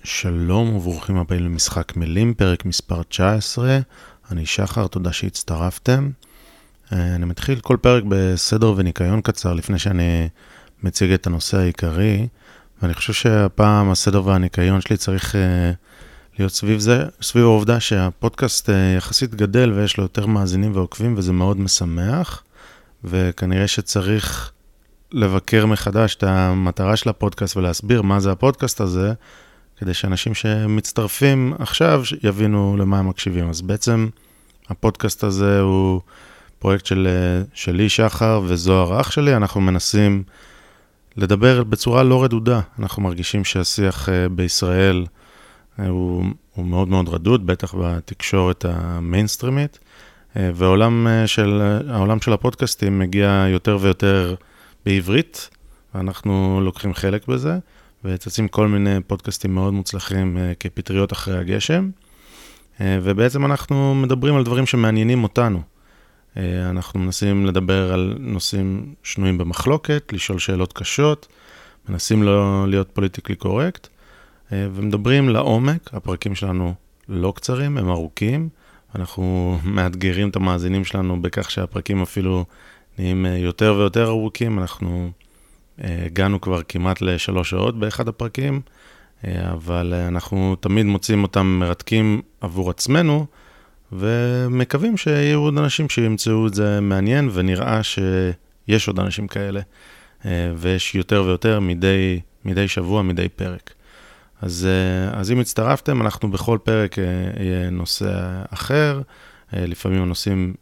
שלום וברוכים הבאים למשחק מילים, פרק מספר 19. אני שחר, תודה שהצטרפתם. אני מתחיל כל פרק בסדר וניקיון קצר לפני שאני מציג את הנושא העיקרי, ואני חושב שהפעם הסדר והניקיון שלי צריך להיות סביב העובדה שהפודקאסט יחסית גדל ויש לו יותר מאזינים ועוקבים, וזה מאוד משמח, וכנראה שצריך לבקר מחדש את המטרה של הפודקאסט ולהסביר מה זה הפודקאסט הזה, כדי שאנשים שמצטרפים עכשיו יבינו למה הם מקשיבים. אז בעצם הפודקאסט הזה הוא פרויקט שלי, שחר, וזוהר אח שלי. אנחנו מנסים לדבר בצורה לא רדודה. אנחנו מרגישים שהשיח בישראל הוא מאוד מאוד רדוד, בטח בתקשורת המיינסטרימית, והעולם של הפודקאסטים מגיע יותר ויותר בעברית, ואנחנו לוקחים חלק בזה. וצצים כל מיני פודקאסטים מאוד מוצלחים כפטריות אחרי הגשם, ובעצם אנחנו מדברים על דברים שמעניינים אותנו. אנחנו מנסים לדבר על נושאים שנויים במחלוקת, לשאול שאלות קשות, מנסים לא להיות פוליטיקלי קורקט, ומדברים לעומק. הפרקים שלנו לא קצרים, הם ארוכים, אנחנו מאתגרים את המאזינים שלנו בכך שהפרקים אפילו נהיים יותר ויותר ארוכים. אנחנו הגענו כבר כמעט ל3 שעות באחד הפרקים, אבל אנחנו תמיד מוצאים אותם מרתקים עבור עצמנו, ומקווים שיהיו עוד אנשים שימצאו את זה מעניין, ונראה שיש עוד אנשים כאלה, ויש יותר ויותר מדי שבוע, מדי פרק. אז אם הצטרפתם, אנחנו בכל פרק יהיה נושא אחר, לפעמים הנושאים,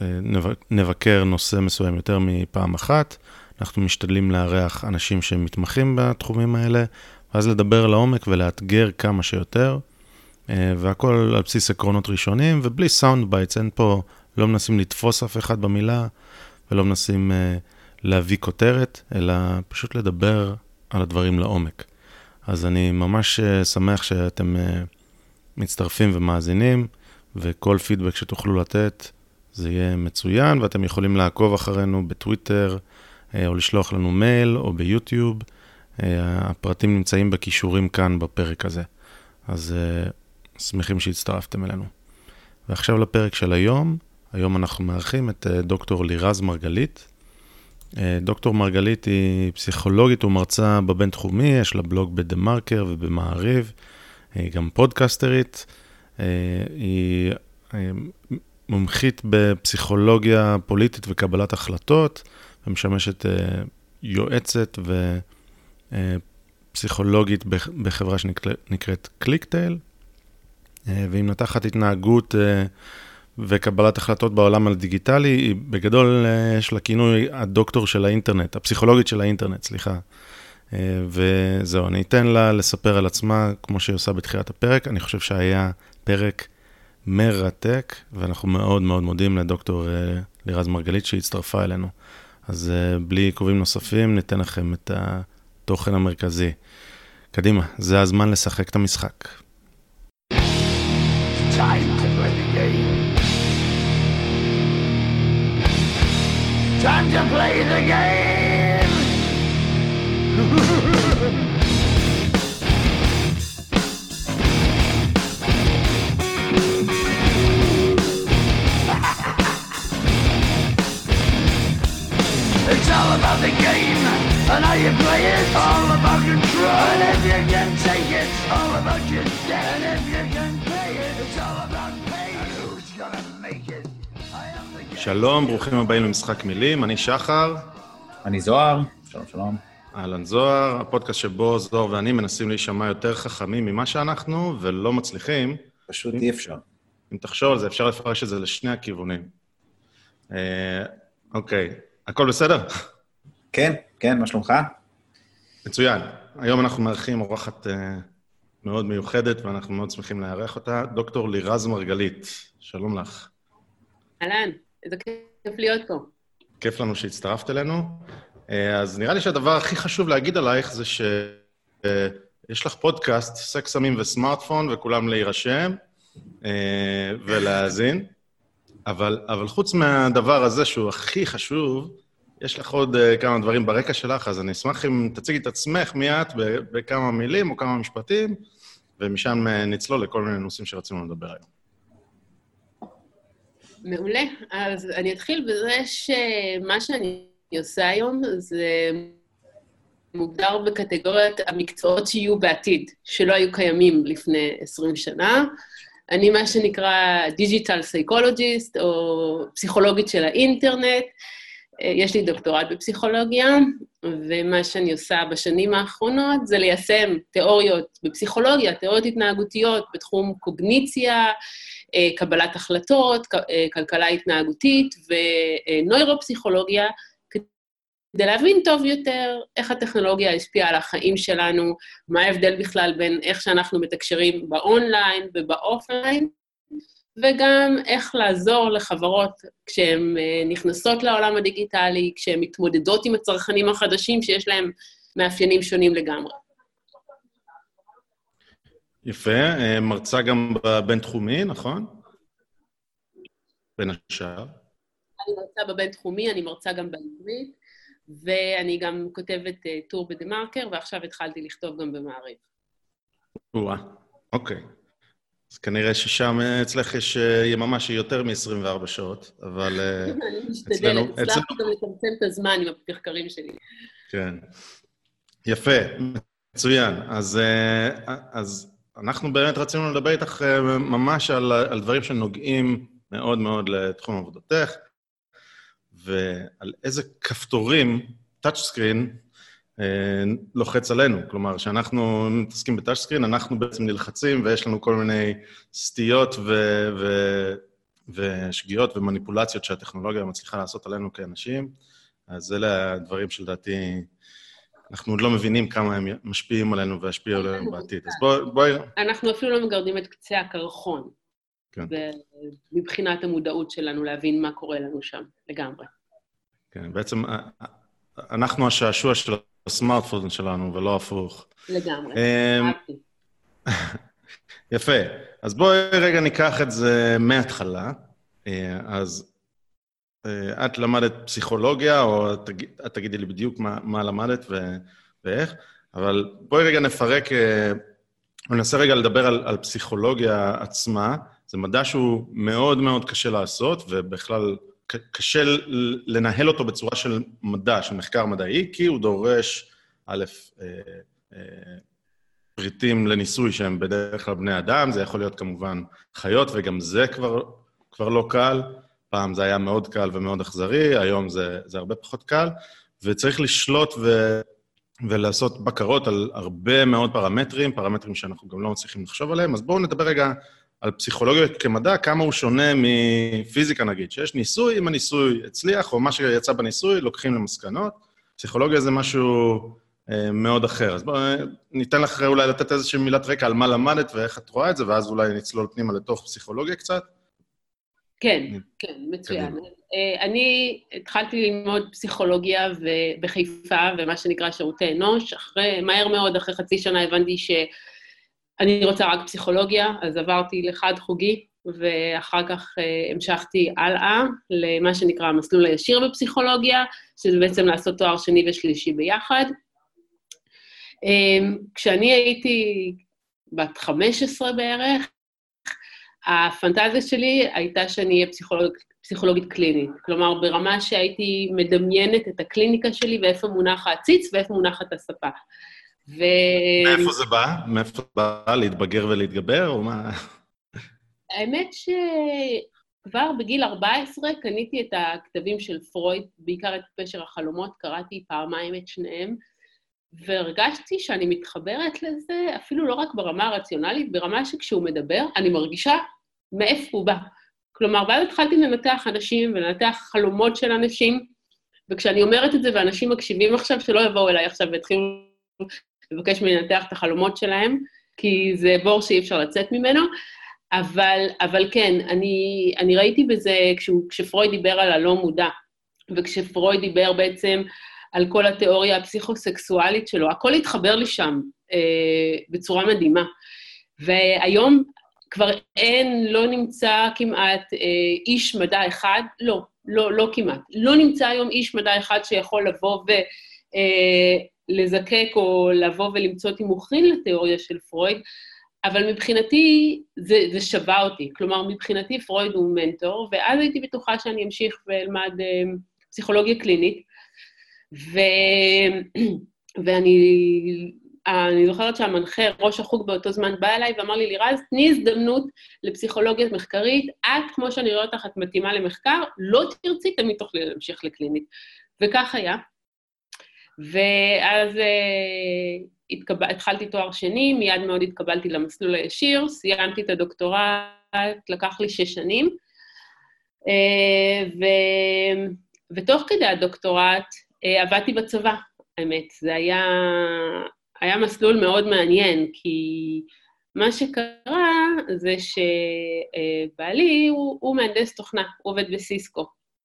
נבקר נושא מסוים יותר מפעם אחת, אנחנו משתדלים לארח אנשים שמתמחים בתחומים האלה, ואז לדבר לעומק ולאתגר כמה שיותר, והכל על בסיס עקרונות ראשונים, ובלי סאונד בייטס. אין פה, לא מנסים לתפוס אף אחד במילה, ולא מנסים להביא כותרת, אלא פשוט לדבר על הדברים לעומק. אז אני ממש שמח שאתם מצטרפים ומאזינים, וכל פידבק שתוכלו לתת, זה יהיה מצוין, ואתם יכולים לעקוב אחרינו בטוויטר, או לשלוח לנו מייל, או ביוטיוב. הפרטים נמצאים בכישורים כאן בפרק הזה. אז שמחים שהצטרפתם אלינו. ועכשיו לפרק של היום. היום אנחנו מארחים את דוקטור לירז מרגלית. דוקטור מרגלית היא פסיכולוגית ומרצה בבין-תחומי, יש לה בלוג בדה-מרקר ובמעריב. היא גם פודקאסטרית. היא מומחית בפסיכולוגיה פוליטית וקבלת החלטות, ומשמשת יועצת ופסיכולוגית בחברה שנקראת קליקטייל, והיא מנתחת התנהגות וקבלת החלטות בעולם הדיגיטלי. היא בגדול יש לה כינוי הדוקטור של האינטרנט, הפסיכולוגית של האינטרנט, סליחה. וזהו, אני אתן לה לספר על עצמה כמו שהיא עושה בתחילת הפרק. אני חושב שהיה פרק מרתק, ואנחנו מאוד מאוד מודים לדוקטור לירז מרגלית שהצטרפה אלינו. אז בלי עיכובים נוספים, ניתן לכם את התוכן המרכזי. קדימה, זה הזמן לשחק את המשחק. Time to play the game. Time to play the game. It's all about the game, and how you play it, all about control, and if you can take it, all about your debt, and if you can pay it, it's all about pay, and who's gonna make it, I am the game. שלום, ברוכים הבאים למשחק מילים, אני שחר. אני זוהר, שלום שלום. אהלן זוהר, הפודקאסט שבו זוהר ואני מנסים להישמע יותר חכמים ממה שאנחנו, ולא מצליחים. פשוט אי אפשר. אם תחשוב על זה, אפשר לפרש את זה לשני הכיוונים. אוקיי. הכל בסדר? כן, כן, מה שלומך? מצוין. היום אנחנו מארחים אורחת מאוד מיוחדת, ואנחנו מאוד שמחים לארח אותה, דוקטור לירז מרגלית. שלום לך. אהלן, איזה כיף להיות פה. כיף לנו שהצטרפת אלינו. אז נראה לי שהדבר הכי חשוב להגיד עלייך זה שיש לך פודקאסט, סקס, סמים וסמארטפון, וכולם להירשם ולהאזין. אבל חוץ מהדבר הזה שהוא הכי חשוב, יש לך עוד כמה דברים ברקע שלך, אז אני אשמח אם תציגי את עצמך מיד בכמה מילים או כמה משפטים, ומשם נצלול לכל מיני נושאים שרצינו לדבר היום. מעולה. אז אני אתחיל בזה שמה שאני עושה היום זה מוגדר בקטגוריית המקצועות שיהיו בעתיד, שלא היו קיימים לפני 20 שנה. אני מה שנקרא דיג'יטל סייקולוג'יסט, או פסיכולוגית של האינטרנט. יש לי דוקטורט בפסיכולוגיה, ומה שאני עושה בשנים האחרונות זה ליישם תיאוריות בפסיכולוגיה, תיאוריות התנהגותיות בתחום קוגניציה, קבלת החלטות, כלכלה התנהגותית ונוירופסיכולוגיה, כדי להבין טוב יותר איך הטכנולוגיה השפיעה על החיים שלנו, מה ההבדל בכלל בין איך שאנחנו מתקשרים באונליין ובאופליין, וגם איך לעזור לחברות כשהן נכנסות לעולם הדיגיטלי, כשהן מתמודדות עם הצרכנים החדשים שיש להם מאפיינים שונים לגמרי. יפה, מרצה גם בבינתחומי, נכון? בין השאר. אני מרצה בבינתחומי, אני מרצה גם בעברית, ואני גם כותבת טור בדה-מרקר, ועכשיו התחלתי לכתוב גם במעריב. אוקיי. אז כנראה ששם אצלך יש יממה שהיא יותר מ-24 שעות, אבל אני משתדלת, הצלחתי גם לצמצם את הזמן עם המחקרים שלי. כן. יפה, מצוין. אז אנחנו באמת רצינו לדבר איתך ממש על דברים שנוגעים מאוד מאוד לתחום עבודתך, ועל איזה כפתורים, טאצ' סקרין, לוחץ עלינו. כלומר, כשאנחנו מתעסקים בטאצ' סקרין, אנחנו בעצם נלחצים, ויש לנו כל מיני סטיות ושגיאות ומניפולציות שהטכנולוגיה מצליחה לעשות עלינו כאנשים. אז אלה הדברים שלדעתי, אנחנו עוד לא מבינים כמה הם משפיעים עלינו והשפיעו עלינו בעתיד. אז בואי... אנחנו אפילו לא מגרדים את קצה הקרחון. כן. מבחינת המודעות שלנו להבין מה קורה לנו שם, לגמרי. כן, בעצם אנחנו השעשוע של הסמארטפון שלנו, ולא הפוך. לגמרי, אהבתי. יפה. אז בואי רגע ניקח את זה מההתחלה. אז את למדת פסיכולוגיה, או את תגידי לי בדיוק מה למדת ואיך, אבל בואי רגע נפרק, ננסה רגע לדבר על פסיכולוגיה עצמה. זה מדע שהוא מאוד מאוד קשה לעשות, ובכלל קשה לנהל אותו בצורה של מדע, של מחקר מדעי, כי הוא דורש, פריטים לניסוי שהם בדרך כלל בני אדם, זה יכול להיות כמובן חיות, וגם זה כבר לא קל. פעם זה היה מאוד קל ומאוד אכזרי, היום זה הרבה פחות קל, וצריך לשלוט ולעשות בקרות על הרבה מאוד פרמטרים שאנחנו גם לא מצליחים לחשוב עליהם. אז בואו נדבר רגע על פסיכולוגיה כמדע, כמה הוא שונה מפיזיקה נגיד, שיש ניסוי, אם הניסוי הצליח, או מה שיצא בניסוי, לוקחים למסקנות. פסיכולוגיה זה משהו מאוד אחר. אז בואו ניתן לך אולי לתת איזושהי מילת רקע על מה למדת ואיך את רואה את זה, ואז אולי נצלול פנימה לתוך פסיכולוגיה קצת. כן, מצוין. אני התחלתי ללמוד פסיכולוגיה בחיפה, ומה שנקרא שירותי אנוש. מהר מאוד, אחרי חצי שנה, הבנתי שאני רוצה רק פסיכולוגיה, אז עברתי לחד חוגי, ואחר כך המשכתי הלאה למה שנקרא המסלול הישיר בפסיכולוגיה, שזה בעצם לעשות תואר שני ושלישי ביחד. כשאני הייתי בת 15 בערך, הפנטזיה שלי הייתה שאני אהיה פסיכולוגית קלינית. כלומר, ברמה שהייתי מדמיינת את הקליניקה שלי ואיפה מונח העציץ ואיפה מונחת הספה. מאיפה זה בא? מאיפה זה בא? להתבגר ולהתגבר או מה? האמת שכבר בגיל 14 קניתי את הכתבים של פרויד, בעיקר את פשר החלומות, קראתי פעמיים את שניהם, והרגשתי שאני מתחברת לזה, אפילו לא רק ברמה הרציונלית, ברמה שכשהוא מדבר, אני מרגישה מאיפה הוא בא. כלומר, ואז התחלתי לנתח אנשים ולנתח חלומות של אנשים, וכשאני אומרת את זה, ואנשים מקשיבים עכשיו, שלא יבואו אליי עכשיו והתחילו לבקש ממני לנתח את החלומות שלהם, כי זה בור שאי אפשר לצאת ממנו, אבל כן, אני ראיתי בזה, כשפרויד דיבר על הלא מודע, וכשפרויד דיבר בעצם על כל התיאוריה הפסיכוסקסואלית שלו, הכל התחבר לי שם בצורה מדהימה. והיום כבר לא נמצא כמעט איש מדע אחד, לא כמעט. לא נמצא היום איש מדע אחד שיכול לבוא ולזקק או לבוא ולמצוא תימוכין לתיאוריה של פרויד, אבל מבחינתי זה שווה אותי. כלומר, מבחינתי פרויד הוא מנטור, ואז הייתי בטוחה שאני אמשיך ואלמד פסיכולוגיה קלינית, ואני זוכרת שהמנחה, ראש החוג באותו זמן, בא אליי ואמר לי, לירז, תני הזדמנות לפסיכולוגיה מחקרית, את, כמו שאני רואה אותך, את מתאימה למחקר, לא תרצי, תמיד תוכלי להמשיך לקלינית. וכך היה. ואז התחלתי תואר שני, מיד מאוד התקבלתי למסלול הישיר, סיימתי את הדוקטורט, לקח לי 6 שנים, ותוך כדי הדוקטורט עבדתי בצבא, האמת. זה היה מסלול מאוד מעניין, כי מה שקרה זה שבעלי הוא מהנדס תוכנה, הוא עובד בסיסקו,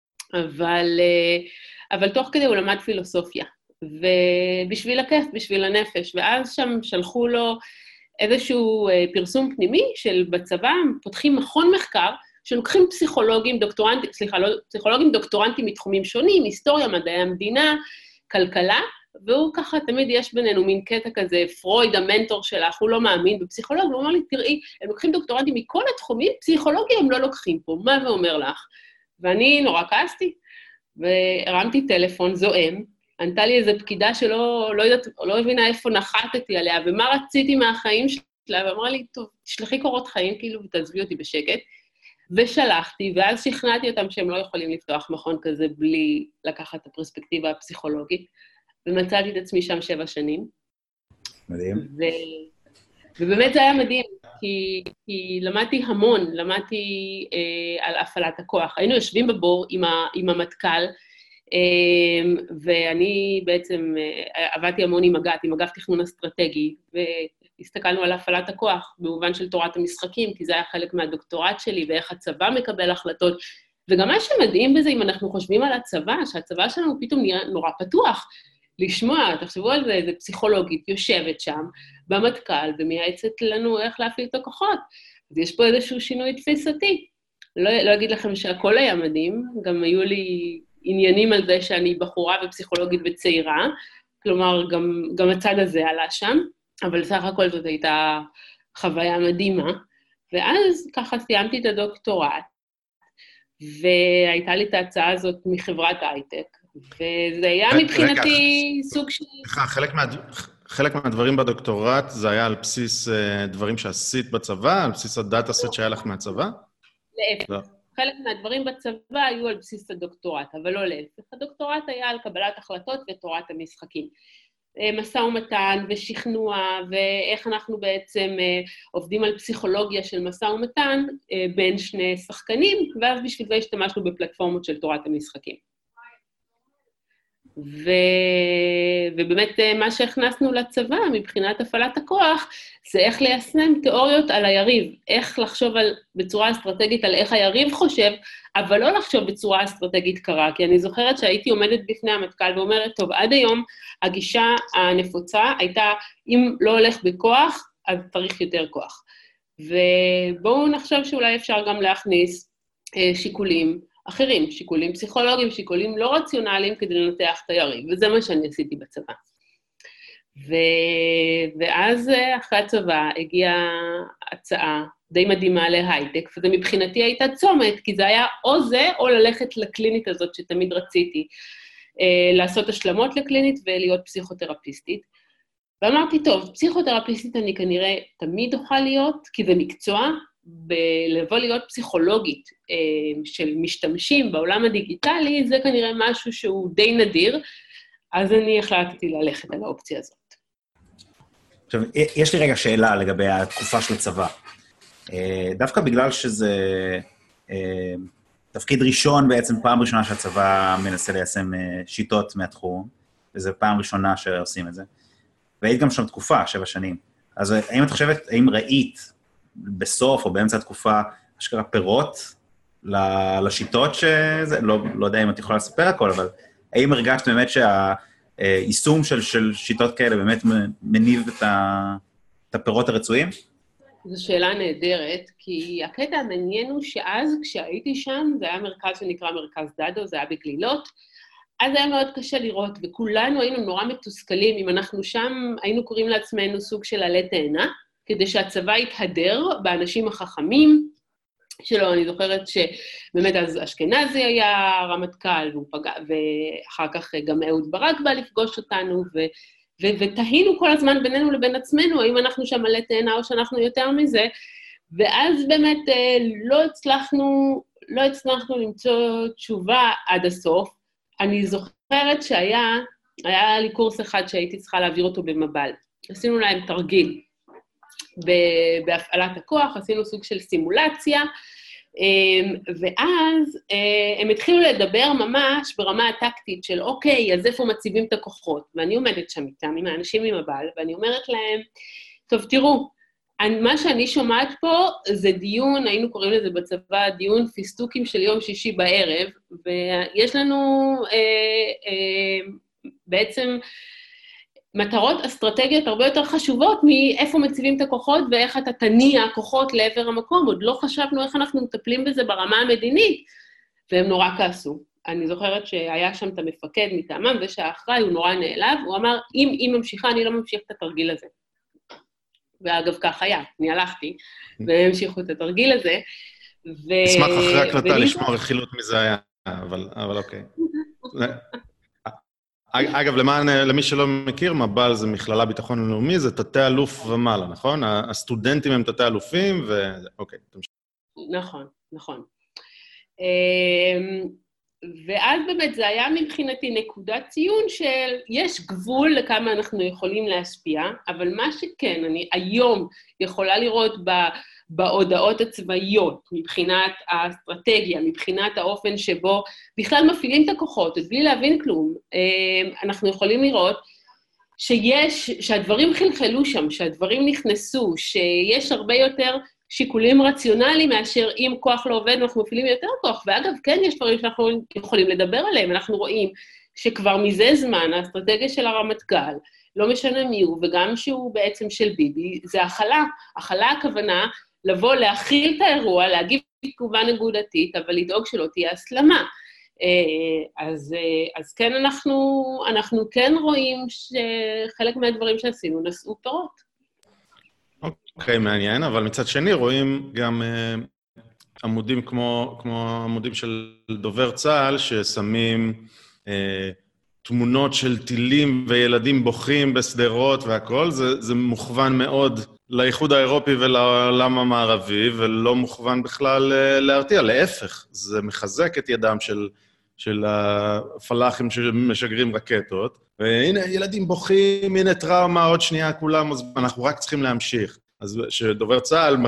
אבל תוך כדי הוא למד פילוסופיה, ובשביל הכיף, בשביל הנפש, ואז שם שלחו לו איזשהו פרסום פנימי של בצבא, פותחים מכון מחקר, שלוקחים פסיכולוגים דוקטורנטים מתחומים שונים, היסטוריה, מדעי המדינה, כלכלה, והוא ככה, תמיד יש בינינו מין קטע כזה, פרויד, המנטור שלך, הוא לא מאמין בפסיכולוגיה, הוא אומר לי, תראי, הם לוקחים דוקטורנטים מכל התחומים, פסיכולוגיה הם לא לוקחים פה, מה זה אומר לך? ואני נורא כעסתי, והרמתי טלפון זועם, ענתה לי איזו פקידה לא הבינה איפה נחתתי עליה, ומה רציתי מהחיים שלה, ואמרה לי, טוב, תשלחי קורות חיים, כאילו, ותעזבי אותי בשקט, ושלחתי, ואז שכנעתי אותם שהם לא יכולים לפתוח מכון כזה בלי לקחת את הפרספקטיבה הפסיכולוגית, ומצאתי את עצמי שם 7 שנים. מדהים. ובאמת זה היה מדהים, כי למדתי המון, למדתי על הפעלת הכוח. היינו יושבים בבור עם המטכ"ל, ואני בעצם עבדתי המון עם אגף תכנון אסטרטגי, והסתכלנו על הפעלת הכוח במובן של תורת המשחקים, כי זה היה חלק מהדוקטורט שלי, ואיך הצבא מקבל החלטות. וגם מה שמדהים בזה, אם אנחנו חושבים על הצבא, שהצבא שלנו פתאום נראה נורא פתוח, לשמוע, תחשבו על זה, איזה פסיכולוגית יושבת שם, במטכ"ל, ומייעצת לנו איך להפעיל את הכוחות. אז יש פה איזשהו שינוי תפיסתי. לא אגיד לכם שהכל היה מדהים, גם היו לי עניינים על זה שאני בחורה ופסיכולוגית וצעירה, כלומר, גם הצד הזה עלה שם, אבל סך הכל זאת הייתה חוויה מדהימה, ואז ככה סיימתי את הדוקטורט, והייתה לי את ההצעה הזאת מחברת הייטק, וזה היה מבחינתי סוג של... חלק מהדברים בדוקטורט זה היה על בסיס דברים שעשית בצבא, על בסיס הדאטה סט שהיה לך מהצבא? להפך. חלק מהדברים בצבא היו על בסיס הדוקטורט, אבל לא להפך. הדוקטורט היה על קבלת החלטות ותורת המשחקים. משא ומתן ושכנוע, ואיך אנחנו בעצם עובדים על פסיכולוגיה של משא ומתן בין שני שחקנים, ואז בשביל זה השתמשנו בפלטפורמות של תורת המשחקים. ובאמת מה שהכנסנו לצבא מבחינת הפעלת הכוח, זה איך ליישם תיאוריות על היריב, איך לחשוב בצורה אסטרטגית על איך היריב חושב, אבל לא לחשוב בצורה אסטרטגית קרה, כי אני זוכרת שהייתי עומדת בפני המטכ"ל ואומרת, טוב, עד היום הגישה הנפוצה הייתה, אם לא הולך בכוח, אז צריך יותר כוח. ובואו נחשוב שאולי אפשר גם להכניס שיקולים אחרים, שיקולים פסיכולוגיים, שיקולים לא רציונליים כדי לנתח את היריב, וזה מה שאני עשיתי בצבא. ואז אחרי הצבא הגיעה הצעה די מדהימה להייטק, וזה מבחינתי הייתה צומת, כי זה היה או זה, או ללכת לקלינית הזאת שתמיד רציתי, לעשות השלמות לקלינית ולהיות פסיכותרפיסטית. ואמרתי, טוב, פסיכותרפיסטית אני כנראה תמיד אוכל להיות, כי זה מקצוע, לבוא להיות פסיכולוגית של משתמשים בעולם הדיגיטלי, זה כנראה משהו שהוא די נדיר, אז אני החלטתי ללכת על האופציה הזאת. עכשיו, יש לי רגע שאלה לגבי התקופה של הצבא. דווקא בגלל שזה תפקיד ראשון בעצם, פעם ראשונה שהצבא מנסה ליישם שיטות מהתחום, וזו פעם ראשונה שעושים את זה, והיית גם שם תקופה, 7 שנים. אז האם את חושבת, האם ראית בסוף או באמצע התקופה, אשכרה פירות לשיטות שזה, לא יודע אם את יכולה לספר הכל, אבל האם הרגשת באמת שהיישום של שיטות כאלה באמת מניב את הפירות הרצויים? זו שאלה נהדרת, כי הקטע המעניין הוא שאז כשהייתי שם, זה היה מרכז שנקרא מרכז דדו, זה היה בגלילות, אז היה מאוד קשה לראות, וכולנו היינו נורא מתוסכלים, אם אנחנו שם היינו קוראים לעצמנו סוג של עלי תאנה, כדי שהצבא יתהדר באנשים החכמים שלו. אני זוכרת שבאמת אז אשכנזי היה רמטכ"ל, ואחר כך גם אהוד ברק בא לפגוש אותנו, ותהינו כל הזמן בינינו לבין עצמנו, האם אנחנו שם עלי תאנה או שאנחנו יותר מזה, ואז באמת לא הצלחנו למצוא תשובה עד הסוף. אני זוכרת היה לי קורס אחד שהייתי צריכה להעביר אותו במב"ל. עשינו להם תרגיל בהפעלת הכוח, עשינו סוג של סימולציה, ואז הם התחילו לדבר ממש ברמה הטקטית של אוקיי, אז איפה מציבים את הכוחות? ואני עומדת שם איתם, עם האנשים ממב"ל, ואני אומרת להם, טוב תראו, מה שאני שומעת פה זה דיון, היינו קוראים לזה בצבא, דיון פיסטוקים של יום שישי בערב, ויש לנו בעצם מטרות אסטרטגיות הרבה יותר חשובות מאיפה מציבים את הכוחות ואיך אתה תניע כוחות לעבר המקום. עוד לא חשבנו איך אנחנו מטפלים בזה ברמה המדינית, והם נורא כעסו. אני זוכרת שהיה שם את המפקד מטעמם, ושהאחראי הוא נורא נעלב, הוא אמר, אם ממשיכה, אני לא ממשיך את התרגיל הזה. ואגב, כך היה, אני הלכתי, והם המשיכו את התרגיל הזה. אשמח אחרי הקלטה לשמוע רכילות מזה היה, אבל אוקיי. אגב, למי שלא מכיר, מב"ל זה מכללה ביטחון לאומי, זה תתי אלוף ומעלה, נכון? הסטודנטים הם תתי אלופים, אוקיי, תמשיך. נכון. ואז באמת זה היה מבחינתי נקודת ציון של יש גבול לכמה אנחנו יכולים להשפיע, אבל מה שכן, אני היום יכולה לראות בהודעות הצבאיות, מבחינת האסטרטגיה, מבחינת האופן שבו בכלל מפעילים את הכוחות, אז בלי להבין כלום, אנחנו יכולים לראות שהדברים חלחלו שם, שהדברים נכנסו, שיש הרבה יותר שיקולים רציונליים מאשר אם כוח לא עובד, אנחנו מפעילים יותר כוח, ואגב, כן, יש דברים שאנחנו יכולים לדבר עליהם, אנחנו רואים שכבר מזה זמן, האסטרטגיה של הרמטכ"ל, לא משנה מי הוא, וגם שהוא בעצם של ביבי, זה הכלה. הכלה הכוונה לבוא, להכיל את האירוע, להגיב תגובה נקודתית, אבל לדאוג שלא תהיה הסלמה. אז כן, אנחנו כן רואים שחלק מהדברים שעשינו נשאו פירות. אוקיי, מעניין, אבל מצד שני רואים גם עמודים כמו עמודים של דובר צה"ל, ששמים תמונות של טילים וילדים בוכים בסדרות והכל, זה מוכוון מאוד לאיחוד האירופי ולעולם המערבי, ולא מוכוון בכלל להרתיע, להפך, זה מחזק את ידם של הפלאחים שמשגרים רקטות, והנה ילדים בוכים, הנה טראומה, עוד שנייה כולם, אז אנחנו רק צריכים להמשיך. אז שדובר צה"ל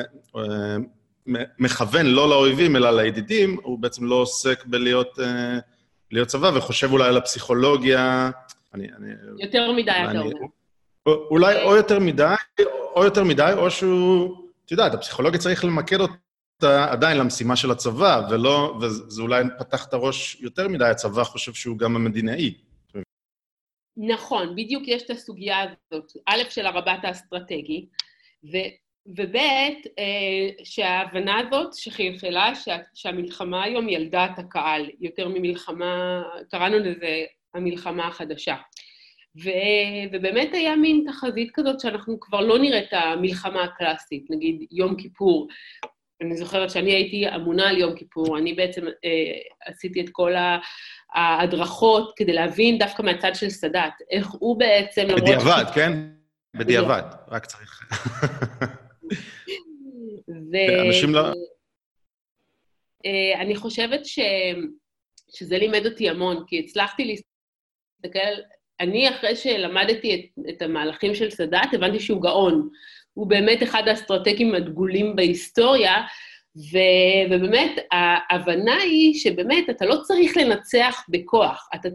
מכוון לא לאויבים אלא לידידים, הוא בעצם לא עוסק בלהיות צבא, וחושב אולי על הפסיכולוגיה. יותר מדי, אתה אומר. אולי או יותר מדי, או שהוא, אתה יודע, הפסיכולוגיה צריך למקד אותה עדיין למשימה של הצבא, וזה אולי פתח את הראש יותר מדי, הצבא חושב שהוא גם המדינאי. נכון, בדיוק יש את הסוגיה הזאת, א' של הרב"ט האסטרטגי, וב' שההבנה הזאת שחלחלה, שהמלחמה היום ילדה את הקהל, יותר ממלחמה, קראנו לזה המלחמה החדשה. ובאמת היה מין תחזית כזאת שאנחנו כבר לא נראה את המלחמה הקלאסית, נגיד יום כיפור. אני זוכרת שאני הייתי אמונה על יום כיפור, אני בעצם עשיתי את כל ההדרכות כדי להבין דווקא מהצד של סאדאת, איך הוא בעצם... בדיעבד, כן? בדיעבד, רק צריך. אנשים לא... אני חושבת שזה לימד אותי המון, כי הצלחתי להסתכל, אני אחרי שלמדתי את המהלכים של סאדאת, הבנתי שהוא גאון. הוא באמת אחד האסטרטגיים הדגולים בהיסטוריה, ובאמת ההבנה היא שבאמת אתה לא צריך לנצח בכוח, אתה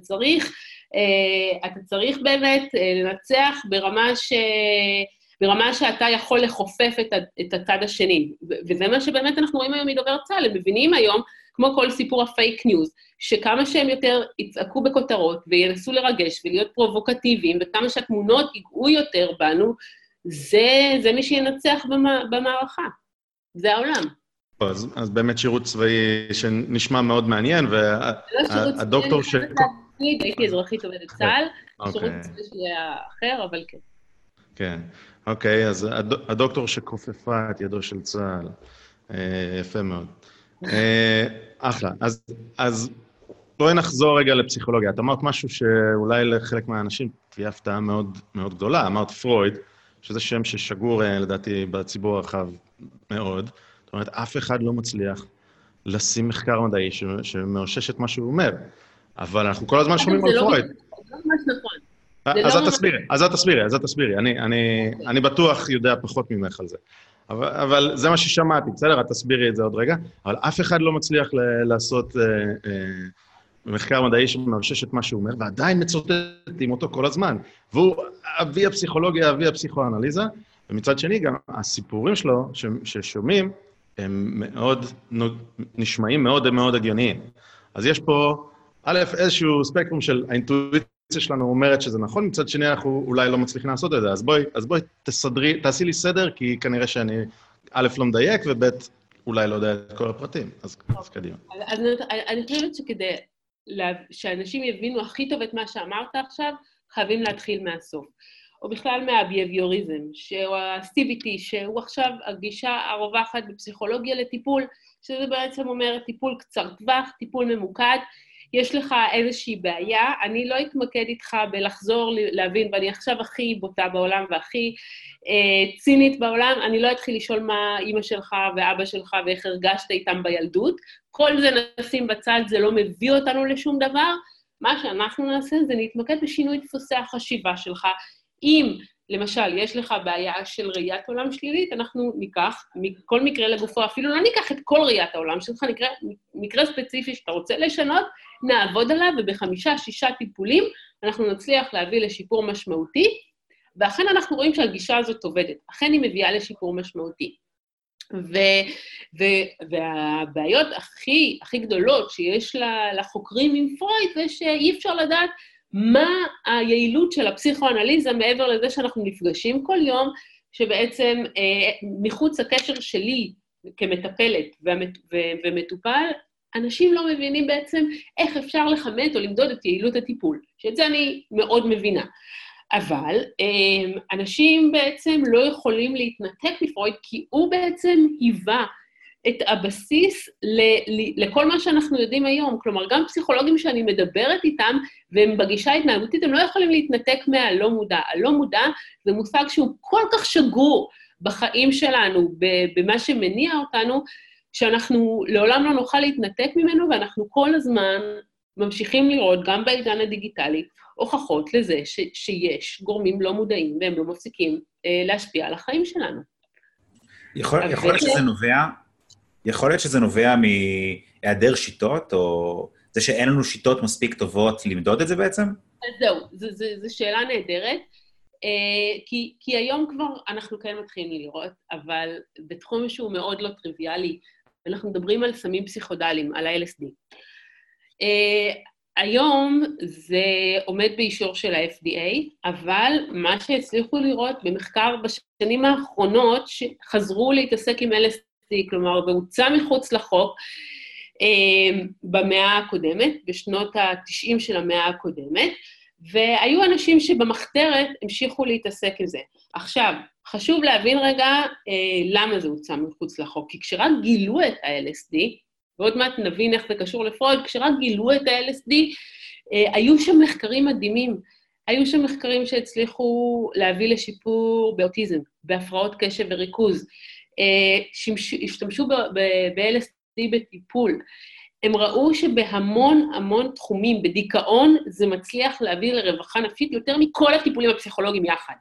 צריך באמת לנצח ברמה שאתה יכול לחופף את הצד השני, וזה מה שבאמת אנחנו רואים היום מדובר צה"ל, הם מבינים היום, כמו כל סיפור הפייק ניוז, שכמה שהם יותר יצעקו בכותרות וינסו לרגש ולהיות פרובוקטיביים, וכמה שהתמונות ייגעו יותר בנו, זה מי שינצח במערכה. זה העולם. אז באמת שירות צבאי שנשמע מאוד מעניין, והדוקטור הייתי אזרחית עובדת צה"ל, שירות צבאי שלי היה אחר, אבל כן. כן. אוקיי, אז הדוקטור שכופפה את ידו של צה"ל. יפה מאוד. אחלה. אז בואי נחזור רגע לפסיכולוגיה. את אמרת משהו שאולי לחלק מהאנשים תהיה הפתעה מאוד, מאוד גדולה. אמרת פרויד, שזה שם ששגור, לדעתי, בציבור הרחב מאוד. זאת אומרת, אף אחד לא מצליח לשים מחקר מדעי שמאושש את מה שהוא אומר. אבל אנחנו כל הזמן שומעים על פרויד. זה לא ממש נכון. אז את תסבירי. אני בטוח יודע פחות ממך על זה. אבל זה מה ששמעתי, בסדר? את תסבירי את זה עוד רגע. אבל אף אחד לא מצליח לעשות מחקר מדעי שמאושש את מה שהוא אומר, ועדיין מצוטטים אותו כל הזמן. והוא אבי הפסיכולוגיה, אבי הפסיכואנליזה, ומצד שני גם הסיפורים שלו ששומעים, הם מאוד, נשמעים מאוד מאוד הגיוניים. אז יש פה, איזשהו ספקטרום של האינטואיציה שלנו אומרת שזה נכון, מצד שני אנחנו אולי לא מצליחים לעשות את זה. אז בואי תעשי לי סדר, כי כנראה שאני א' לא מדייק, וב' אולי לא יודע את כל הפרטים. אז קדימה. אז אני חושבת שכדי שאנשים יבינו הכי טוב את מה שאמרת עכשיו, חייבים להתחיל מהסוף. או בכלל מהביהביוריזם, שהוא ה-CBT, שהוא עכשיו הגישה הרווחת בפסיכולוגיה לטיפול, שזה בעצם אומר טיפול קצר טווח, טיפול ממוקד. יש לך איזושהי בעיה, אני לא אתמקד איתך בלחזור להבין, ואני עכשיו הכי בוטה בעולם והכי צינית בעולם, אני לא אתחיל לשאול מה אמא שלך ואבא שלך ואיך הרגשת איתם בילדות, כל זה נשים בצד, זה לא מביא אותנו לשום דבר, מה שאנחנו נעשה זה נתמקד בשינוי דפוסי החשיבה שלך. אם למשל יש לך בעיה של ראיית עולם שלילית, אנחנו ניקח כל מקרה לגופו, אפילו לא ניקח את כל ראיית העולם שלך, מקרה ספציפי שאתה רוצה לשנות, נעבוד עליו, וב5-6 טיפולים אנחנו נצליח להביא לשיפור משמעותי, ואכן אנחנו רואים שהגישה הזאת עובדת, אכן היא מביאה לשיפור משמעותי. והבעיות הכי גדולות שיש לחוקרים עם פרויד, זה שאי אפשר לדעת מה היעילות של הפסיכואנליזה מעבר לזה שאנחנו נפגשים כל יום, שבעצם מחוץ הקשר שלי כמטפלת ומטופל, אנשים לא מבינים בעצם איך אפשר לכמת או למדוד את יעילות הטיפול, שאת זה אני מאוד מבינה. אבל אנשים בעצם לא יכולים להתנתק מפרויד, כי הוא בעצם היווה את הבסיס לכל מה שאנחנו יודעים היום. כלומר, גם פסיכולוגים שאני מדברת איתם, והם בגישה התנהגותית, הם לא יכולים להתנתק מהלא מודע. הלא מודע זה מושג שהוא כל כך שגור בחיים שלנו, במה שמניע אותנו, שאנחנו לעולם לא נוכל להתנתק ממנו, ואנחנו כל הזמן ממשיכים לראות, גם בעידן הדיגיטלי, הוכחות לזה שיש גורמים לא מודעים, והם לא מפסיקים להשפיע על החיים שלנו. יכול להיות שזה נובע מהיעדר שיטות, או זה שאין לנו שיטות מספיק טובות למדוד את זה בעצם? זהו, זו שאלה נהדרת, כי היום כבר אנחנו כן מתחילים לראות, אבל בתחום שהוא מאוד לא טריוויאלי, אנחנו מדברים על סמים פסיכודליים, על ה-LSD. היום זה עומד באישור של ה-FDA, אבל מה שהצליחו לראות במחקר בשנים האחרונות, שחזרו להתעסק עם LSD, כלומר, והוצא מחוץ לחוק במאה הקודמת, בשנות ה-90 של המאה הקודמת, והיו אנשים שבמחתרת המשיכו להתעסק עם זה. עכשיו, חשוב להבין רגע למה זה הוצא מחוץ לחוק, כי כשרק גילו את ה-LSD, ועוד מעט נבין איך זה קשור לפרויד, כשרק גילו את ה-LSD, היו שם מחקרים מדהימים, היו שם מחקרים שהצליחו להביא לשיפור באוטיזם, בהפרעות קשב וריכוז, השתמשו ב-LSD בטיפול, הם ראו שבהמון תחומים, בדיכאון, זה מצליח להביא לרווחה נפשית יותר מכל הטיפולים הפסיכולוגיים יחד.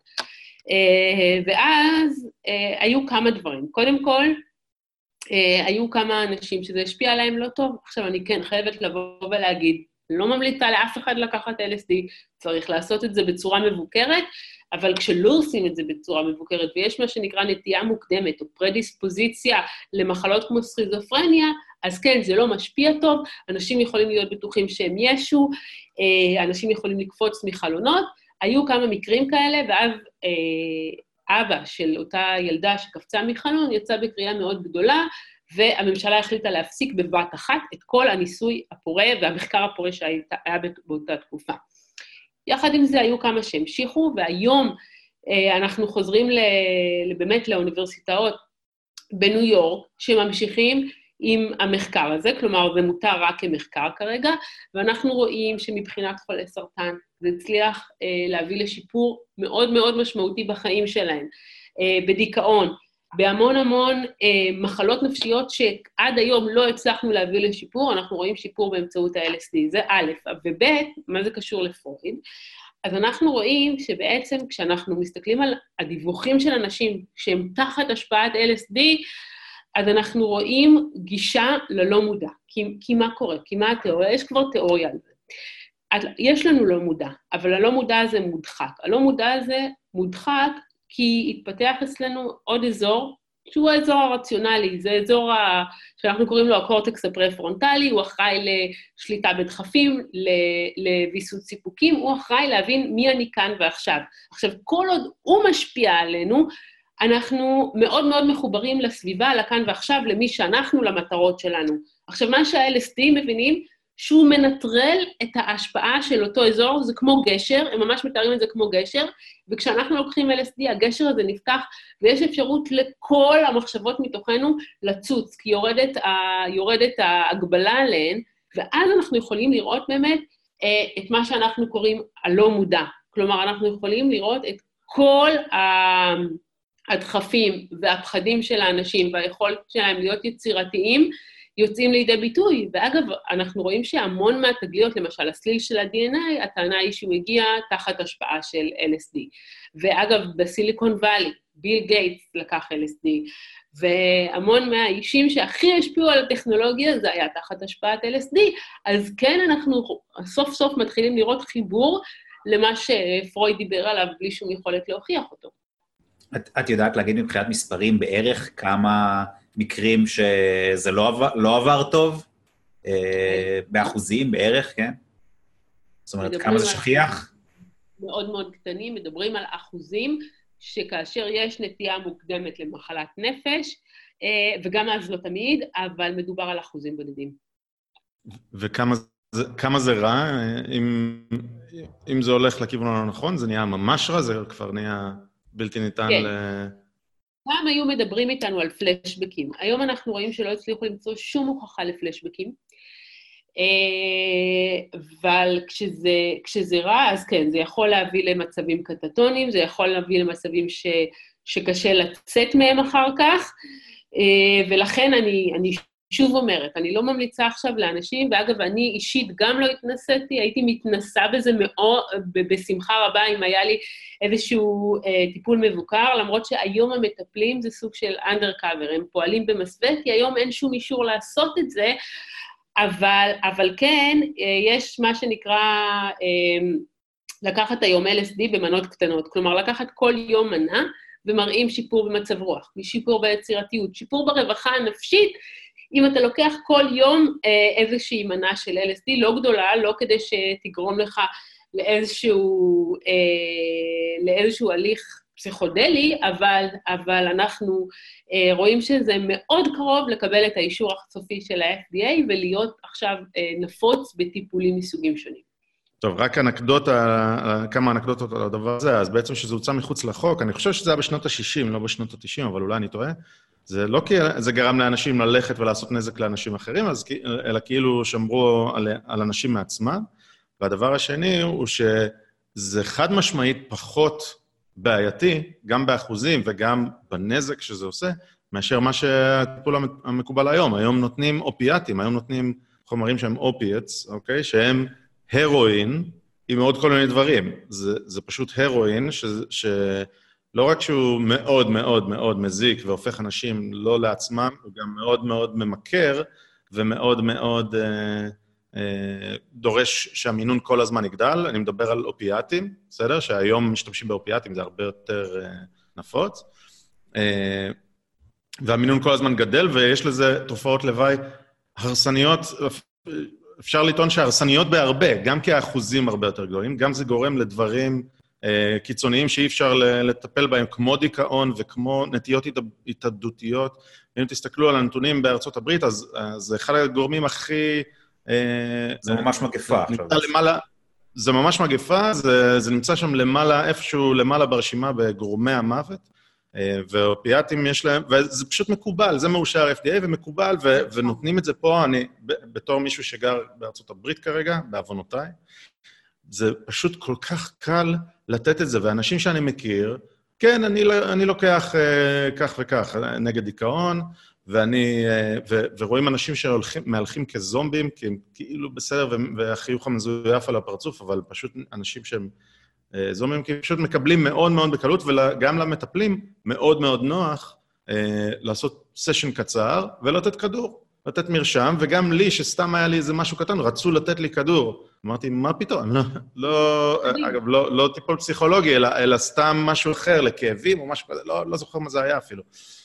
ואז היו כמה דברים. קודם כל, היו כמה אנשים שזה השפיע עליהם לא טוב. עכשיו, אני כן חייבת לבוא ולהגיד, לא ממליצה לאף אחד לקחת LSD, צריך לעשות את זה בצורה מבוקרת, אבל כשלא עושים את זה בצורה מבוקרת, ויש מה שנקרא נטייה מוקדמת, או פרדיספוזיציה למחלות כמו סכיזופרניה, אז כן, זה לא משפיע טוב, אנשים יכולים להיות בטוחים שהם ישו, אנשים יכולים לקפוץ מחלונות, היו כמה מקרים כאלה, ואז אבא של אותה ילדה שקפצה מחלון, יצא בקריאה מאוד גדולה, והממשלה החליטה להפסיק בבת אחת את כל הניסוי הפורה והמחקר הפורה שהיה באותה תקופה. יחד עם זה היו כמה שהמשיכו, והיום אנחנו חוזרים באמת לאוניברסיטאות בניו יורק, שממשיכים עם המחקר הזה, כלומר זה מותר רק כמחקר כרגע, ואנחנו רואים שמבחינת חולי סרטן זה הצליח להביא לשיפור מאוד מאוד משמעותי בחיים שלהם, בדיכאון, בהמון המון מחלות נפשיות שעד היום לא הצלחנו להביא לשיפור, אנחנו רואים שיפור באמצעות ה-LSD, זה א', וב', מה זה קשור לפרויד? אז אנחנו רואים שבעצם כשאנחנו מסתכלים על הדיווחים של אנשים שהם תחת השפעת LSD, אז אנחנו רואים גישה ללא מודע. כי מה קורה? כי מה התיאוריה? יש כבר תיאוריה על זה. יש לנו לא מודע, אבל הלא מודע הזה מודחק. הלא מודע הזה מודחק כי התפתח אצלנו עוד אזור, שהוא האזור הרציונלי, זה אזור שאנחנו קוראים לו הקורטקס הפרפרונטלי, הוא אחראי לשליטה בדחפים, לביסות סיפוקים, הוא אחראי להבין מי אני כאן ועכשיו. עכשיו, כל עוד הוא משפיע עלינו, אנחנו מאוד מאוד מחוברים לסביבה, לכאן ועכשיו, למי שאנחנו, למטרות שלנו. עכשיו, מה שה-LSD מבינים, שהוא מנטרל את ההשפעה של אותו אזור, זה כמו גשר, הם ממש מתארים את זה כמו גשר, וכשאנחנו לוקחים LSD, הגשר הזה נפתח, ויש אפשרות לכל המחשבות מתוכנו לצוץ, כי יורדת ההגבלה עליהן, ואז אנחנו יכולים לראות באמת את מה שאנחנו קוראים הלא מודע. כלומר, אנחנו יכולים לראות את כל הדחפים והפחדים של האנשים, והיכולת שלהם להיות יצירתיים, יוצאים לידי ביטוי, ואגב, אנחנו רואים שהמון מהתגליות, למשל, הסליל של ה-DNA, הטענה היא שהוא הגיע תחת השפעה של LSD. ואגב, בסיליקון ואלי, ביל גייטס לקח LSD, והמון מהאישים שהכי השפיעו על הטכנולוגיה, זה היה תחת השפעת LSD, אז כן, אנחנו סוף סוף מתחילים לראות חיבור למה שפרויד דיבר עליו, בלי שום יכולת להוכיח אותו. את יודעת להגיד מבחינת מספרים בערך כמה מקרים שזה לא עבר טוב? באחוזים בערך, כן? זאת אומרת, כמה זה שכיח? מאוד מאוד קטנים, מדברים על אחוזים, שכאשר יש נטייה מוקדמת למחלת נפש, וגם אז לא תמיד, אבל מדובר על אחוזים בודדים. וכמה זה רע? אם זה הולך לכיוון הנכון, זה נהיה ממש רע, זה כבר נהיה בלתי ניתן כן. פעם היו מדברים איתנו על פלשבקים. היום אנחנו רואים שלא הצליחו למצוא שום הוכחה לפלשבקים, אבל כשזה רע, אז כן, זה יכול להביא למצבים קטטוניים, זה יכול להביא למצבים שקשה לצאת מהם אחר כך, ולכן אני שוב אומרת, אני לא ממליצה עכשיו לאנשים, ואגב, אני אישית גם לא התנסיתי, הייתי מתנסה בזה מאוד, בשמחה רבה, אם היה לי איזשהו טיפול מבוקר, למרות שהיום המטפלים זה סוג של undercover, הם פועלים במסווה, כי היום אין שום אישור לעשות את זה, אבל כן, יש מה שנקרא לקחת היום LSD במנות קטנות, כלומר לקחת כל יום מנה, ומראים שיפור במצב רוח, שיפור ביצירתיות, שיפור ברווחה הנפשית, אם אתה לוקח כל יום איזושהי מנה של LSD, לא גדולה, לא כדי שתגרום לך לאיזשהו הליך פסיכודלי, אבל אנחנו רואים שזה מאוד קרוב לקבל את האישור הסופי של ה-FDA, ולהיות עכשיו נפוץ בטיפולים מסוגים שונים. טוב, רק כמה אנקדוטות על הדבר הזה, אז בעצם שזה הוצא מחוץ לחוק, אני חושב שזה היה בשנות ה-60, לא בשנות ה-90, אבל אולי אני טועה, זה לא כי זה גרם לאנשים ללכת ולעשות נזק לאנשים אחרים, אלא כאילו שמרו על אנשים מעצמם, והדבר השני הוא שזה חד משמעית פחות בעייתי, גם באחוזים וגם בנזק שזה עושה, מאשר מה שהטיפול המקובל היום. היום נותנים אופיאטים, היום נותנים חומרים שהם אופיאטס, אוקיי? שהם הרואין עם עוד כל מיני דברים. זה פשוט הרואין שלא רק שהוא מאוד מאוד מאוד מזיק והופך אנשים לא לעצמם, הוא גם מאוד מאוד ממכר ומאוד מאוד דורש שהמינון כל הזמן יגדל. אני מדבר על אופיאטים, בסדר? שהיום משתמשים באופיאטים, זה הרבה יותר נפוץ. והמינון כל הזמן גדל, ויש לזה תופעות לוואי הרסניות, אפשר לטעון שהרסניות בהרבה, גם כי האחוזים הרבה יותר גדולים, גם זה גורם לדברים קיצוניים שאי אפשר לטפל בהם, כמו דיכאון וכמו נטיות התאבדותיות. אם תסתכלו על הנתונים בארצות הברית, אז זה אחד הגורמים הכי... זה ממש מגפה עכשיו. זה ממש מגפה, זה נמצא שם למעלה, איפשהו למעלה ברשימה בגורמי המוות, ואופיאטים יש להם, וזה פשוט מקובל, זה מאושר FDA ומקובל, ונותנים את זה פה, אני בתור מישהו שגר בארצות הברית כרגע, בעוונותיי, זה פשוט כל כך קל לתת את זה, ואנשים שאני מכיר, כן, אני לוקח כך וכך, נגד דיכאון, ורואים אנשים שמהלכים כזומבים, כי הם כאילו בסדר, והחיוך המזויף על הפרצוף, אבל פשוט אנשים שהם זומבים, כי פשוט מקבלים מאוד מאוד בקלות, וגם למטפלים מאוד מאוד נוח לעשות סשן קצר, ולתת כדור, לתת מרשם, וגם לי, שסתם היה לי איזה משהו קטן, רצו לתת לי כדור. אמרתי, מה פתאום? אגב, לא טיפול פסיכולוגי, אלא סתם משהו אחר, לכאבים או משהו כזה, לא זוכר מה זה היה אפילו.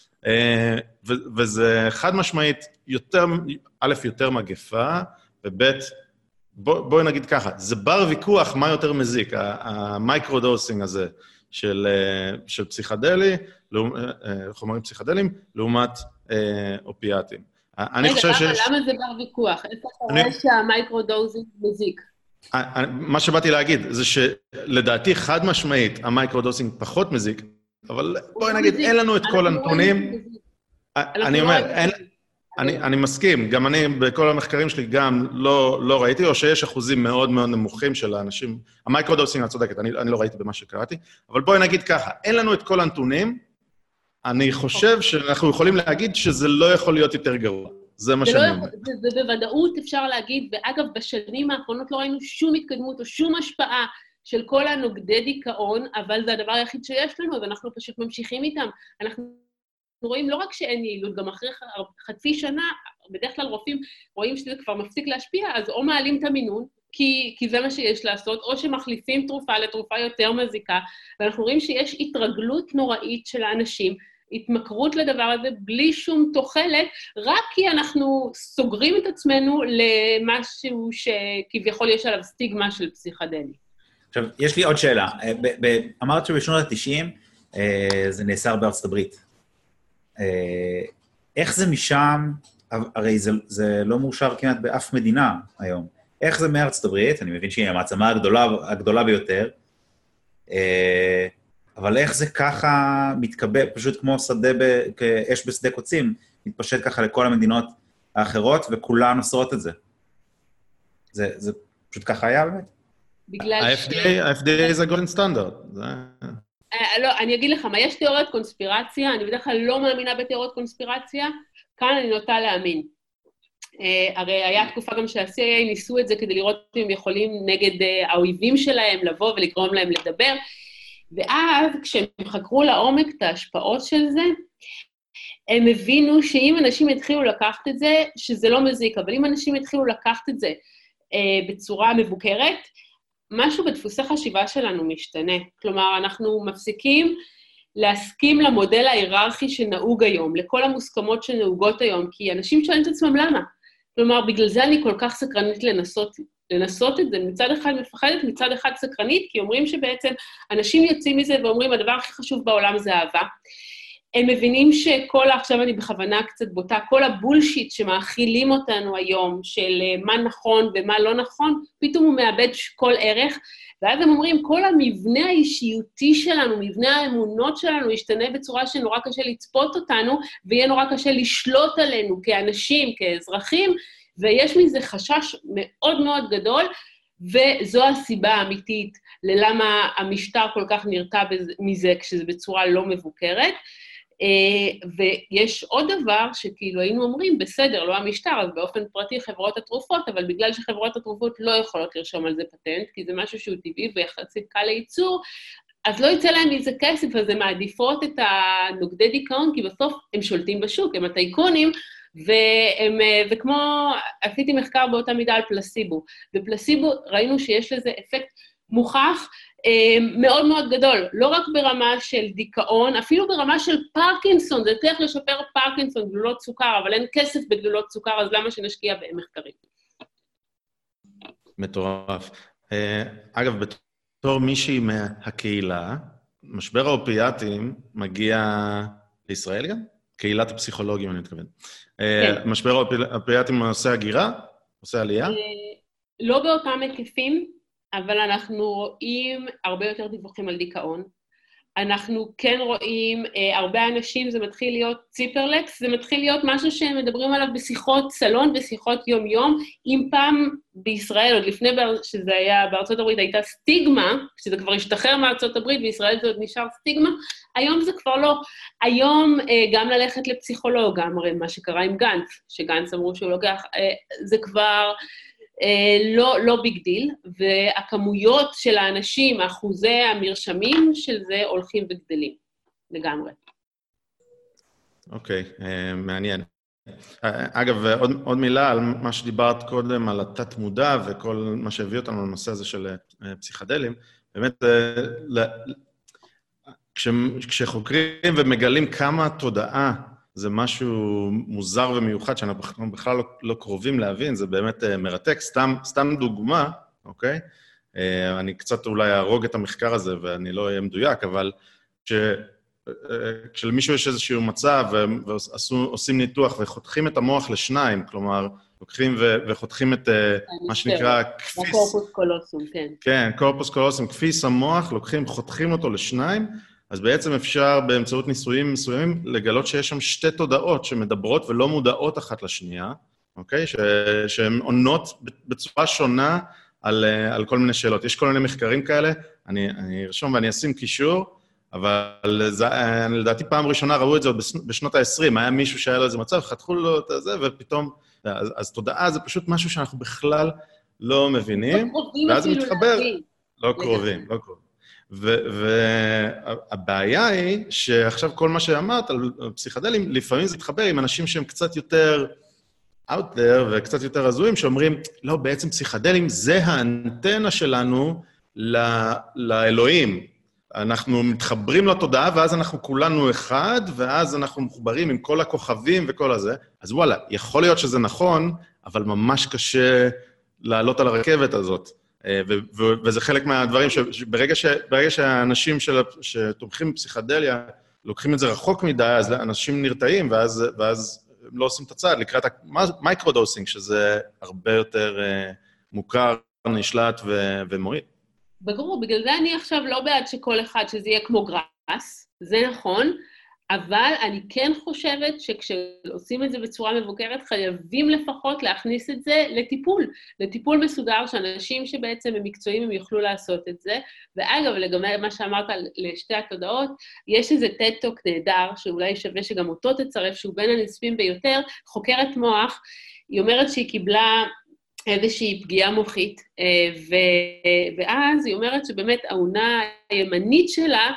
וזה חד משמעית יותר מגפה, וב' בואי נגיד ככה, זה בר ויכוח מה יותר מזיק, המייקרודוסינג הזה של פסיכדלי, חומרים פסיכדליים, לעומת אופיאטים. רגע, למה זה בר ויכוח? איפה אתה רואה שהמייקרודוסינג מזיק? מה שבאתי להגיד, זה שלדעתי חד משמעית המייקרודוסינג פחות מזיק, אבל בואי נגיד, אין לנו את כל הנתונים. אני אומר, אני מסכים, גם אני בכל המחקרים שלי גם לא ראיתי, או שיש אחוזים מאוד מאוד נמוכים של האנשים, המייקרודוסינג הצודקת, אני לא ראיתי במה שקראתי, אבל בואי נגיד ככה, אין לנו את כל הנתונים, אני חושב שאנחנו יכולים להגיד שזה לא יכול להיות יותר גרוע. זה מה שאני אומר. זה בוודאות אפשר להגיד, ואגב, בשנים האחרונות לא ראינו שום התקדמות או שום השפעה של כל הנוגדי דיכאון, אבל זה הדבר היחיד שיש לנו, ואנחנו פשוט ממשיכים איתם. אנחנו רואים לא רק שאין יעילות, גם אחרי חצי שנה, בדרך כלל רופאים רואים שזה כבר מפסיק להשפיע, אז או מעלים את המינון, כי זה מה שיש לעשות, או שמחליפים תרופה לתרופה יותר מזיקה, ואנחנו רואים שיש התרגלות נוראית של האנשים, התמכרות לדבר הזה בלי שום תוחלת, רק כי אנחנו סוגרים את עצמנו למשהו שכביכול יש עליו סטיגמה של פסיכדלי. עכשיו, יש לי עוד שאלה. אמרת שבשנות ה-90 זה נאסר בארצות הברית. איך זה משם, הרי זה לא מאושר כמעט באף מדינה היום. איך זה מארצות הברית? אני מבין שהיא המעצמה הגדולה ביותר, אבל איך זה ככה מתקבל, פשוט כמו אש בשדה קוצים, מתפשט ככה לכל המדינות האחרות, וכולן עושות את זה. זה פשוט ככה היה באמת? ה-FDA זה גולדן סטנדרט. לא, אני אגיד לך מה, יש תיאוריות קונספירציה, אני בדרך כלל לא מאמינה בתיאוריות קונספירציה, כאן אני נוטה להאמין. הרי היה תקופה גם שה-CIA ניסו את זה כדי לראות אם הם יכולים נגד האויבים שלהם לבוא ולגרום להם לדבר, ואז כשהם חקרו לעומק את ההשפעות של זה, הם הבינו שאם אנשים יתחילו לקחת את זה, שזה לא מזיק, אבל אם אנשים יתחילו לקחת את זה בצורה מבוקרת, משהו בדפוסי חשיבה שלנו משתנה. כלומר, אנחנו מפסיקים להסכים למודל ההיררכי שנהוג היום, לכל המוסכמות שנהוגות היום, כי אנשים שואלים את עצמם למה. כלומר, בגלל זה אני כל כך סקרנית לנסות את זה, מצד אחד מפחדת, מצד אחד סקרנית, כי אומרים שבעצם אנשים יוצאים מזה ואומרים, הדבר הכי חשוב בעולם זה אהבה. הם מבינים עכשיו אני בכוונה קצת בוטה, כל הבולשיט שמאכילים אותנו היום, של מה נכון ומה לא נכון, פתאום הוא מאבד כל ערך, ואז הם אומרים, כל המבנה האישיותי שלנו, מבנה האמונות שלנו, ישתנה בצורה שנורא קשה לצפות אותנו, ויהיה נורא קשה לשלוט עלינו כאנשים, כאזרחים, ויש מזה חשש מאוד מאוד גדול, וזו הסיבה האמיתית ללמה המשטר כל כך נרתע מזה כשזה בצורה לא מבוקרת, ויש עוד דבר שכאילו היינו אומרים, בסדר, לא המשטר, אז באופן פרטי חברות התרופות, אבל בגלל שחברות התרופות לא יכולות לרשום על זה פטנט, כי זה משהו שהוא טבעי ויחסית קל לייצור, אז לא יצא להם מזה כסף, אז הם מעדיפות את הנוגדי דיכאון, כי בסוף הם שולטים בשוק, הם הטייקונים, וכמו, עשיתי מחקר באותה מידה על פלסיבו, בפלסיבו ראינו שיש לזה אפקט מוכח, מאוד מאוד גדול, לא רק ברמה של דיכאון, אפילו ברמה של פרקינסון, זה צריך לשפר פרקינסון, גלולות סוכר, אבל אין כסף בגלולות סוכר, אז למה שנשקיע במחקרים? מטורף. אגב, בתור מישהי מהקהילה, משבר האופיאטים מגיע לישראל גם? קהילת הפסיכולוגים, אני מתכוון. משבר האופיאטים עושה הגירה? עושה עלייה? לא באותם היקפים, אבל אנחנו רואים הרבה יותר דיווחים על דיכאון. אנחנו כן רואים הרבה אנשים, זה מתחיל להיות ציפרלקס, זה מתחיל להיות משהו שהם מדברים עליו בשיחות סלון, בשיחות יום-יום. אם פעם בישראל, עוד לפני שזה היה בארצות הברית, הייתה סטיגמה, כשזה כבר השתחרר מארצות הברית, בישראל זה עוד נשאר סטיגמה, היום זה כבר לא. היום גם ללכת לפסיכולוג, גם הרי מה שקרה עם גנץ, שגנץ אמרו שהוא לוקח, זה כבר לא ביג דיל, והכמויות של האנשים, אחוזי המרשמים של זה הולכים וגדלים, לגמרי. אוקיי, מעניין. אגב, עוד מילה על מה שדיברת קודם, על התת מודע וכל מה שהביא אותנו לנושא הזה של פסיכדלים, באמת, כשחוקרים ומגלים כמה תודעה זה משהו מוזר ומיוחד שאנחנו בכלל לא קרובים להבין, זה באמת מרתק. סתם דוגמה, אוקיי? אני קצת אולי ארוג את המחקר הזה ואני לא אהיה מדויק, אבל כשלמישהו יש איזשהו מצב ועושים ניתוח וחותכים את המוח לשניים, כלומר, לוקחים וחותכים את מה שנקרא כפיס... הקורפוס קולוסום, כן. כן, קורפוס קולוסום, כפיס המוח, חותכים אותו לשניים, אז בעצם אפשר באמצעות ניסויים מסוימים לגלות שיש שם שתי תודעות שמדברות ולא מודעות אחת לשנייה, אוקיי? שהן עונות בצורה שונה על כל מיני שאלות. יש כל מיני מחקרים כאלה, אני ארשום ואני אשים קישור, אבל לדעתי פעם ראשונה ראו את זה עוד בשנות ה-20, היה מישהו שהיה לו איזה מצב, חתכו לו את זה, ופתאום, אז תודעה זה פשוט משהו שאנחנו בכלל לא מבינים, ואז זה מתחבר, לא קרובים. והבעיה היא שעכשיו כל מה שאמרת על פסיכדלים, לפעמים זה מתחבר עם אנשים שהם קצת יותר out there וקצת יותר הזויים, שאומרים, לא, בעצם פסיכדלים זה האנטנה שלנו לאלוהים. אנחנו מתחברים לתודעה, ואז אנחנו כולנו אחד, ואז אנחנו מחוברים עם כל הכוכבים וכל הזה. אז וואלה, יכול להיות שזה נכון, אבל ממש קשה לעלות על הרכבת הזאת. וזה חלק מהדברים שברגע שהאנשים שתומכים בפסיכדליה לוקחים את זה רחוק מדי, אז אנשים נרתעים, ואז הם לא עושים את הצעד לקראת המייקרודוסינג, שזה הרבה יותר מוכר, נשלט ומועיל. ברור, בגלל זה אני עכשיו לא בעד שכל אחד שזה יהיה כמו גראס, זה נכון, אבל אני כן חושבת שכשעושים את זה בצורה מבוקרת, חייבים לפחות להכניס את זה לטיפול מסודר, שאנשים שבעצם הם מקצועיים הם יוכלו לעשות את זה. ואגב, לגבי מה שאמרת לשתי התודעות, יש איזה טד-טוק נהדר, שאולי שווה שגם אותו תצרף, שהוא בין הנצפים ביותר, חוקרת מוח, היא אומרת שהיא קיבלה איזושהי פגיעה מוחית, ואז היא אומרת שבאמת העונה הימנית שלה,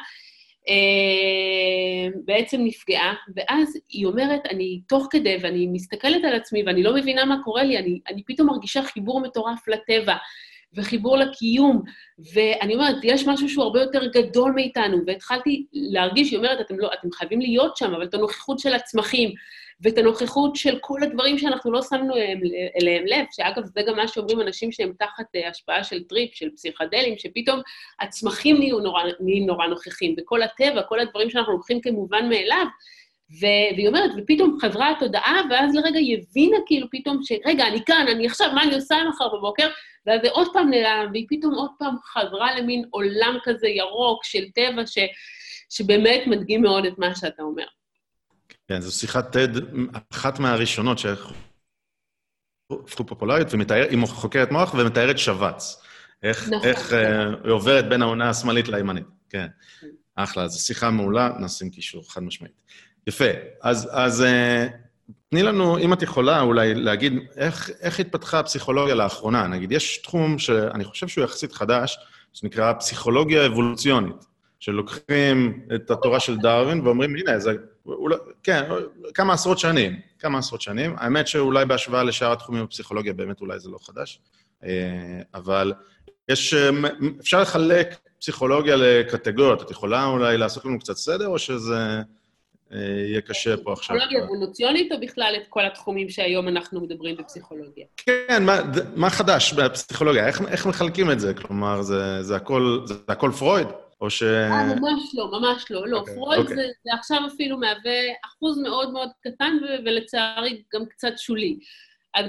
בעצם נפגעה, ואז היא אומרת, אני תוך כדי, ואני מסתכלת על עצמי, ואני לא מבינה מה קורה לי, אני פתאום מרגישה חיבור מטורף לטבע, וחיבור לקיום, ואני אומרת, יש משהו שהוא הרבה יותר גדול מאיתנו, והתחלתי להרגיש, היא אומרת, אתם חייבים להיות שם, אבל את הנוכחות של הצמחים, ואת הנוכחות של כל הדברים שאנחנו לא שמנו אליהם לב, שאגב, זה גם מה שאומרים אנשים שהם תחת השפעה של טריפ, של פסיכדלים, שפתאום הצמחים נהיים נורא נוכחים, וכל הטבע, כל הדברים שאנחנו לוקחים כמובן מאליו, והיא אומרת, ופתאום חזרה התודעה, ואז לרגע היא הבינה כאילו פתאום שרגע, אני כאן, אני עכשיו, מה אני עושה מחר בבוקר? ואז זה עוד פעם נעלם, והיא פתאום עוד פעם חזרה למין עולם כזה ירוק של טבע, שבאמת מדגים מאוד את מה שאתה אומר. כן, זו שיחת TED, אחת מהראשונות שהפכו פופולריות, היא חוקרת מוח ומתארת שבץ. איך היא עוברת בין העונה השמאלית לימנית. כן, אחלה, זו שיחה מעולה, נשים קישור, חד משמעית. יפה, אז תני לנו, אם את יכולה אולי להגיד, איך התפתחה הפסיכולוגיה לאחרונה? נגיד, יש תחום שאני חושב שהוא יחסית חדש, שנקרא פסיכולוגיה אבולוציונית. שלוקחים את התורה של דרווין ואומרים, הנה, זה, כן, כמה עשרות שנים. האמת שאולי בהשוואה לשאר התחומים בפסיכולוגיה, באמת אולי זה לא חדש, אבל אפשר לחלק פסיכולוגיה לקטגוריות. את יכולה אולי לעשות לנו קצת סדר, או שזה יהיה קשה פה עכשיו? פסיכולוגיה אבולוציונית, או בכלל את כל התחומים שהיום אנחנו מדברים בפסיכולוגיה? כן, מה חדש בפסיכולוגיה? איך מחלקים את זה? כלומר, זה הכל פרויד? או ש... ממש לא. לא, פרויד זה עכשיו אפילו מהווה אחוז מאוד מאוד קטן, ולצערי גם קצת שולי. אז כשאנחנו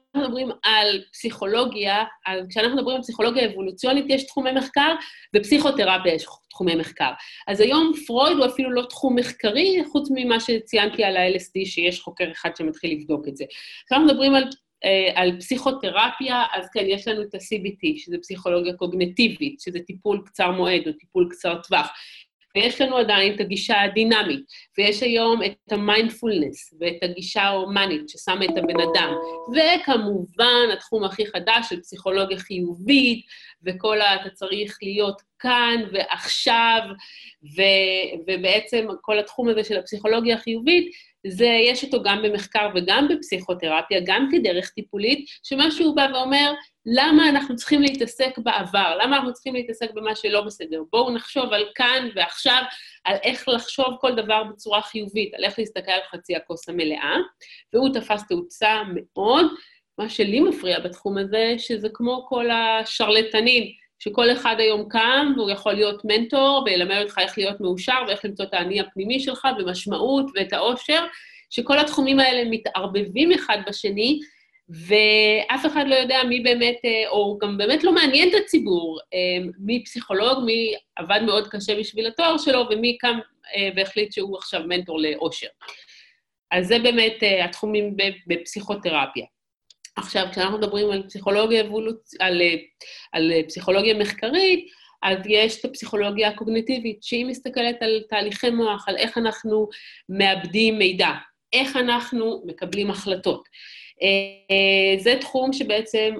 מדברים על פסיכולוגיה, כשאנחנו מדברים על פסיכולוגיה אבולוציונית, יש תחומי מחקר, ופסיכותרפיה יש תחומי מחקר. אז היום פרויד הוא אפילו לא תחום מחקרי, חוץ ממה שציינתי על ה-LSD, שיש חוקר אחד שמתחיל לבדוק את זה. כשאנחנו מדברים על פסיכותרפיה, אז כן, יש לנו את ה-CBT, שזה פסיכולוגיה קוגניטיבית, שזה טיפול קצר מועד או טיפול קצר טווח. ויש לנו עדיין את הגישה הדינמית, ויש היום את המיינדפולנס, ואת הגישה ההומנית ששמה את הבן אדם, וכמובן התחום הכי חדש של פסיכולוגיה חיובית, וכל אתה צריך להיות כאן ועכשיו, ובעצם כל התחום הזה של הפסיכולוגיה החיובית, יש אותו גם במחקר וגם בפסיכותרפיה, גם כדרך טיפולית, שמה שהוא בא ואומר, למה אנחנו צריכים להתעסק בעבר? למה אנחנו צריכים להתעסק במה שלא בסדר? בואו נחשוב על כאן ועכשיו, על איך לחשוב כל דבר בצורה חיובית, על איך להסתכל על חצי הכוס המלאה, והוא תפס תאוצה מאוד. מה שלי מפריע בתחום הזה, שזה כמו כל השרלטנים, שכל אחד היום קם, והוא יכול להיות מנטור, וילמד אותך איך להיות מאושר, ואיך למצוא את העני הפנימי שלך, ומשמעות, ואת האושר, שכל התחומים האלה מתערבבים אחד בשני, ואף אחד לא יודע מי באמת, או גם באמת לא מעניין את הציבור, מי פסיכולוג, מי עבד מאוד קשה בשביל התואר שלו, ומי קם והחליט שהוא עכשיו מנטור לאושר. אז זה באמת התחומים בפסיכותרפיה. עכשיו, כשאנחנו מדברים על פסיכולוגיה על פסיכולוגיה מחקרית, אז יש את הפסיכולוגיה הקוגניטיבית, שהיא מסתכלת על תהליכי מוח, על איך אנחנו מאבדים מידע, איך אנחנו מקבלים החלטות. זה תחום שבעצם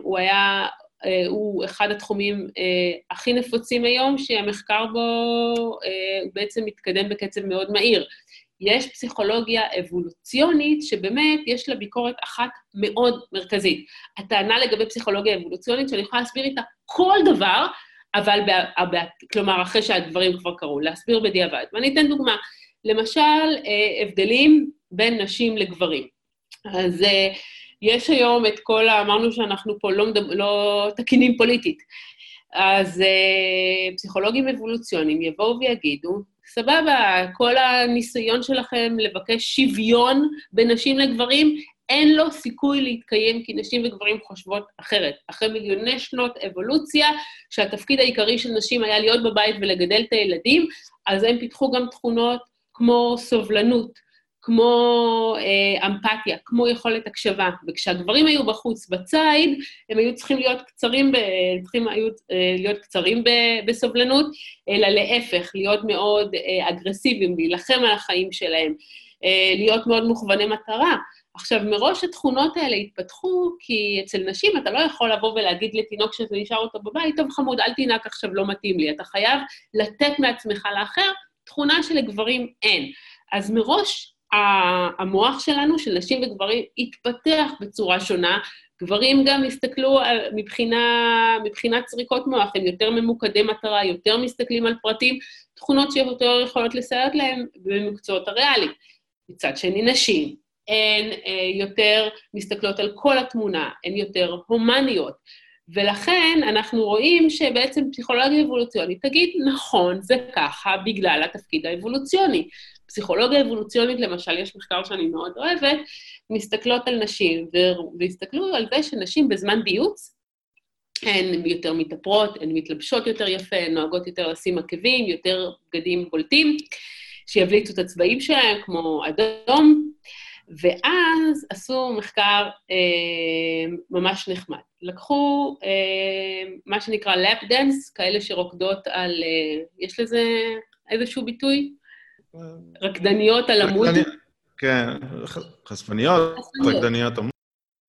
הוא אחד התחומים הכי נפוצים היום, שהמחקר בו בעצם מתקדם בקצב מאוד מהיר. יש פסיכולוגיה אבולוציונית שבאמת יש לה ביקורת אחת מאוד מרכזית. הטענה לגבי פסיכולוגיה אבולוציונית שאני יכולה להסביר איתה כל דבר, אבל כלומר אחרי שהדברים כבר קרו, להסביר בדיעבד. ואני אתן דוגמה, למשל הבדלים בין נשים לגברים. אז יש היום את כל, אמרנו שאנחנו פה לא תקינים פוליטית, אז פסיכולוגים אבולוציוניים יבואו ויגידו, סבבה, כל הניסיון שלכם לבקש שוויון בין נשים לגברים, אין לו סיכוי להתקיים, כי נשים וגברים חושבות אחרת. אחרי מיליוני שנות אבולוציה, שהתפקיד העיקרי של נשים היה להיות בבית ולגדל את הילדים, אז הם פיתחו גם תכונות כמו סובלנות, כמו אמפתיה, כמו יכולת הקשבה. וכשהגברים היו בחוץ בצייד, הם היו צריכים להיות קצרים בסובלנות, אלא להפך, להיות מאוד אגרסיביים, להילחם על החיים שלהם, להיות מאוד מוכווני מטרה. עכשיו, מראש התכונות האלה התפתחו, כי אצל נשים אתה לא יכול לבוא ולהגיד לתינוק שזה נשאר אותו בבית, טוב חמוד, אל תינק עכשיו, לא מתאים לי. אתה חייב לתת מעצמך לאחר, תכונה שלגברים אין. אז מראש המוח שלנו, של נשים וגברים, התפתח בצורה שונה. גברים גם הסתכלו מבחינת צריקות מוח, הם יותר ממוקדי מטרה, יותר מסתכלים על פרטים, תכונות שיותר יכולות לסייע להם במקצועות הריאליים. מצד שני, נשים, הן יותר מסתכלות על כל התמונה, הן יותר הומניות, ולכן אנחנו רואים שבעצם פסיכולוגיה אבולוציונית תגיד, נכון, זה ככה בגלל התפקיד האבולוציוני. פסיכולוגיה אבולוציונית, למשל, יש מחקר שאני מאוד אוהבת, מסתכלות על נשים, והסתכלו על זה שנשים בזמן ביוץ, הן יותר מתאפרות, הן מתלבשות יותר יפה, הן נוהגות יותר לשים עקבים, יותר בגדים בולטים, שיבליטו את הצבעים שלהם, כמו אדום, ואז עשו מחקר ממש נחמד. לקחו מה שנקרא לאפ דנס, כאלה שרוקדות על, יש לזה איזשהו ביטוי? רקדניות על עמוד. כן, חשפניות, רקדניות עמוד.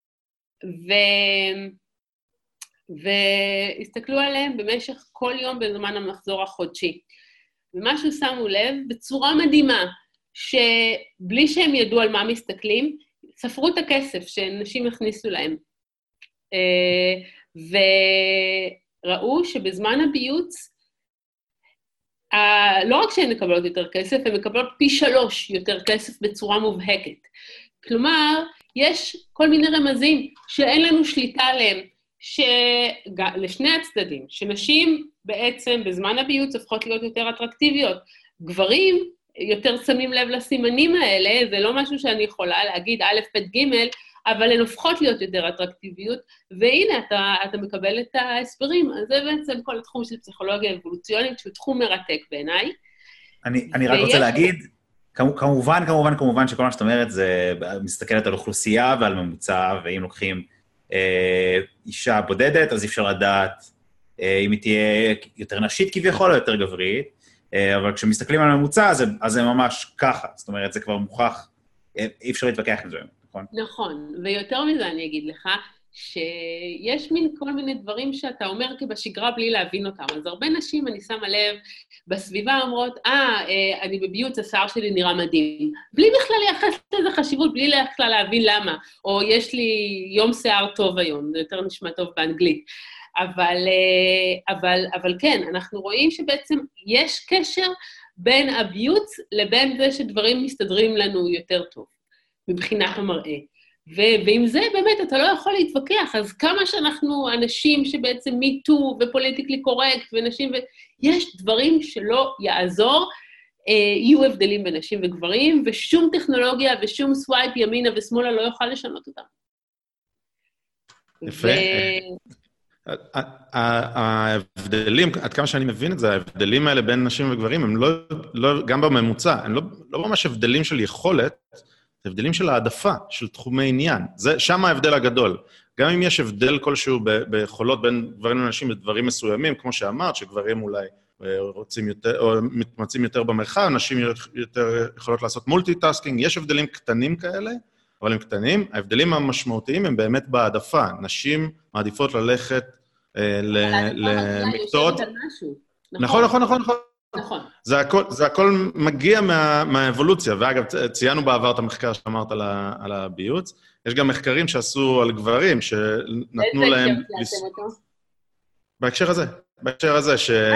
והסתכלו עליהם במשך כל יום בזמן המחזור החודשי. ומשהו שמו לב בצורה מדהימה, שבלי שהם ידעו על מה מסתכלים, ספרו את הכסף שנשים הכניסו להם. וראו שבזמן הביוץ, לא רק שהן מקבלות יותר כסף, הן מקבלות פי 3 יותר כסף בצורה מובהקת. כלומר, יש כל מיני רמזים שאין לנו שליטה עליהם, לשני הצדדים, שנשים בעצם בזמן הביוץ הופכות להיות יותר אטרקטיביות. גברים יותר שמים לב לסימנים האלה, זה לא משהו שאני יכולה להגיד א', ב', ג', אבל הן הופכות להיות יותר אטרקטיביות, והנה, אתה מקבל את ההסברים. אז זה בעצם כל התחום של פסיכולוגיה אבולוציונית, שהוא תחום מרתק בעיניי. אני רק רוצה להגיד, כמובן שכל מה שאת אומרת זה מסתכלת על אוכלוסייה ועל ממוצע, ואם לוקחים אישה בודדת, אז אי אפשר לדעת אם היא תהיה יותר נשית כביכול או יותר גברית, אבל כשמסתכלים על הממוצע, אז זה ממש ככה. זאת אומרת, זה כבר מוכח, אי אפשר להתווכח עם זה, נכון? נכון, ויותר מזה אני אגיד לך, שיש כל מיני דברים שאתה אומר כבשגרה בלי להבין אותם. אז הרבה נשים, אני שמה לב, בסביבה אומרות, אני בביוץ, השיער שלי נראה מדהים. בלי בכלל לייחס לזה חשיבות, בלי בכלל להבין למה. או יש לי יום שיער טוב היום, זה יותר נשמע טוב באנגלית. אבל כן, אנחנו רואים שבעצם יש קשר בין הביוץ לבין זה שדברים מסתדרים לנו יותר טוב, מבחינת המראה. ועם זה באמת אתה לא יכול להתווכח, אז כמה שאנחנו אנשים שבעצם מיטו ופוליטיקלי קורקט ונשים, יש דברים שלא יעזור, יהיו הבדלים בין נשים וגברים, ושום טכנולוגיה ושום סווייפ ימינה ושמאלה לא יוכל לשנות אותם. יפה. ההבדלים, עד כמה שאני מבין את זה, ההבדלים האלה בין נשים וגברים, הם לא גם בממוצע, הם לא ממש הבדלים של יכולת, זה הבדלים של העדפה, של תחומי עניין. שם ההבדל הגדול. גם אם יש הבדל כלשהו ביכולות בין גברים לנשים בדברים מסוימים, כמו שאמרת, שגברים אולי רוצים יותר, או מתמצאים יותר במרחב, נשים יותר יכולות לעשות מולטי-טאסקינג, יש הבדלים קטנים כאלה, אבל הם קטנים. ההבדלים המשמעותיים הם באמת בהעדפה. נשים מעדיפות ללכת למקצועות... נכון. נכון. זה הכל מגיע מהאבולוציה, ואגב, ציינו בעבר את המחקר שאמרת על הביוץ, יש גם מחקרים שעשו על גברים, שנתנו להם... בהקשר הזה,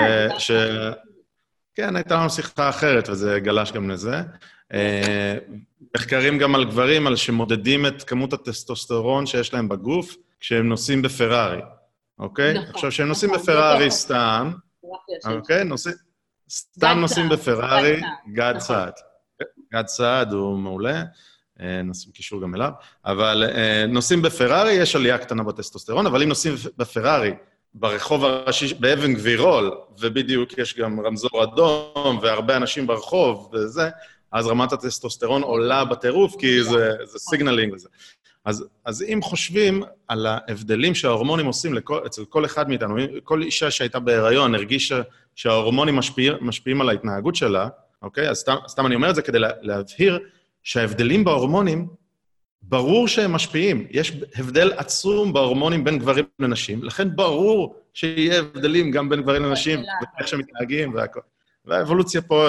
כן, הייתה לנו שיחה אחרת, וזה גלש גם לזה. מחקרים גם על גברים, על שמודדים את כמות הטסטוסטרון שיש להם בגוף, כשהם נוסעים בפרארי, אוקיי? עכשיו, כשהם נוסעים בפרארי סתם, אוקיי? סתם נוסעים בפרארי, גד סעד. גד סעד הוא מעולה, נשים קישור גם אליו, אבל נוסעים בפרארי, יש עלייה קטנה בטסטוסטרון, אבל אם נוסעים בפרארי, ברחוב הראשי, באבן גבירול, ובדיוק יש גם רמזור אדום, והרבה אנשים ברחוב, וזה, אז רמת הטסטוסטרון עולה בטירוף, כי זה סיגנלינג וזה. אז אם חושבים על ההבדלים שההורמונים עושים אצל כל אחד מאיתנו, כל אישה שהייתה בהיריון הרגישה שההורמונים משפיעים על ההתנהגות שלה, אוקיי? אז סתם אני אומר את זה כדי להבהיר שההבדלים בהורמונים, ברור שהם משפיעים. יש הבדל עצום בהורמונים בין גברים לנשים, לכן ברור שיהיה הבדלים גם בין גברים לנשים, ואיך שהם מתנהגים והכל. והאבולוציה פה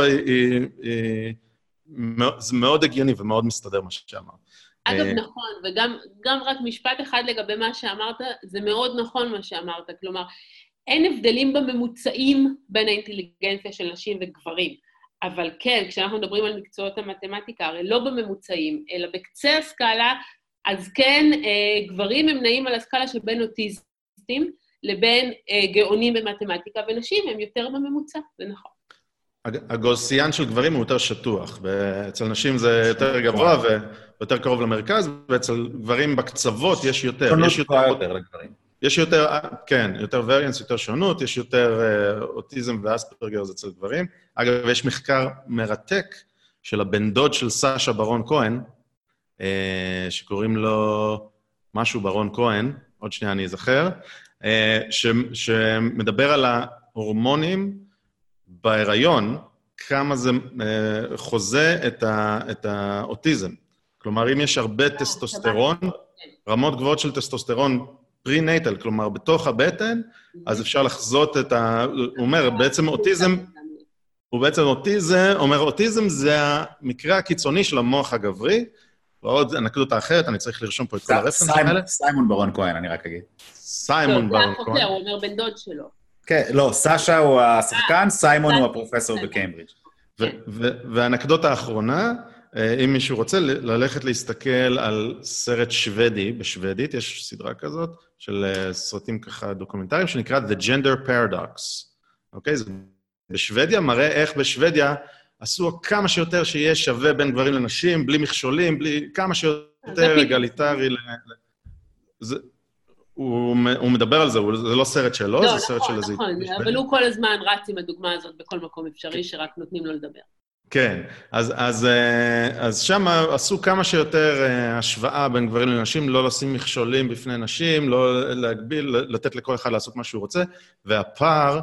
זה מאוד הגיוני ומאוד מסתדר מה שאמרת. אגב, נכון, וגם רק משפט אחד לגבי מה שאמרת, זה מאוד נכון מה שאמרת, כלומר, אין הבדלים בממוצעים בין האינטליגנציה של נשים וגברים, אבל כן, כשאנחנו מדברים על מקצועות המתמטיקה, הרי לא בממוצעים, אלא בקצה הסקאלה, אז כן, גברים הם נעים על הסקאלה של בין אוטיסטים לבין גאונים במתמטיקה, ונשים הם יותר בממוצע, זה נכון. הגוסיין של גברים הוא יותר שטוח, ואצל נשים זה יותר גבוה ויותר קרוב למרכז, ואצל גברים בקצוות יש יותר. שונות יותר לגברים. יש יותר, כן, יותר וריאנס, יותר שונות, יש יותר אוטיזם ואספרגר אצל גברים. אגב, יש מחקר מרתק של הבן דוד של סשה ברון כהן, שקוראים לו משהו ברון כהן, עוד שנייה אני אזכר, שמדבר על ההורמונים, בהיריון, כמה זה חוזה את האוטיזם. כלומר, אם יש הרבה טסטוסטרון, רמות גבוהות של טסטוסטרון פרי-נייטל, כלומר, בתוך הבטן, אז אפשר לחזות את הוא אומר, בעצם אוטיזם, אוטיזם זה המקרה הקיצוני של המוח הגברי, ועוד אנקדוטה אחרת, אני צריך לרשום פה את כל הרפרנס האלה. סיימון ברון כהן, אני רק אגיד. סיימון ברון כהן. הוא אומר בן דוד שלו. כן, לא, סשה הוא השחקן, סיימון הוא הפרופסור בקיימברידג'. והאנקדוטה האחרונה, אם מישהו רוצה ללכת להסתכל על סרט שוודי, בשוודית, יש סדרה כזאת, של סרטים ככה דוקומנטריים, שנקרא The Gender Paradox. אוקיי? זה בשוודיה, מראה איך בשוודיה עשו כמה שיותר שיהיה שווה בין גברים לנשים, בלי מכשולים, בלי כמה שיותר אגליטרי. הוא מדבר על זה, זה לא סרט שלו, זה סרט של איזה... נכון, אבל הוא כל הזמן רץ עם הדוגמה הזאת בכל מקום אפשרי, שרק נותנים לו לדבר. כן, אז שם עשו כמה שיותר השוואה בין גברים לנשים, לא לשים מכשולים בפני נשים, לא להגביל, לתת לכל אחד לעשות מה שהוא רוצה, והפער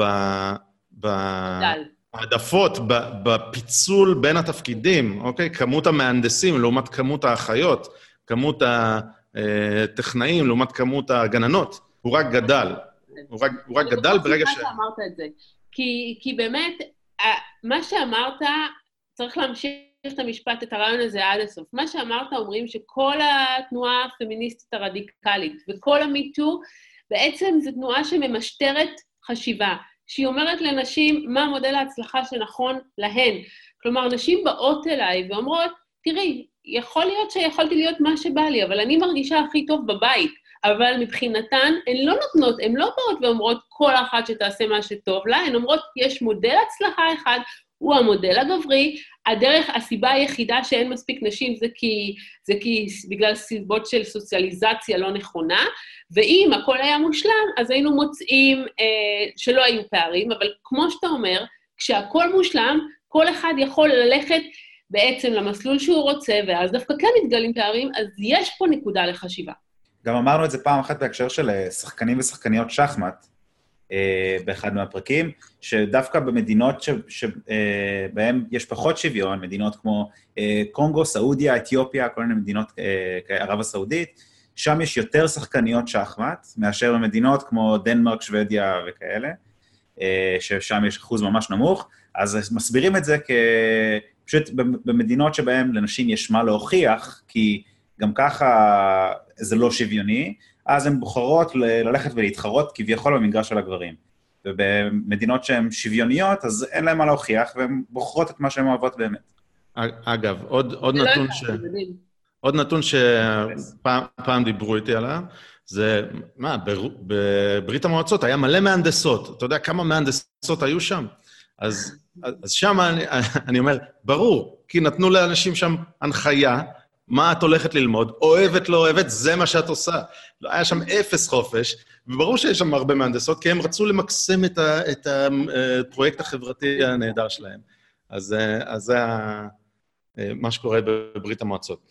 העדפות, בפיצול בין התפקידים, אוקיי? כמות המהנדסים לעומת כמות האחיות, כמות הטכנאים לעומת כמות הגננות, הוא רק גדל. הוא רק גדל ברגע ש... אני חושבת שאמרת את זה, כי באמת, מה שאמרת, צריך להמשיך את המשפט, את הרעיון הזה עד הסוף. מה שאמרת אומרים שכל התנועה הפמיניסטית הרדיקלית וכל המיטו, בעצם זו תנועה שממשטרת חשיבה, שהיא אומרת לנשים מה מודל ההצלחה שנכון להן. כלומר, נשים באות אליי ואומרות, תראי, יכול להיות שיכולתי להיות מה שבא לי, אבל אני מרגישה הכי טוב בבית. אבל מבחינתן, הן לא נותנות, הן לא באות ואומרות כל אחת שתעשה מה שטוב לה, הן אומרות, יש מודל הצלחה אחד, הוא המודל הגברי, הסיבה היחידה שאין מספיק נשים זה כי בגלל סיבות של סוציאליזציה לא נכונה, ואם הכל היה מושלם, אז היינו מוצאים שלא היו פערים, אבל כמו שאתה אומר, כשהכל מושלם, כל אחד יכול ללכת בעצם למסלול שהוא רוצה, ואז דווקא כן מתגלים פערים, אז יש פה נקודה לחשיבה. גם אמרנו את זה פעם אחת בהקשר של שחקנים ושחקניות שחמט, באחד מהפרקים, שדווקא במדינות שבהן יש פחות שוויון, מדינות כמו קונגו, סעודיה, אתיופיה, כל מיני מדינות ערב הסעודית, שם יש יותר שחקניות שחמט, מאשר במדינות כמו דנמרק, שוודיה וכאלה, ששם יש אחוז ממש נמוך, אז מסבירים את זה פשוט במדינות שבהן לנשים יש מה להוכיח, כי גם ככה זה לא שוויוני, אז הן בוחרות ללכת ולהתחרות כביכול במגרש של הגברים. ובמדינות שהן שוויוניות, אז אין להן מה להוכיח, והן בוחרות את מה שהן אוהבות באמת. אגב, עוד נתון שפעם דיברו איתי עליו, זה, בברית המועצות היה מלא מהנדסות. אתה יודע כמה מהנדסות היו שם? אז שם אני אומר, ברור, כי נתנו לאנשים שם הנחיה, מה את הולכת ללמוד, אוהבת, לא אוהבת, זה מה שאת עושה. היה שם אפס חופש, וברור שיש שם הרבה מהנדסות, כי הם רצו למקסם את הפרויקט החברתי הנהדר שלהם. אז זה מה שקורה בברית המועצות.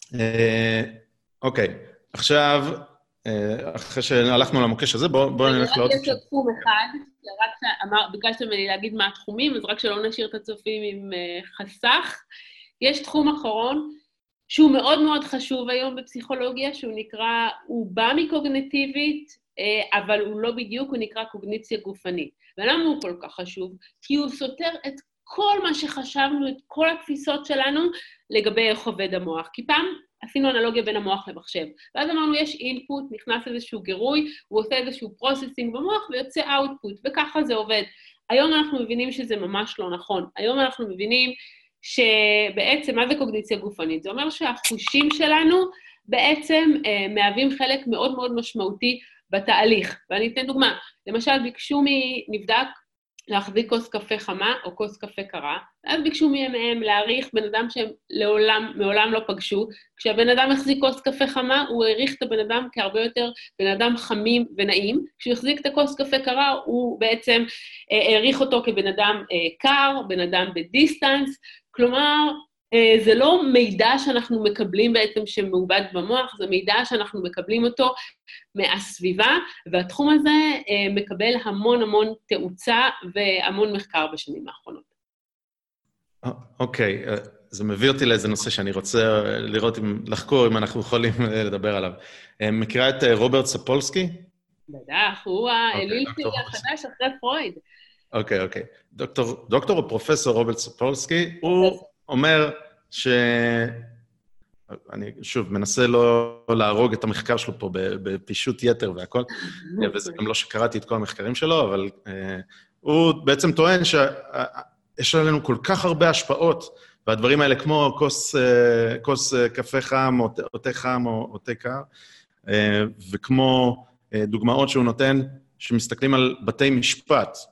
אוקיי, עכשיו, אחרי שהלכנו למוקש הזה, בואו נלך לעוד... יש עוד תחום אחד, ביקשתם ממני להגיד מה התחומים, אז רק שלא נשאיר את הצופים עם חסך. יש תחום אחרון, שהוא מאוד מאוד חשוב היום בפסיכולוגיה, שהוא נקרא, הוא בא מקוגניטיבית, אבל הוא לא בדיוק, הוא נקרא קוגניציה גופנית. ולמה הוא כל כך חשוב? כי הוא סותר את כל מה שחשבנו, את כל התפיסות שלנו לגבי איך עובד המוח. כי פעם עשינו אנלוגיה בין המוח למחשב. ואז אמרנו, יש אינפוט, נכנס איזשהו גירוי, הוא עושה איזשהו פרוססינג במוח ויוצא אאוטפוט, וככה זה עובד. היום אנחנו מבינים שזה ממש לא נכון. היום אנחנו מבינים שבעצם, מה זה קוגניציה גופנית? זה אומר שהחושים שלנו בעצם מהווים חלק מאוד מאוד משמעותי בתהליך. ואני אתן דוגמה, למשל ביקשו מנבדק להחזיק כוס קפה חמה או כוס קפה קרה, אז ביקשו מהם להעריך בן אדם שהם מעולם לא פגשו, כשהבן אדם החזיק כוס קפה חמה, הוא העריך את הבן אדם כהרבה יותר בן אדם חמים ונעים, כשהוא החזיק את הכוס קפה קרה, הוא בעצם העריך אותו כבן אדם קר, בן אדם בדיסטנס, כלומר, זה לא מידע שאנחנו מקבלים בעצם שמעובד במוח, זה מידע שאנחנו מקבלים אותו מהסביבה, והתחום הזה מקבל המון המון תאוצה והמון מחקר בשנים האחרונות. אוקיי, זה מביא אותי לאיזה נושא שאני רוצה לראות, לחקור אם אנחנו יכולים לדבר עליו. מכירה את רוברט ספולסקי? בטח, הוא האליל שלי החדש אחרי פרויד. אוקיי. דוקטור או פרופסור רוברט ספולסקי, הוא אומר אני שוב מנסה לא להרוג את המחקר שלו פה בפישוט יתר והכל, וזה גם לא שקראתי את כל המחקרים שלו, אבל הוא בעצם טוען שיש לנו כל כך הרבה השפעות, והדברים האלה כמו כוס קפה חם, או תה חם, או תה קר, וכמו דוגמאות שהוא נותן, שמסתכלים על בתי משפט,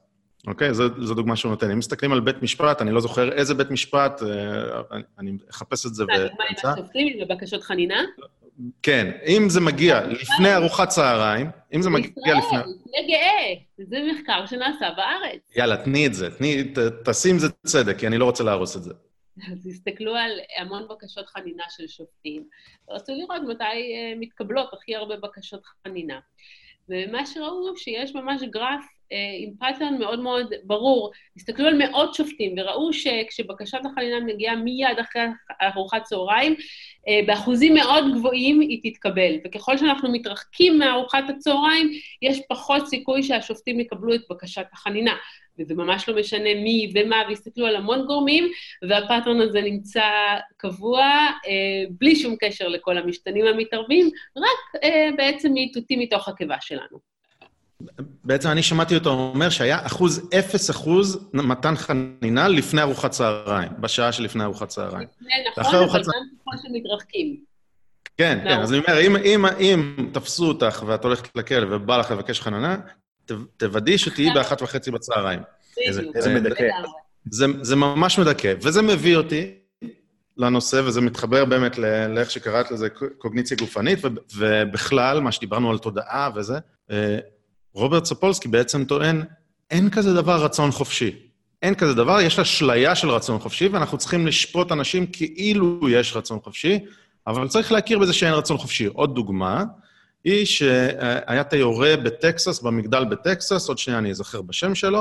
אוקיי? זו דוגמה שהוא נותן. אם מסתכלים על בית משפט, אני לא זוכר איזה בית משפט, אני אחפש את זה דוגמה עם השופטים ובקשות חנינה? כן, אם זה מגיע לפני ארוחת צהריים, אם זה מגיע לפני... בישראל, זה גאה, זה מחקר שנעשה בארץ. יאללה, תני את זה, תשים זה צדק, כי אני לא רוצה להרוס את זה. אז הסתכלו על המון בקשות חנינה של שופטים, ורצו לראות מתי מתקבלות הכי הרבה בקשות חנינה. ומה שראו שיש ממש גרף עם פאטרן מאוד מאוד ברור. הסתכלו על מאות שופטים וראו שכשבקשת החנינה מגיעה מיד אחרי ארוחת צהריים, באחוזים מאוד גבוהים היא תתקבל. וככל שאנחנו מתרחקים מארוחת הצהריים, יש פחות סיכוי שהשופטים יקבלו את בקשת החנינה. וזה ממש לא משנה מי ומה, והסתכלו על המון גורמים, והפאטרן הזה נמצא קבוע, בלי שום קשר לכל המשתנים המתערבים, רק בעצם מאיתותים מתוך הקיבה שלנו. בעצם אני שמעתי אותו אומר שהיה 0% מתן חנינה לפני ארוחת צהריים, בשעה שלפני ארוחת צהריים. נכון, אבל גם ככל שמתרחקים. כן, כן, אז אני אומר, אם תפסו אותך ואת הולכת לכלא ובא לך לבקש חנינה, תוודאי שתהיי ב1:30 בצהריים. איזה מדכא. זה ממש מדכא, וזה מביא אותי לנושא, וזה מתחבר באמת לאיך שקראת לזה קוגניציה גופנית, ובכלל, מה שדיברנו על תודעה וזה, רוברט ספולסקי בעצם טוען, אין כזה דבר רצון חופשי. אין כזה דבר, יש אשליה של רצון חופשי, ואנחנו צריכים לשפוט אנשים כאילו יש רצון חופשי, אבל צריך להכיר בזה שאין רצון חופשי. עוד דוגמה, היא שהיה תיורה בטקסס, במגדל בטקסס, עוד שנייה אני אזכר בשם שלו,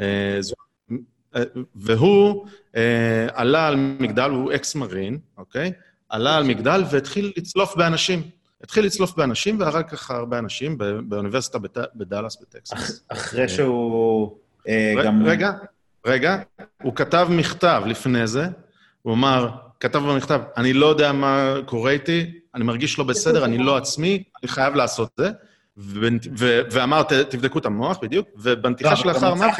והוא עלה על מגדל, הוא אקס-מרין, אוקיי? עלה על מגדל והתחיל לצלוף באנשים. התחיל לצלוף באנשים והרג ככה הרבה אנשים באוניברסיטה בדאלאס בטקסס. אחרי שהוא גם... רגע, הוא כתב מכתב לפני זה, הוא אמר, כתב במכתב, אני לא יודע מה קורה איתי, אני מרגיש לא בסדר, אני לא עצמי, אני חייב לעשות את זה, ואמר, תבדקו את המוח בדיוק, ובנתיחה שלאחר מה,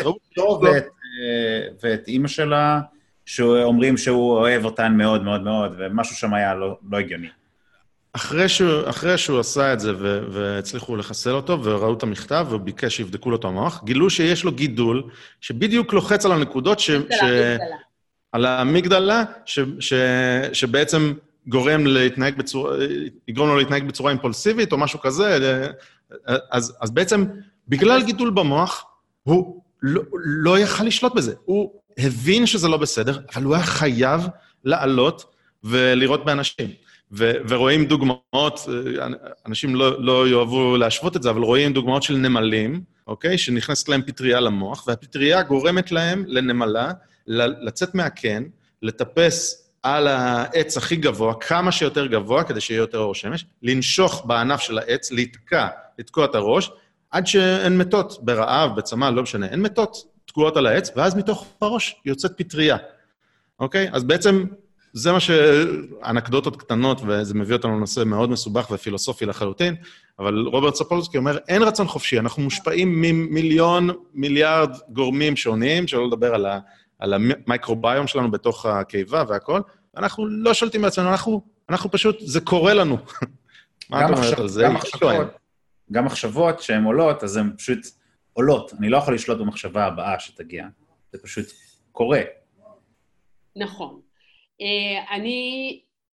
ואת אימא שלה, שאומרים שהוא אוהב אותן מאוד מאוד מאוד, ומשהו שם היה לא הגיוני. אחרי שהוא עשה את זה, והצליחו לחסל אותו, וראו את המכתב, והוא ביקש שיבדקו לו את המוח, גילו שיש לו גידול, שבדיוק לוחץ על הנקודות, על המגדלה, שבעצם גורם יגרום לו להתנהג בצורה אימפולסיבית, או משהו כזה, אז בעצם, בגלל גידול במוח, הוא לא יכל לשלוט בזה. הוא הבין שזה לא בסדר, אבל הוא היה חייב לעלות ולראות באנשים. ורואים דוגמאות, אנשים לא יאהבו להשוות את זה, אבל רואים דוגמאות של נמלים, אוקיי? שנכנסת להם פטריה למוח, והפטריה גורמת להם לנמלה, לצאת מהקן, לטפס על העץ הכי גבוה, כמה שיותר גבוה, כדי שיהיה יותר אור שמש, לנשוך בענף של העץ, לתקוע את הראש, עד שהן מתות, ברעב, בצמא, לא משנה, הן מתות, תקועות על העץ, ואז מתוך הראש יוצאת פטריה. אוקיי? אז בעצם זה מה שאנקדוטות קטנות, וזה מביא אותנו לנושא מאוד מסובך ופילוסופי לחלוטין, אבל רוברט ספולסקי אומר, אין רצון חופשי, אנחנו מושפעים ממיליון, מיליארד גורמים שונים, שלא לדבר על המייקרוביום שלנו בתוך הקיבה והכל, ואנחנו לא שולטים בעצמנו, אנחנו פשוט, זה קורה לנו. מה אתה אומרת על זה? גם מחשבות שהן עולות, אז הן פשוט עולות. אני לא יכול לשלוט במחשבה הבאה שתגיע. זה פשוט קורה. נכון. אני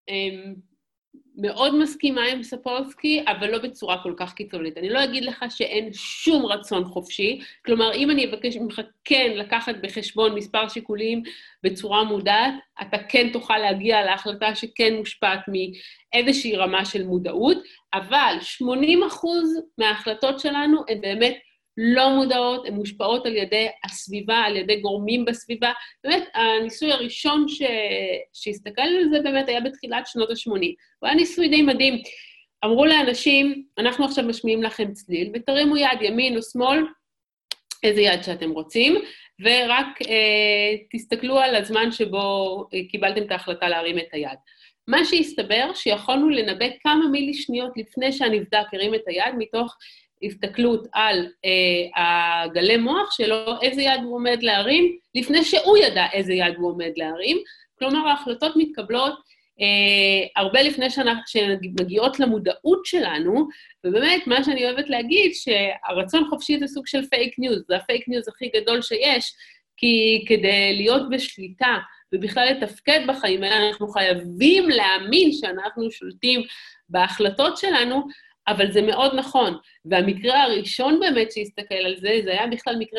מאוד מסכימה עם ספולסקי, אבל לא בצורה כל כך קיצונית. אני לא אגיד לך שאין שום רצון חופשי, כלומר, אם אני אבקש ממך כן לקחת בחשבון מספר שיקולים בצורה מודעת, אתה כן תוכל להגיע להחלטה שכן מושפעת מאיזושהי רמה של מודעות, אבל 80% מההחלטות שלנו הן באמת לא מודעות, הן מושפעות על ידי הסביבה, על ידי גורמים בסביבה. באמת, הניסוי הראשון שהסתכל על זה באמת היה בתחילת שנות ה-80. הוא היה ניסוי די מדהים. אמרו לאנשים, אנחנו עכשיו משמיעים לכם צליל, ותרימו יד ימין או שמאל, איזה יד שאתם רוצים, ורק תסתכלו על הזמן שבו קיבלתם את ההחלטה להרים את היד. מה שהסתבר, שיכולנו לנבא כמה מילי שניות לפני שהנבדק הרים את היד, מתוך הסתכלות על הגלי מוח שלו, איזה יד הוא עומד להרים, לפני שהוא ידע איזה יד הוא עומד להרים. כלומר, ההחלטות מתקבלות הרבה לפני שמגיעות למודעות שלנו, ובאמת מה שאני אוהבת להגיד, שהרצון חופשי זה סוג של פייק ניוז, זה הפייק ניוז הכי גדול שיש, כי כדי להיות בשליטה, ובכלל לתפקד בחיים האלה, אנחנו חייבים להאמין שאנחנו שולטים בהחלטות שלנו, אבל זה מאוד נכון. והמקרה הראשון באמת שהסתכל על זה, זה היה בכלל מקרה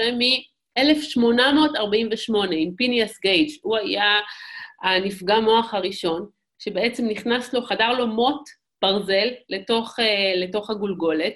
מ-1848, עם פיניאס גייג'. הוא היה הנפגע מוח הראשון, שבעצם נכנס לו, חדר לו מוט ברזל לתוך הגולגולת,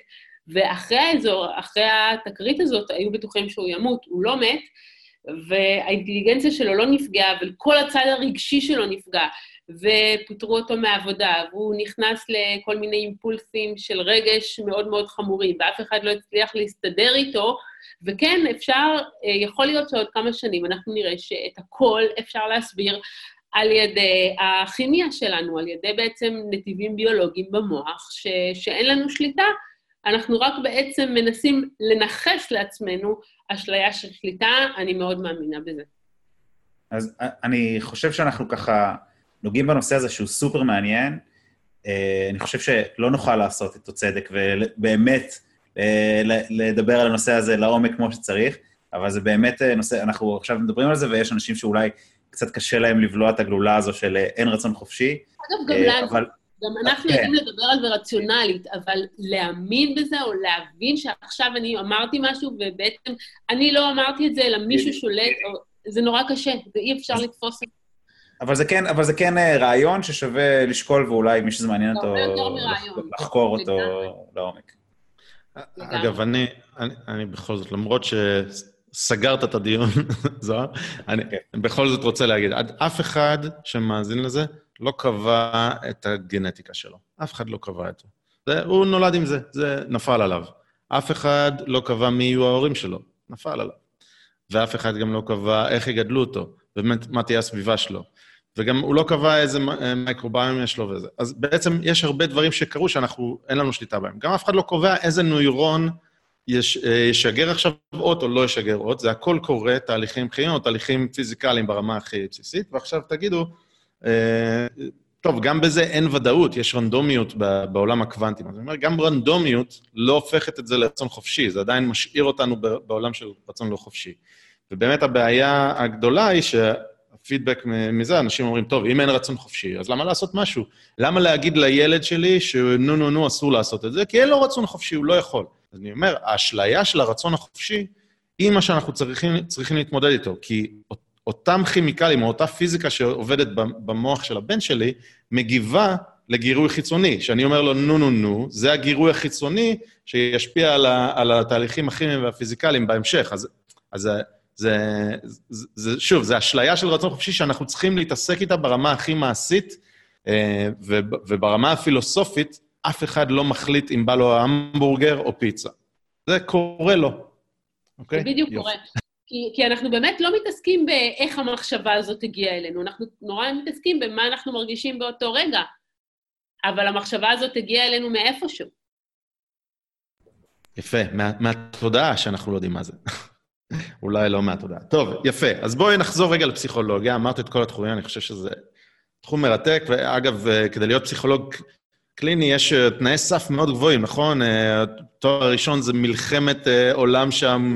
ואחרי התקרית הזאת היו בטוחים שהוא ימות, הוא לא מת, והאינטליגנציה שלו לא נפגעה, וכל הצד הרגשי שלו נפגע, ופוטרו אותו מהעבודה, והוא נכנס לכל מיני אימפולסים של רגש מאוד מאוד חמורים, ואף אחד לא הצליח להסתדר איתו, וכן, יכול להיות שעוד כמה שנים אנחנו נראה שאת הכל אפשר להסביר על ידי הכימיה שלנו, על ידי בעצם נתיבים ביולוגיים במוח, שאין לנו שליטה, אנחנו רק בעצם מנסים לנחש לעצמנו אשליה של שליטה, אני מאוד מאמינה בזה. אז אני חושב שאנחנו ככה נוגעים בנושא הזה שהוא סופר מעניין, אני חושב שלא נוכל לעשות איתו צדק, ובאמת לדבר על הנושא הזה לעומק כמו שצריך, אבל זה באמת נושא, אנחנו עכשיו מדברים על זה, ויש אנשים שאולי קצת קשה להם לבלוע את הגלולה הזו של אין רצון חופשי. אגב, גם אנחנו יודעים לדבר על זה רציונלית, אבל להאמין בזה, או להבין שעכשיו אני אמרתי משהו, ובעצם אני לא אמרתי את זה, אלא מישהו שולט, זה נורא קשה, זה אי אפשר לתפוס את זה. אבל זה כן רעיון ששווה לשקול, ואולי מי שזה מעניין אותו, לחקור אותו לעומק. אגב, אני בכל זאת, למרות שסגרת את הדיון, זוהר, אני בכל זאת רוצה להגיד, אף אחד שמאזין לזה לא קבע את הגנטיקה שלו. אף אחד לא קבע את זה. הוא נולד עם זה, זה נפל עליו. אף אחד לא קבע מי יהיו ההורים שלו, נפל עליו. ואף אחד גם לא קבע איך יגדלו אותו, ומה תהיה הסביבה שלו. וגם הוא לא קבע איזה מייקרוביום יש לו וזה. אז בעצם יש הרבה דברים שקרו אין לנו שליטה בהם. גם אף אחד לא קובע איזה נוירון ישגר עכשיו אות או לא ישגר אות, זה הכל קורה, תהליכים כימיים או תהליכים פיזיקליים ברמה הכי בסיסית, ועכשיו תגידו, טוב, גם בזה אין ודאות, יש רנדומיות בעולם הקוונטים. אז אני אומר, גם רנדומיות לא הופכת את זה לרצון חופשי, זה עדיין משאיר אותנו בעולם של רצון לא חופשי. ובאמת הבעיה הגדולה היא שהפידבק מזה, אנשים אומרים, טוב, אם אין רצון חופשי, אז למה לעשות משהו? למה להגיד לילד שלי שנו, אסור לעשות את זה? כי אין לו רצון חופשי, הוא לא יכול. אז אני אומר, האשליה של הרצון החופשי היא מה שאנחנו צריכים להתמודד איתו, כי אותם כימיקלים, או אותה פיזיקה שעובדת במוח של הבן שלי, מגיבה לגירוי חיצוני, שאני אומר לו, נו, זה הגירוי החיצוני שישפיע על התהליכים הכימיים והפיזיקליים בהמשך. אז שוב, זה אשליה של רצון חופשי שאנחנו צריכים להתעסק איתה ברמה הכי מעשית, וברמה הפילוסופית, אף אחד לא מחליט אם בא לו המבורגר או פיצה. זה קורה לו. זה בדיוק קורה. כי אנחנו באמת לא מתעסקים באיך המחשבה הזאת הגיעה אלינו, אנחנו נורא מתעסקים במה אנחנו מרגישים באותו רגע, אבל המחשבה הזאת הגיעה אלינו מאיפשהו. יפה, מהתודעה שאנחנו לא יודעים מה זה. אולי לא מהתודעה. טוב, יפה. אז בואי נחזור רגע לפסיכולוגיה, אמרת את כל התחומים, אני חושב שזה תחום מרתק, ואגב, כדי להיות פסיכולוג קליני, יש תנאי סף מאוד גבוהים, נכון? התואר הראשון זה מלחמת עולם שם,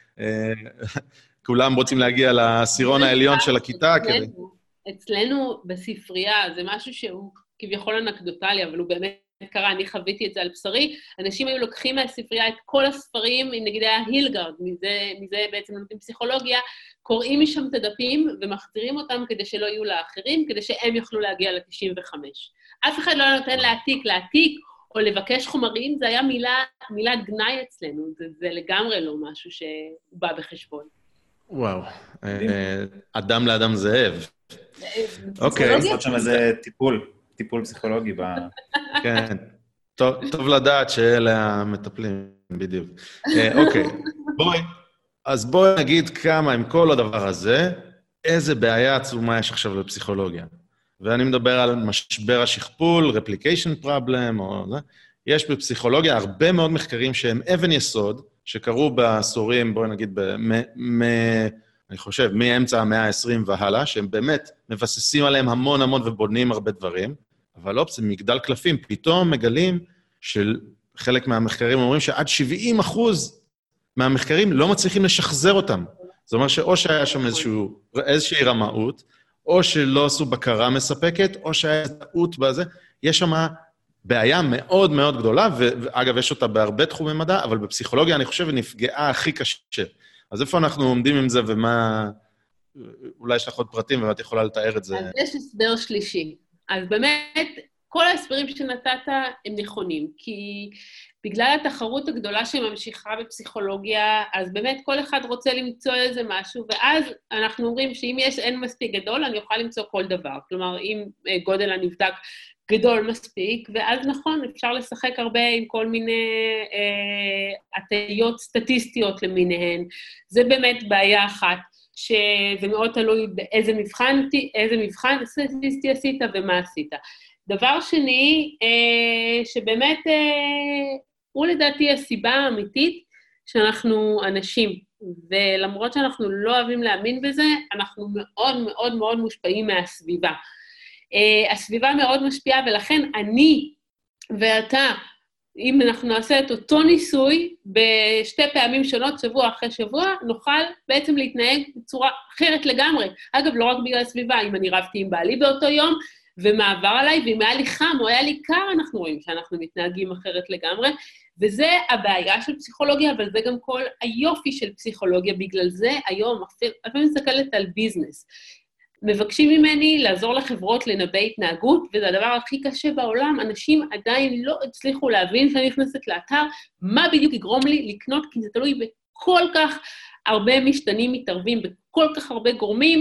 כולם רוצים להגיע לעשירון העליון של הכיתה. אצלנו בספרייה, זה משהו שהוא כביכול אנקדוטלי, אבל הוא באמת קרה, אני חוויתי את זה על בשרי, אנשים היו לוקחים מהספרייה את כל הספרים, נגיד היה הילגרד, מזה בעצם נותנים פסיכולוגיה, קוראים משם את הדפים ומחזירים אותם כדי שלא יהיו לאחרים, כדי שהם יוכלו להגיע ל-95. אף אחד לא נותן להעתיק או לבקש חומרים, זה היה מילת גנאי אצלנו, זה לגמרי לא משהו שבא בחשבון. וואו, אדם לאדם זאב. אוקיי. לעשות שם איזה טיפול פסיכולוגי כן, טוב לדעת שאלה המטפלים, בדיוק. אוקיי, אז בואי נגיד כמה עם כל הדבר הזה, איזה בעיה עצומה יש עכשיו בפסיכולוגיה. ואני מדבר על משבר השכפול, replication problem, או זה. יש בפסיכולוגיה הרבה מאוד מחקרים שהם אבן יסוד, שקרו בעשורים, בואי נגיד, אני חושב, מאמצע המאה ה-20 והלאה, שהם באמת מבססים עליהם המון המון ובונים הרבה דברים, אבל לא, זה מגדל קלפים, פתאום מגלים של חלק מהמחקרים אומרים שעד 70% מהמחקרים לא מצליחים לשחזר אותם. זאת אומרת שאו שהיה שם איזושהי רמאות, או שלא עשו בקרה מספקת, או שהיה טעות בזה. יש שם בעיה מאוד מאוד גדולה, ואגב, יש אותה בהרבה תחומי מדע, אבל בפסיכולוגיה אני חושב נפגעה הכי קשה. אז איפה אנחנו עומדים עם זה, ומה... אולי יש לך עוד פרטים, ואת יכולה לתאר את זה. אז יש הסבר שלישי. אז באמת, כל ההסברים שנתת הם נכונים, כי בגלל התחרות הגדולה שממשיכה בפסיכולוגיה, אז באמת כל אחד רוצה למצוא איזה משהו, ואז אנחנו אומרים שאם יש אין מספיק גדול, אני אוכל למצוא כל דבר. כלומר, אם גודל הנבדק גדול מספיק, ואז נכון, אפשר לשחק הרבה עם כל מיני הטיות סטטיסטיות למיניהן. זה באמת בעיה אחת, שזה מאוד תלוי באיזה מבחן סטטיסטי עשית ומה עשית. דבר שני, שבאמת הוא לדעתי הסיבה האמיתית שאנחנו אנשים, ולמרות שאנחנו לא אוהבים להאמין בזה, אנחנו מאוד מאוד מאוד מושפעים מהסביבה. הסביבה מאוד משפיעה, ולכן אני ואתה, אם אנחנו נעשה את אותו ניסוי, בשתי פעמים שונות, שבוע אחרי שבוע, נוכל בעצם להתנהג בצורה אחרת לגמרי. אגב, לא רק בגלל הסביבה, אם אני רבתי עם בעלי באותו יום, ומה עבר עליי, ואם היה לי חם או היה לי קר, אנחנו רואים שאנחנו מתנהגים אחרת לגמרי, וזה הבעיה של פסיכולוגיה, אבל זה גם כל היופי של פסיכולוגיה, בגלל זה היום, אפילו מסתכלת על ביזנס. מבקשים ממני לעזור לחברות לנבא התנהגות, וזה הדבר הכי קשה בעולם, אנשים עדיין לא הצליחו להבין שאני נכנסת לאתר, מה בדיוק יגרום לי לקנות, כי זה תלוי בכל כך הרבה משתנים מתערבים, בכל כך הרבה גורמים,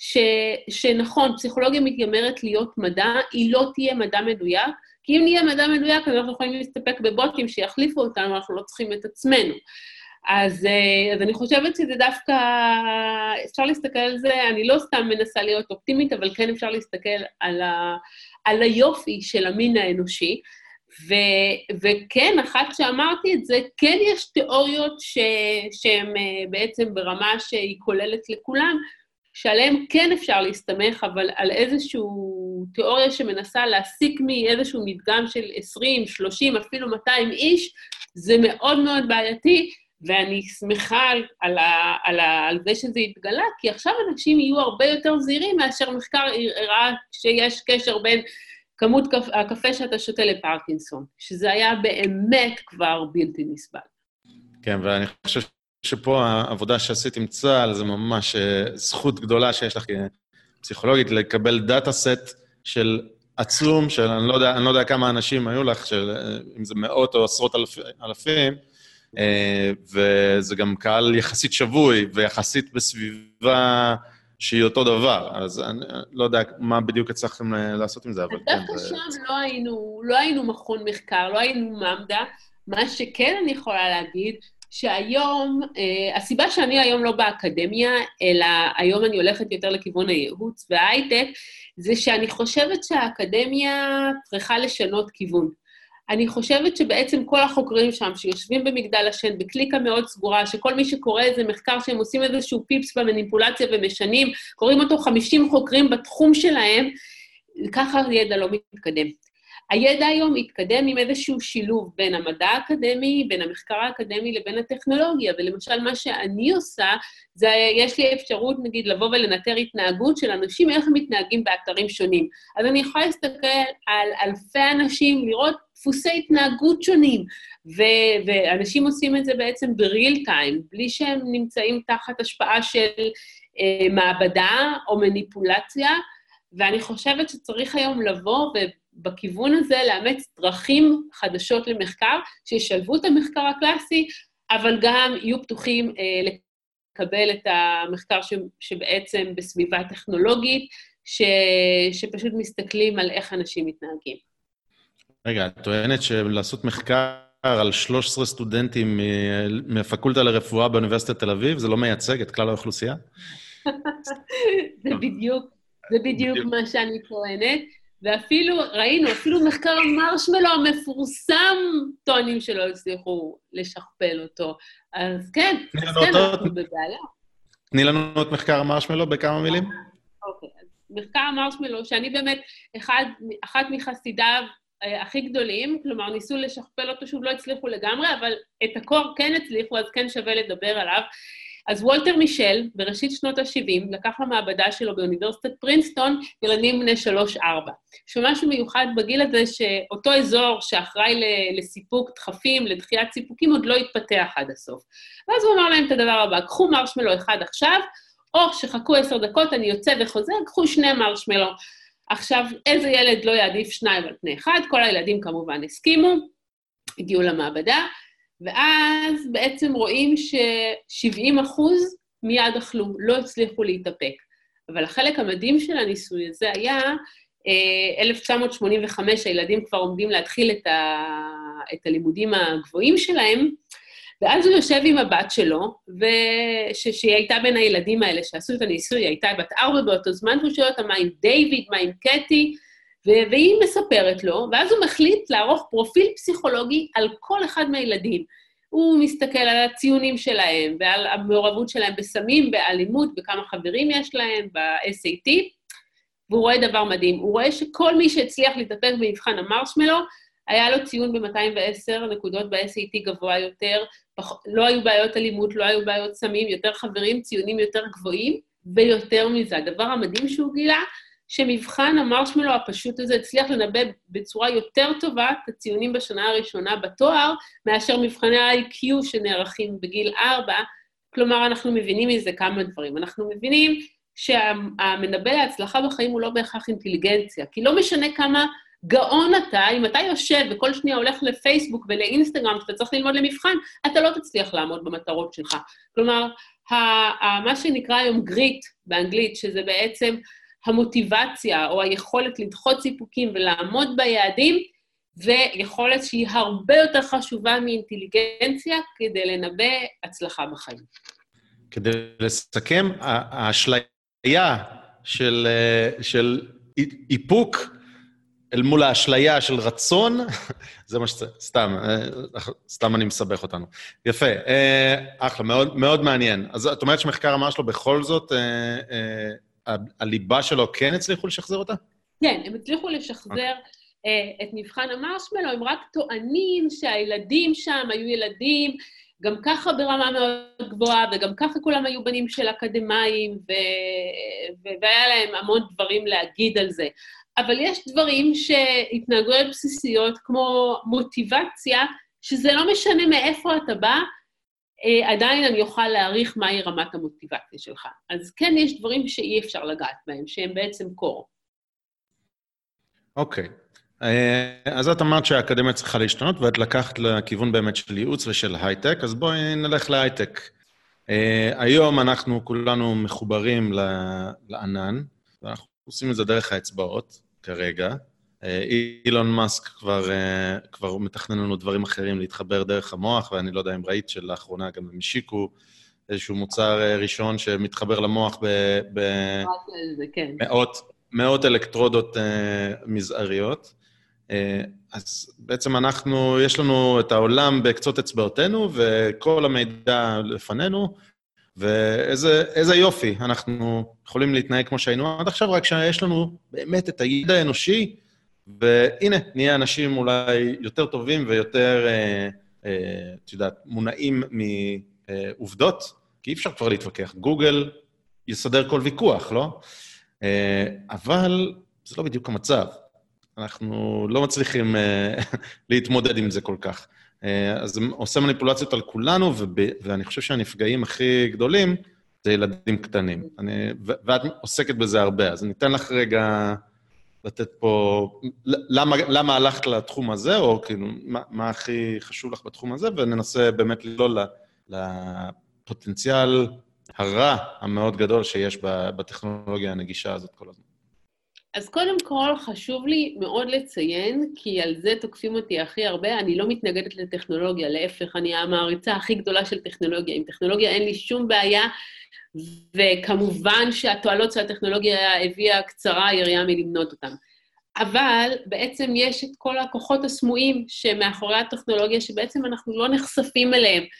שנכון, פסיכולוגיה מתיימרת להיות מדע, היא לא תהיה מדע מדויק, כי אם נהיה מדע מדויק, אנחנו יכולים להסתפק בבוטים שיחליפו אותנו, אנחנו לא צריכים את עצמנו. אז אני חושבת שזה דווקא, אפשר להסתכל על זה, אני לא סתם מנסה להיות אופטימית, אבל כן אפשר להסתכל על היופי של המין האנושי, וכן, אחת שאמרתי את זה, כן יש תיאוריות שהן בעצם ברמה שהיא כוללת לכולם, שעליהם כן אפשר להסתמך, אבל על איזושהי תיאוריה שמנסה להסיק מאיזשהו מדגם של 20, 30, אפילו 200 איש, זה מאוד מאוד בעייתי, ואני שמחה על זה שזה יתגלה, כי עכשיו אנשים יהיו הרבה יותר זהירים מאשר מחקר הראה שיש קשר בין כמות הקפה שאתה שותה לפרקינסון, שזה היה באמת כבר בלתי נסבל. כן, ואני חושב שפה העבודה שעשית עם צה"ל, זה ממש זכות גדולה שיש לך כפסיכולוגית, לקבל דאטה סט של עצום, של אני לא יודע כמה אנשים היו לך, של אם זה מאות או עשרות אלפים, וזה גם קהל יחסית שבוי, ויחסית בסביבה שהיא אותו דבר, אז אני לא יודע מה בדיוק הצלחתם לעשות עם זה, אבל כן. דווקא שם לא היינו מכון מחקר, לא היינו ממדה, מה שכן אני יכולה להגיד, שהיום, הסיבה שאני היום לא באקדמיה, אלא היום אני הולכת יותר לכיוון הייעוץ וההייטק, זה שאני חושבת שהאקדמיה צריכה לשנות כיוון. אני חושבת שבעצם כל החוקרים שם, שיושבים במגדל השן, בקליקה מאוד סגורה, שכל מי שקורא איזה מחקר שהם עושים איזשהו פיפס במניפולציה ומשנים, קוראים אותו 50 חוקרים בתחום שלהם, ככה ידע לא מתקדם. הידע היום מתקדם עם איזשהו שילוב בין המדע האקדמי, בין המחקר האקדמי לבין הטכנולוגיה, ולמשל מה שאני עושה, זה יש לי אפשרות נגיד לבוא ולנטר התנהגות של אנשים, איך הם מתנהגים באתרים שונים. אז אני יכולה להסתכל על אלפי אנשים, לראות דפוסי התנהגות שונים, ואנשים עושים את זה בעצם בריל טיים, בלי שהם נמצאים תחת השפעה של מעבדה או מניפולציה, ואני חושבת שצריך היום לבוא ובכיוון הזה לאמץ דרכים חדשות למחקר, שישלבו את המחקר הקלאסי, אבל גם יהיו פתוחים לקבל את המחקר שבעצם בסביבה טכנולוגית, שפשוט מסתכלים על איך אנשים מתנהגים. רגע, את טוענת שלעשות מחקר על 13 סטודנטים מהפקולטה לרפואה באוניברסיטת תל אביב, זה לא מייצג את כלל האוכלוסייה? זה בדיוק מה שאני טוענת, ואפילו, ראינו, אפילו מחקר מרשמלו המפורסם, טוענים שלא הצליחו לשכפל אותו. אז כן, אנחנו בבעיה. תני לנו את מחקר המרשמלו בכמה מילים. אוקיי, אז מחקר המרשמלו, שאני באמת אחת מחסידיו הכי גדולים, כלומר ניסו לשכפל אותו, שוב לא הצליחו לגמרי, אבל את הקור כן הצליחו, אז כן שווה לדבר עליו. אז וולטר מישל, בראשית שנות ה-70, לקח למעבדה שלו באוניברסיטת פרינסטון, ילדים בני 3-4. שמשהו מיוחד בגיל הזה שאותו אזור שאחראי לסיפוק דחפים, לדחיית סיפוקים, עוד לא התפתח עד הסוף. ואז הוא אמר להם את הדבר הבא, קחו מרשמלו אחד עכשיו, או שחכו 10 דקות, אני יוצא וחוזר, קחו 2 מרשמלו. עכשיו, איזה ילד לא יעדיף 2 על פני 1? כל הילדים כמובן הסכימו, הגיעו למעבדה, ואז בעצם רואים ש70% מיד אכלו, לא הצליחו להתאפק. אבל החלק המדהים של הניסוי הזה היה, 1985 הילדים כבר עומדים להתחיל את הלימודים הגבוהים שלהם, ואז הוא יושב עם הבת שלו, שהיא הייתה בין הילדים האלה שעשו את הניסוי, היא הייתה בת 4 באותו זמן, והוא שואל אותה מה עם דיוויד, מה עם קטי, והיא מספרת לו, ואז הוא מחליט לערוך פרופיל פסיכולוגי על כל אחד מהילדים. הוא מסתכל על הציונים שלהם, ועל המעורבות שלהם בסמים, באלימות, בכמה חברים יש להם, ב-SAT, והוא רואה דבר מדהים. הוא רואה שכל מי שהצליח להתאפק במבחן המרשמלו, היה לו ציון ב-210 נקודות ב-SAT גבוה יותר, לא היו בעיות אלימות, לא היו בעיות סמים, יותר חברים, ציונים יותר גבוהים, ויותר מזה. הדבר המדהים שהוא גילה, שמבחן המרשמלו הפשוט הזה הצליח לנבא בצורה יותר טובה את הציונים בשנה הראשונה בתואר, מאשר מבחני ה-IQ שנערכים בגיל 4, כלומר אנחנו מבינים מזה כמה דברים. אנחנו מבינים שהמנבא להצלחה בחיים הוא לא בהכרח אינטליגנציה, כי לא משנה כמה גאון אתה, אם אתה יושב וכל שנייה הולך לפייסבוק ולאינסטגרם, שאתה צריך ללמוד למבחן, אתה לא תצליח לעמוד במטרות שלך. כלומר, מה שנקרא היום גריט באנגלית, שזה בעצם המוטיבציה או היכולת לדחות סיפוקים ולעמוד ביעדים, ויכולת שהיא הרבה יותר חשובה מאינטליגנציה כדי לנבא הצלחה בחיים. כדי לסכם, האשליה של איפוק אל מול האשליה של רצון, זה מה סתם אני מסבך אותנו. יפה, אחלה, מאוד, מאוד מעניין. אז את אומרת שמחקר המרשמלו שלו בכל זאת, הליבה שלו כן הצליחו לשחזר אותה? כן, הם הצליחו לשחזר את מבחן המרשמלו, הם רק טוענים שהילדים שם היו ילדים, גם ככה ברמה מאוד גבוהה, וגם ככה כולם היו בנים של אקדמיים, והיה להם המון דברים להגיד על זה. אבל יש דברים שהתנהגויות בסיסיות, כמו מוטיבציה, שזה לא משנה מאיפה אתה בא, עדיין אני אוכל להעריך מהי רמת המוטיבציה שלך. אז כן, יש דברים שאי אפשר לגעת בהם, שהם בעצם קור. אוקיי. אז את אמרת שהאקדמיה צריכה להשתנות, ואת לקחת לכיוון באמת של ייעוץ ושל הייטק, אז בואי נלך להייטק. היום אנחנו כולנו מחוברים לענן, ואנחנו עושים את זה דרך האצבעות כרגע. אילון מאסק כבר מתכנן לנו דברים אחרים להתחבר דרך המוח, ואני לא יודע אם ראית שלאחרונה גם הם השיקו איזשהו מוצר ראשון שמתחבר למוח במאות אלקטרודות מזעריות. אז בעצם יש לנו את העולם בקצות אצבעותינו, וכל המידע לפנינו, ואיזה יופי, אנחנו יכולים להתנהג כמו שהיינו עד עכשיו, רק שיש לנו באמת את הידע האנושי, והנה, נהיה אנשים אולי יותר טובים ויותר, את יודעת, מונעים מעובדות, כי אי אפשר כבר להתווכח. גוגל יסדר כל ויכוח, לא? אבל זה לא בדיוק המצב. אנחנו לא מצליחים להתמודד עם זה כל כך. אז זה עושה מניפולציות על כולנו, ואני חושב שהנפגעים הכי גדולים זה ילדים קטנים. ואת עוסקת בזה הרבה, אז אני אתן לך רגע לתת פה, למה הלכת לתחום הזה, או כאילו, מה הכי חשוב לך בתחום הזה, וננסה באמת ללול לפוטנציאל הרע המאוד גדול שיש בטכנולוגיה הנגישה הזאת כל הזמן. אז קודם כל חשוב לי מאוד לציין, כי על זה תוקפים אותי הכי הרבה, אני לא מתנגדת לטכנולוגיה, להפך, אני המעריצה הכי גדולה של טכנולוגיה. עם טכנולוגיה אין לי שום בעיה, וכמובן שהתועלות של הטכנולוגיה הביאה קצרה יריעה מלמנות אותם. אבל בעצם יש את כל הכוחות הסמויים שמאחורי הטכנולוגיה, שבעצם אנחנו לא נחשפים אליהם.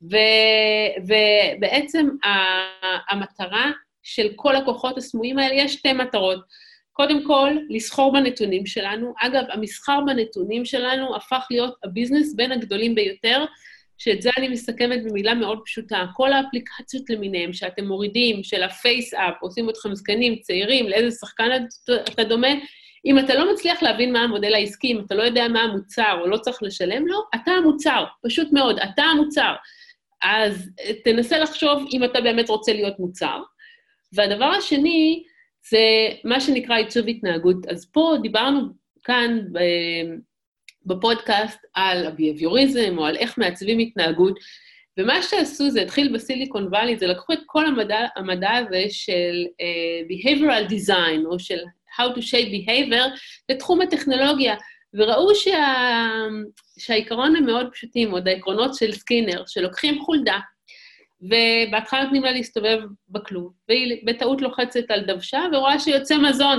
ובעצם המטרה של כל הכוחות הסמויים האלה, יש שתי מטרות. קודם כל, לסחור בנתונים שלנו. אגב, המסחר בנתונים שלנו הפך להיות הביזנס בין הגדולים ביותר, שאת זה אני מסכמת במילה מאוד פשוטה. כל האפליקציות למיניהם שאתם מורידים, של הפייס-אפ, עושים אתכם זקנים, צעירים, לאיזה שחקן אתה דומה, אם אתה לא מצליח להבין מה המודל העסקי, אם אתה לא יודע מה המוצר או לא צריך לשלם לו, אתה המוצר, פשוט מאוד, אתה המוצר. אז תנסה לחשוב אם אתה באמת רוצה להיות מוצר. והדבר השני, זה מה שנקרא עיצוב התנהגות. אז פה דיברנו כאן בפודקאסט על הביהביוריזם, או על איך מעצבים התנהגות, ומה שעשו זה, התחיל בסיליקון ואלי, זה לקחו את כל המדע הזה של behavioral design, או של how to shape behavior, לתחום הטכנולוגיה, וראו שהעיקרון הם מאוד פשוטים, עוד העקרונות של סקינר, שלוקחים חולדה, ובהתחלה נותנים לה להסתובב בכלוב, והיא בטעות לוחצת על דוושה, ורואה שיוצא מזון.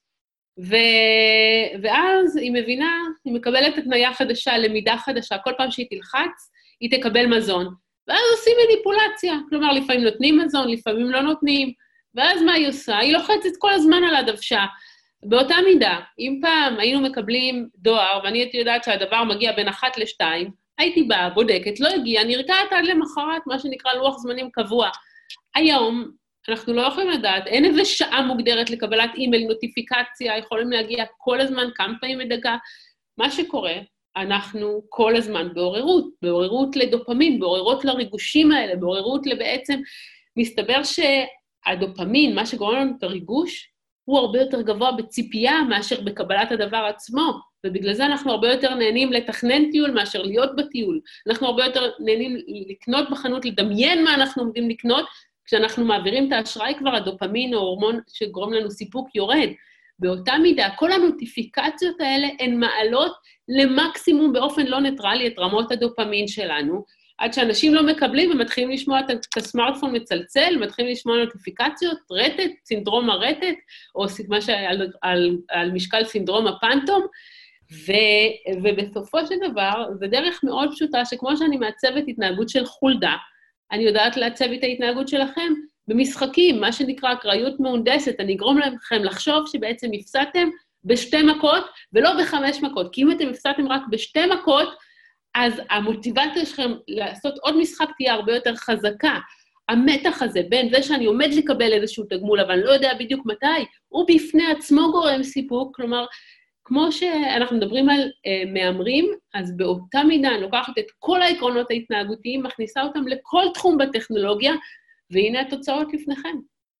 ואז היא מבינה, היא מקבלת התניה חדשה, למידה חדשה, כל פעם שהיא תלחץ, היא תקבל מזון. ואז עושים מניפולציה, כלומר, לפעמים נותנים מזון, לפעמים לא נותנים, ואז מה היא עושה? היא לוחצת כל הזמן על הדוושה. באותה מידה, אם פעם היינו מקבלים דואר, ואני הייתי יודעת שהדבר מגיע בין 1 ל-2, הייתי באה, בודקת, לא הגיע, נרתעת עד למחרת, מה שנקרא לוח זמנים קבוע. היום, אנחנו לא יכולים לדעת, אין איזה שעה מוגדרת לקבלת אימייל, נוטיפיקציה, יכולים להגיע כל הזמן, כמה פעמים בדקה. מה שקורה, אנחנו כל הזמן בעוררות לדופמין, בעוררות לריגושים האלה, בעוררות לבעצם, מסתבר שהדופמין, מה שגורם לנו את הריגוש, הוא הרבה יותר גבוה בציפייה מאשר בקבלת הדבר עצמו, ובגלל זה אנחנו הרבה יותר נהנים לתכנן טיול מאשר להיות בטיול. אנחנו הרבה יותר נהנים לקנות בחנות, לדמיין מה אנחנו עומדים לקנות, כשאנחנו מעבירים את האשראי כבר, הדופמין או הורמון שגורם לנו סיפוק יורד. באותה מידה, כל הנוטיפיקציות האלה הן מעלות למקסימום באופן לא ניטרלי את רמות הדופמין שלנו, עד שאנשים לא מקבלים ומתחילים לשמוע את הסמארטפון מצלצל, מתחילים לשמוע נוטיפיקציות, רטט, סינדרום הרטט, או מה שעל משקל סינדרום הפנטום, ובסופו של דבר, זה דרך מאוד פשוטה, שכמו שאני מעצבת התנהגות של חולדה, אני יודעת לעצב את ההתנהגות שלכם במשחקים, מה שנקרא אקראיות מהונדסת, אני אגרום לכם לחשוב שבעצם הפסדתם בשתי מכות, ולא ב5 מכות, כי אם אתם הפסדתם רק בשתי מכות, אז המוטיבציה שלכם לעשות עוד משחק תהיה הרבה יותר חזקה. המתח הזה בין זה שאני עומד לקבל איזשהו תגמול, אבל אני לא יודע בדיוק מתי, הוא בפני עצמו גורם סיפוק, כלומר, כמו שאנחנו מדברים על מאמרים, אז באותה מידה אני לוקחת את כל העקרונות ההתנהגותיים, מכניסה אותם לכל תחום בטכנולוגיה, והנה התוצאות לפניכם.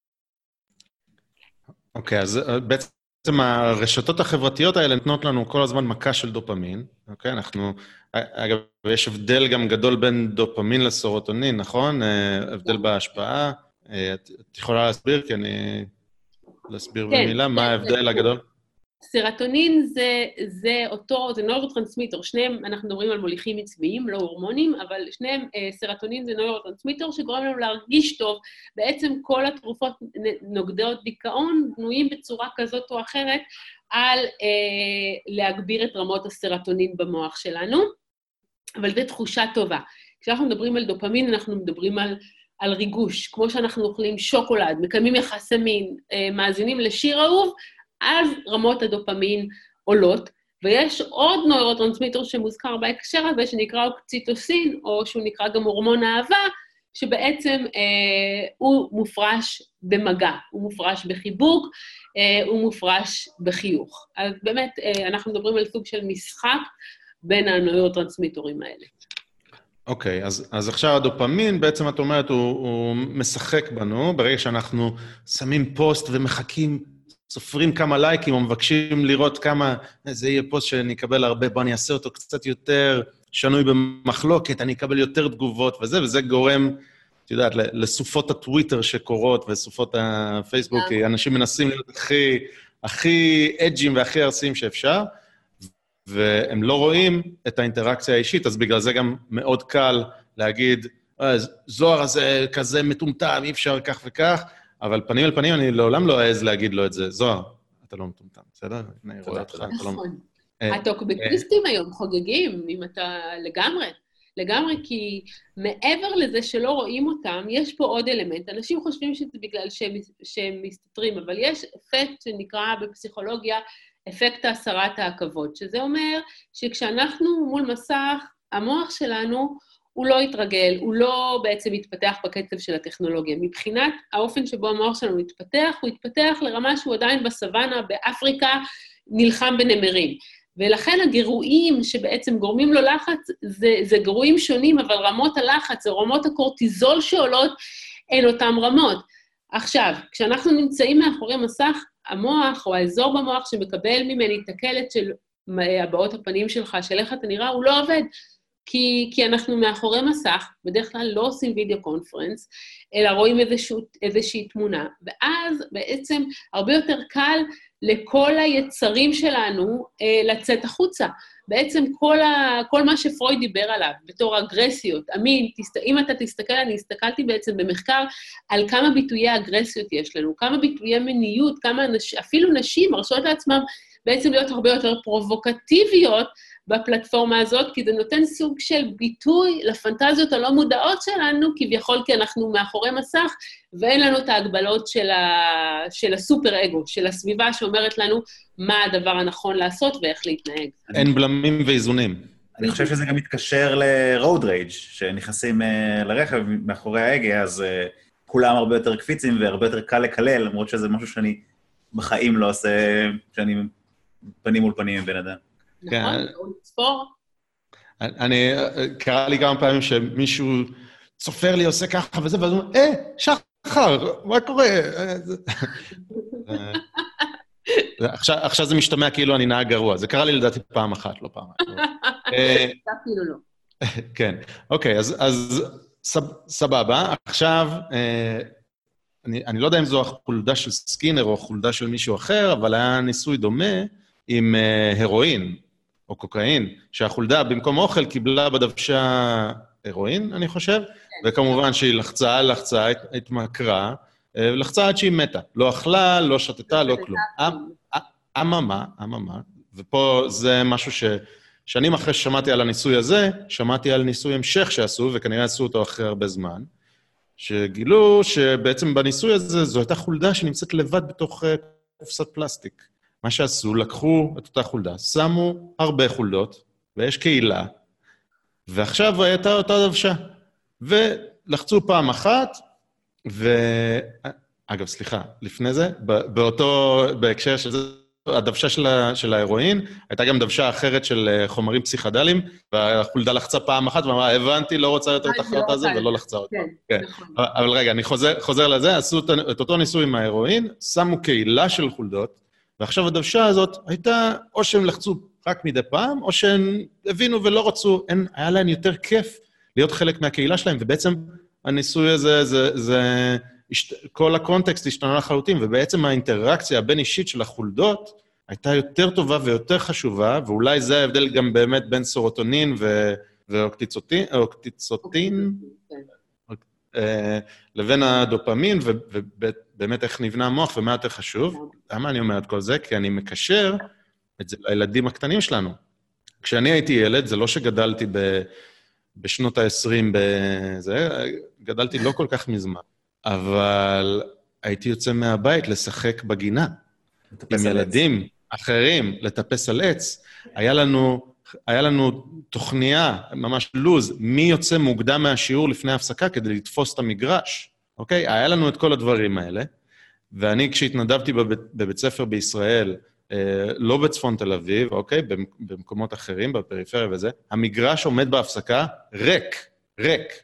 אוקיי, אז בעצם הרשתות החברתיות האלה נותנות לנו כל הזמן מכה של דופמין, אוקיי? אגב, יש הבדל גם גדול בין דופמין לסרוטונין, נכון? הבדל בהשפעה. את יכולה להסביר? כי אני להסביר במילה, מה ההבדל הגדול? סרטונין זה נוירוטרנסמיטר, שניהם, אנחנו מדברים על מוליכים עצביים, לא הורמונים, אבל שניהם, סרטונין זה נוירוטרנסמיטר שגורם לנו להרגיש טוב. בעצם כל התרופות נוגדות דיכאון בנויים בצורה כזאת או אחרת על להגביר את רמות הסרטונין במוח שלנו, אבל זו תחושה טובה. כשאנחנו מדברים על דופמין, אנחנו מדברים על ריגוש, כמו שאנחנו אוכלים שוקולד, מקיימים יחסי מין, מאזינים לשיר אהוב, אז רמות הדופמין עולות, ויש עוד נוירוטרנסמיטר שמוזכר בהקשר הזה, שנקרא אוקסיטוסין, או שהוא נקרא גם הורמון האהבה, שבעצם הוא מופרש במגע, הוא מופרש בחיבוק, הוא מופרש בחיוך. אז באמת, אנחנו מדברים על סוג של משחק בין הנוירוטרנסמיטרים האלה. אוקיי, אז עכשיו הדופמין, בעצם את אומרת, הוא משחק בנו, ברגע שאנחנו שמים פוסט ומחכים, סופרים כמה לייקים, או מבקשים לראות כמה, זה יהיה פוסט שאני אקבל הרבה, בוא אני אעשה אותו קצת יותר שנוי במחלוקת, אני אקבל יותר תגובות וזה גורם, את יודעת, לסופות הטוויטר שקורות, וסופות הפייסבוק, כי אנשים מנסים להיות הכי אג'ים והכי ארסיים שאפשר, והם לא רואים את האינטראקציה האישית, אז בגלל זה גם מאוד קל להגיד, זוהר הזה כזה מטומטם, אי אפשר כך וכך, אבל פנים אל פנים, אני לעולם לא אעז להגיד לו את זה. זוהר, אתה לא מטומטם, בסדר? אני רואה אותך, אתה לא... נכון. הטוקבקיסטים היום חוגגים, אם אתה לגמרי. לגמרי, כי מעבר לזה שלא רואים אותם, יש פה עוד אלמנט. אנשים חושבים שזה בגלל שהם מסתתרים, אבל יש אפקט שנקרא בפסיכולוגיה אפקט הסרת העכבות, שזה אומר שכשאנחנו מול מסך, המוח שלנו הוא לא יתרגל, הוא לא בעצם יתפתח בקצב של הטכנולוגיה. מבחינת האופן שבו המוח שלנו יתפתח, הוא יתפתח לרמה שהוא עדיין בסוואנה, באפריקה, נלחם בנמרים. ולכן הגירויים שבעצם גורמים לו לחץ, זה גירויים שונים, אבל רמות הלחץ, רמות הקורטיזול שעולות, הן אותן רמות. עכשיו, כשאנחנו נמצאים מאחורי מסך, המוח או האזור במוח שמקבל ממני את הקלט של הבעות הפנים שלך, של איך אתה נראה, הוא לא עובד. כי אנחנו מאחורי מסך, בדרך כלל לא עושים וידאו קונפרנס, אלא רואים איזושהי תמונה, ואז בעצם הרבה יותר קל לכל היצרים שלנו לצאת החוצה. בעצם כל מה שפרויד דיבר עליו, בתור אגרסיות, אמין, אם אתה תסתכל, אני הסתכלתי בעצם במחקר על כמה ביטויי אגרסיות יש לנו, כמה ביטויי מיניות, אפילו נשים מרשות לעצמם בעצם להיות הרבה יותר פרובוקטיביות בפלטפורמה הזאת, כי זה נותן סוג של ביטוי לפנטזיות הלא מודעות שלנו, כביכול כי אנחנו מאחורי מסך, ואין לנו את ההגבלות של הסופר אגו, של הסביבה שאומרת לנו מה הדבר הנכון לעשות ואיך להתנהג. אין בלמים ואיזונים. אני חושב שזה גם מתקשר ל-road rage, שנכנסים לרכב מאחורי ההגה, אז כולם הרבה יותר קפיצים והרבה יותר קל לקלל, למרות שזה משהו שאני בחיים לא עושה, שאני פנים מול פנים עם בן אדם. נכון, או לצפור. קרה לי כמה פעמים שמישהו צופר לי, עושה ככה וזה, ואז הוא אומר, שחר, מה קורה? עכשיו זה משתמע כאילו אני נהג גרוע. זה קרה לי לדעתי פעם אחת, לא פעם. אפילו לא. כן, אוקיי, אז סבבה. עכשיו, אני לא יודע אם זו החולדה של סקינר או חולדה של מישהו אחר, אבל היה ניסוי דומה עם הרואין או קוקאין, שהחולדה במקום אוכל קיבלה בדוושה הרואין, אני חושב, וכמובן שהיא לחצה, התמכרה, לחצה עד שהיא מתה. לא אכלה, לא שתתה, לא כלום. אממה, ופה זה משהו ששנים אחרי ששמעתי על הניסוי הזה, שמעתי על ניסוי המשך שעשו, וכנראה עשו אותו אחרי הרבה זמן, שגילו שבעצם בניסוי הזה, זו הייתה חולדה שנמצאת לבד בתוך קופסת פלסטיק. מה שעשו, לקחו את אותה חולדה, שמו הרבה חולדות, ויש קהילה, ועכשיו הייתה אותה דוושה. ולחצו פעם אחת, אגב, סליחה, לפני זה, בהקשר של זה, הדוושה של ההירואין, הייתה גם דוושה אחרת של חומרים פסיכדליים, והחולדה לחצה פעם אחת, ואמרה, הבנתי, לא רוצה יותר את החלטה הזה, ולא לחצה אותה. כן, נכון. אבל רגע, אני חוזר לזה, עשו את אותו ניסוי עם ההירואין, שמו קהילה של חולדות, ועכשיו הדוושה הזאת הייתה, או שהם לחצו רק מדי פעם, או שהם הבינו ולא רצו, היה להם יותר כיף להיות חלק מהקהילה שלהם, ובעצם הניסוי הזה, כל הקונטקסט השתנה לחלוטין, ובעצם האינטראקציה הבין-אישית של החולדות הייתה יותר טובה ויותר חשובה, ואולי זה ההבדל גם באמת בין סרוטונין ואוקטיצוטין, לבין הדופמין, ובאמת איך נבנה המוח ומה יותר חשוב. למה אני אומר את כל זה? כי אני מקשר את זה לילדים הקטנים שלנו. כשאני הייתי ילד, זה לא שגדלתי בשנות ה-20 בזה, גדלתי לא כל כך מזמן, אבל הייתי יוצא מהבית לשחק בגינה, עם ילדים אחרים, לטפס על עץ. היה לנו תוכניה, ממש לוז, מי יוצא מוקדם מהשיעור לפני ההפסקה כדי לתפוס את המגרש, אוקיי? היה לנו את כל הדברים האלה, ואני כשהתנדבתי בבית ספר בישראל, לא בצפון תל אביב, אוקיי? במקומות אחרים, בפריפריה וזה, המגרש עומד בהפסקה ריק.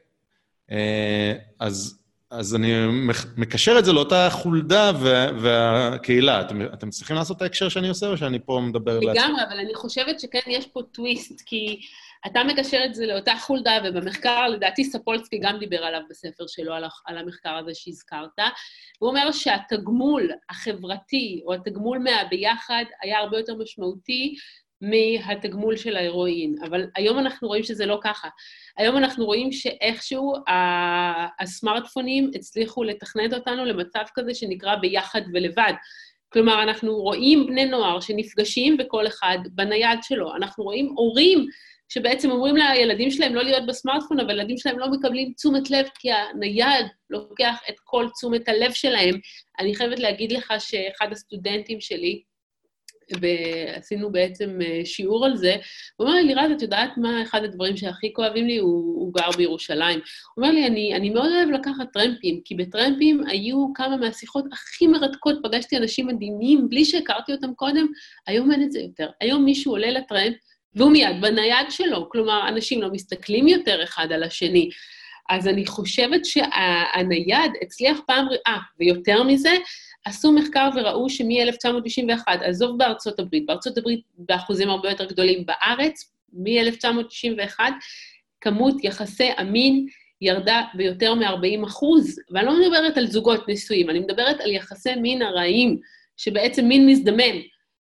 אז אני מקשר את זה לאותה חולדה והקהילה. אתם צריכים לעשות את ההקשר שאני עושה, או שאני פה מדבר לעצמי? לגמרי, אבל אני חושבת שכן יש פה טוויסט, כי אתה מקשר את זה לאותה חולדה, ובמחקר, לדעתי ספולסקי גם דיבר עליו בספר שלו, על המחקר הזה שהזכרת, הוא אומר שהתגמול החברתי, או התגמול מהביחד, היה הרבה יותר משמעותי מהתגמול של ההירואין. אבל היום אנחנו רואים שזה לא ככה. היום אנחנו רואים שאיכשהו הסמארטפונים הצליחו לתכנת אותנו למצב כזה שנקרא ביחד ולבד. כלומר, אנחנו רואים בני נוער שנפגשים בכל אחד בנייד שלו, אנחנו רואים הורים שבעצם אומרים לילדים שלהם לא להיות בסמארטפון, אבל ילדים שלהם לא מקבלים תשומת לב, כי הנייד לוקח את כל תשומת הלב שלהם. אני חייבת להגיד לך שאחד הסטודנטים שלי, ועשינו בעצם שיעור על זה, הוא אומר לי, לירז, את יודעת מה אחד הדברים שהכי כואבים לי? הוא גר בירושלים. הוא אומר לי, אני מאוד אוהב לקחת טרמפים, כי בטרמפים היו כמה מהשיחות הכי מרתקות, פגשתי אנשים מדהימים, בלי שהכרתי אותם קודם, היום אין את זה יותר. היום מישהו עולה לטרמפ, והוא מיד בנייד שלו, כלומר, אנשים לא מסתכלים יותר אחד על השני. אז אני חושבת שהנייד הצליח פעם, ויותר מזה, עשו מחקר וראו שמ-1991, עזוב בארצות הברית באחוזים הרבה יותר גדולים בארץ, מ-1991, כמות יחסי המין ירדה ביותר מ-40%, ואני לא מדברת על זוגות נשואים, אני מדברת על יחסי מין הרעים, שבעצם מין מזדמן,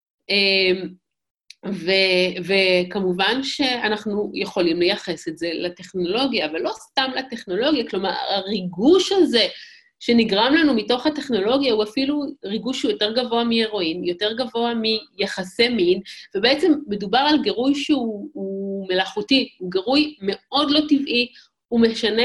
וכמובן שאנחנו יכולים לייחס את זה לטכנולוגיה, אבל לא סתם לטכנולוגיה, כלומר, הריגוש הזה שנגרם לנו מתוך הטכנולוגיה, הוא אפילו ריגוש שהוא יותר גבוה מהרואין, יותר גבוה מיחסי מין, ובעצם מדובר על גירוי שהוא מלאכותי, הוא גירוי מאוד לא טבעי, הוא משנה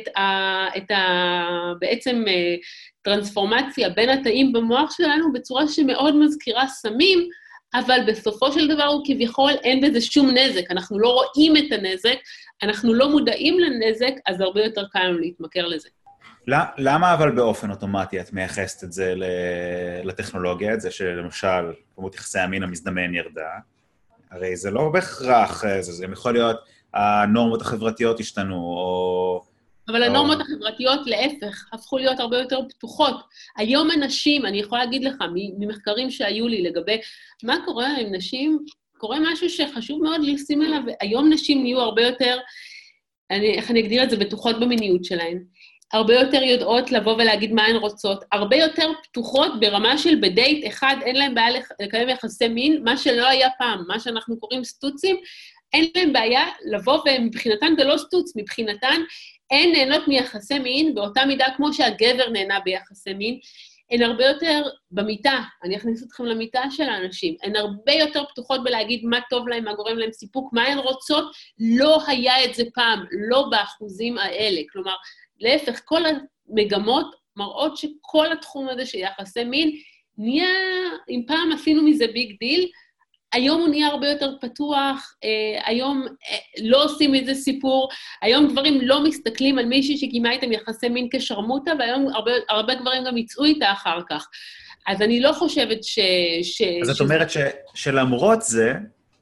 בעצם טרנספורמציה בין התאים במוח שלנו, בצורה שמאוד מזכירה סמים, אבל בסופו של דבר הוא כביכול אין בזה שום נזק, אנחנו לא רואים את הנזק, אנחנו לא מודעים לנזק, אז הרבה יותר קל לנו להתמכר לזה. למה אבל באופן אוטומטי את מייחסת את זה לטכנולוגיה, את זה שלמשל כמות יחסי המין המזדמן ירדה? הרי זה לא בהכרח, זה יכול להיות הנורמות החברתיות השתנו, או... אבל הנורמות החברתיות להפך, הפכו להיות הרבה יותר פתוחות. היום אנשים, אני יכולה להגיד לך, ממחקרים שהיו לי לגבי מה קורה עם נשים, קורה משהו שחשוב מאוד לשים אליו, היום נשים נהיו הרבה יותר, איך אני אגדיר את זה, בטוחות במיניות שלהן, הרבה יותר יודעות לבוא ולהגיד מה הן רוצות, הרבה יותר פתוחות ברמה של בדייט אחד, אין להם בעיה לקיים יחסי מין, מה שלא היה פעם, מה שאנחנו קוראים סטוצים, אין להם בעיה לבוא, ומבחינתן זה לא סטוץ, מבחינתן הן נהנות מיחסי מין, באותה מידה כמו שהגבר נהנה ביחסי מין, הן הרבה יותר במיטה, אני אכניס אתכם למיטה של האנשים, הן הרבה יותר פתוחות בלהגיד מה טוב להם, מה גורם להם סיפוק, מה הן רוצות, לא היה את זה פעם, לא באחוזים האלה, כלומר, להפך, כל המגמות מראות שכל התחום הזה של יחסי מין נהיה, אם פעם עשינו מזה ביג דיל, היום הוא נהיה הרבה יותר פתוח, היום לא עושים מזה סיפור, היום גברים לא מסתכלים על מישהי שקיימה איתם יחסי מין כשרמותה, והיום הרבה גברים גם יצאו איתה אחר כך. אז אני לא חושבת אז את אומרת שלמרות זה,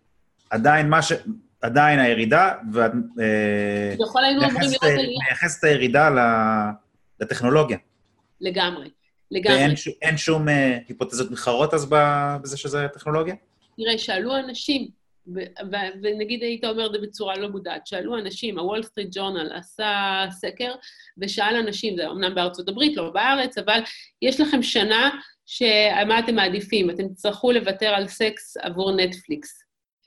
עדיין הירידה, ואת מייחסת את הירידה לטכנולוגיה. לגמרי. ואין שום היפותזות מתחרות אז בזה שזה טכנולוגיה? תראה, שאלו אנשים, ונגיד היית אומר את זה בצורה לא מודעת, שאלו אנשים, הוול סטריט ג'ורנל עשה סקר, ושאל אנשים, זה אמנם בארצות הברית, לא בארץ, אבל יש לכם שנה שמה אתם מעדיפים, אתם תצטרכו לוותר על סקס עבור נטפליקס.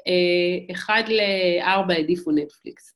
1-4 העדיפו נטפליקס.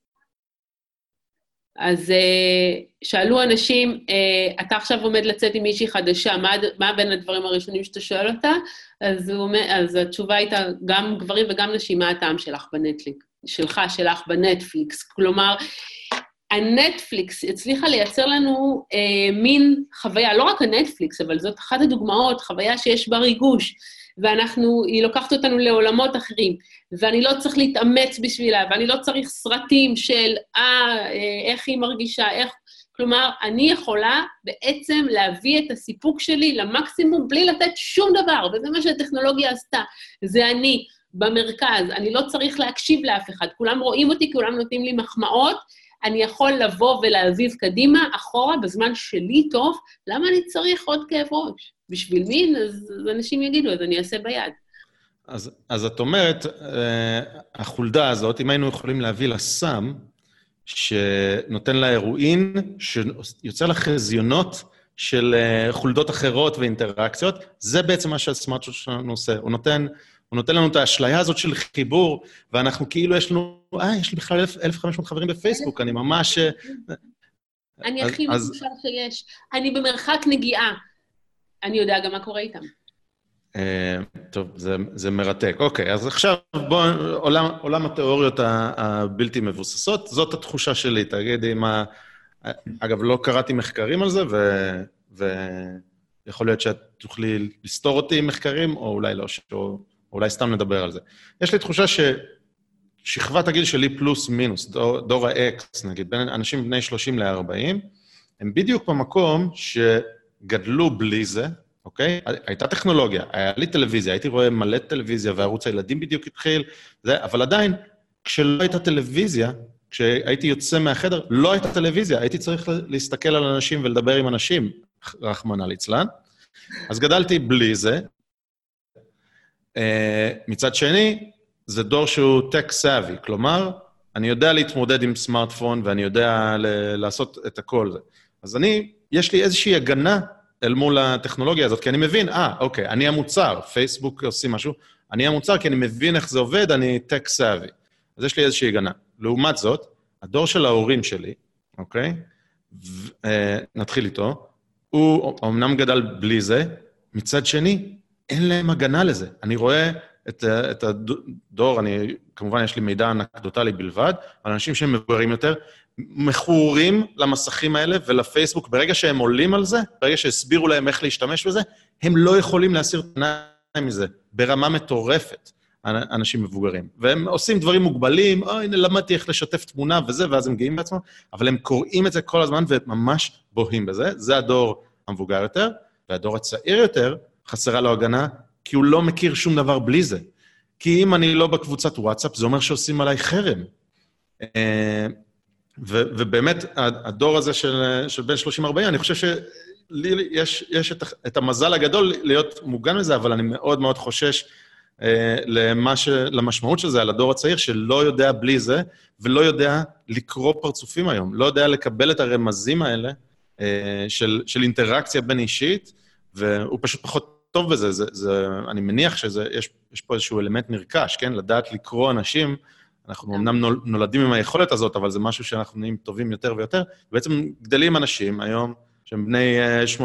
אז שאלו אנשים, אתה עכשיו עומד לצאת עם מישהי חדשה, מה בין הדברים הראשונים שאתה שואל אותה? אז התשובה הייתה גם גברים וגם נשים, מה הטעם שלך בנטפליקס? כלומר, הנטפליקס הצליחה לייצר לנו מין חוויה, לא רק הנטפליקס, אבל זאת אחת הדוגמאות, חוויה שיש בה ריגוש, היא לוקחת אותנו לעולמות אחרים, ואני לא צריך להתאמץ בשבילה, ואני לא צריך סרטים של, איך היא מרגישה, כלומר, אני יכולה בעצם להביא את הסיפוק שלי למקסימום, בלי לתת שום דבר, וזה מה שהטכנולוגיה עשתה, זה אני במרכז, אני לא צריך להקשיב לאף אחד, כולם רואים אותי, כולם נותנים לי מחמאות, אני יכול לבוא ולהזיז קדימה, אחורה, בזמן שלי טוב, למה אני צריך עוד כאב ראש? בשביל מין, אז אנשים יגידו, אז אני אעשה ביד. אז את אומרת, החולדה הזאת, אם היינו יכולים להביא לסם, שנותן לה אירואין, שיוצר לה חזיונות של חולדות אחרות ואינטראקציות, זה בעצם מה שהסמארטפון שלנו עושה. הוא נותן לנו את האשליה הזאת של חיבור, ואנחנו כאילו יש לנו, יש לי בכלל 1,500 חברים בפייסבוק, אני ממש... אני הכי מקושר שיש. אני במרחק נגיעה. אני יודע גם מה קורה איתם. טוב, זה מרתק. אוקיי, אז עכשיו בואו, עולם התיאוריות הבלתי מבוססות, זאת התחושה שלי, תגידי מה... אגב, לא קראתי מחקרים על זה, ויכול להיות שאת תוכלי לסתור אותי עם מחקרים, או אולי לא, או אולי סתם נדבר על זה. יש לי תחושה ששכבת הגיל שלי פלוס מינוס, דור ה-X, נגיד, בין אנשים בני 30 ל-40, הם בדיוק במקום שגדלו בלי זה, אוקיי? הייתה טכנולוגיה, היה לי טלוויזיה, הייתי רואה מלא טלוויזיה, וערוץ הילדים בדיוק התחיל, אבל עדיין, כשלא הייתה טלוויזיה, כשהייתי יוצא מהחדר, לא הייתה טלוויזיה, הייתי צריך להסתכל על אנשים ולדבר עם אנשים, רחמנא ליצלן. אז גדלתי בלי זה. מצד שני, זה דור שהוא tech savvy, כלומר, אני יודע להתמודד עם סמארטפון, ואני יודע לעשות את הכל זה. אז יש לי איזושהי הגנה אל מול הטכנולוגיה הזאת, כי אני מבין, אוקיי, אני המוצר, פייסבוק עושים משהו, אני המוצר, כי אני מבין איך זה עובד, אני tech savvy. אז יש לי איזושהי הגנה. לעומת זאת, הדור של ההורים שלי, אוקיי? נתחיל איתו, הוא אמנם גדל בלי זה, מצד שני, אין להם הגנה לזה. אני רואה את הדור, כמובן יש לי מידע אנקדוטלי בלבד, אבל אנשים שהם מבוגרים יותר, מכורים למסכים האלה ולפייסבוק, ברגע שהם עולים על זה, ברגע שהסבירו להם איך להשתמש בזה, הם לא יכולים להסיר את העיניים מזה, ברמה מטורפת. אנשים מבוגרים, והם עושים דברים מוגבלים, הנה למדתי איך לשתף תמונה וזה, ואז הם גאים בעצמם, אבל הם קוראים את זה כל הזמן וממש בוהים בזה, זה הדור המבוגר יותר, והדור הצעיר יותר חסרה לו הגנה, כי הוא לא מכיר שום דבר בלי זה. כי אם אני לא בקבוצת וואטסאפ, זה אומר שעושים עליי חרם. ובאמת, הדור הזה של בין 30-40, אני חושב שלי יש את המזל הגדול להיות מוגן מזה, אבל אני מאוד מאוד חושש למשמעות של זה, על הדור הצעיר, שלא יודע בלי זה, ולא יודע לקרוא פרצופים היום, לא יודע לקבל את הרמזים האלה, של אינטראקציה בין אישית, והוא פשוט פחות טוב בזה, אני מניח שיש פה איזשהו אלמנט נרכש, כן? לדעת לקרוא אנשים, אנחנו אמנם נולדים עם היכולת הזאת, אבל זה משהו שאנחנו נהיים טובים יותר ויותר, ובעצם גדלים אנשים היום, שהם בני 18-20,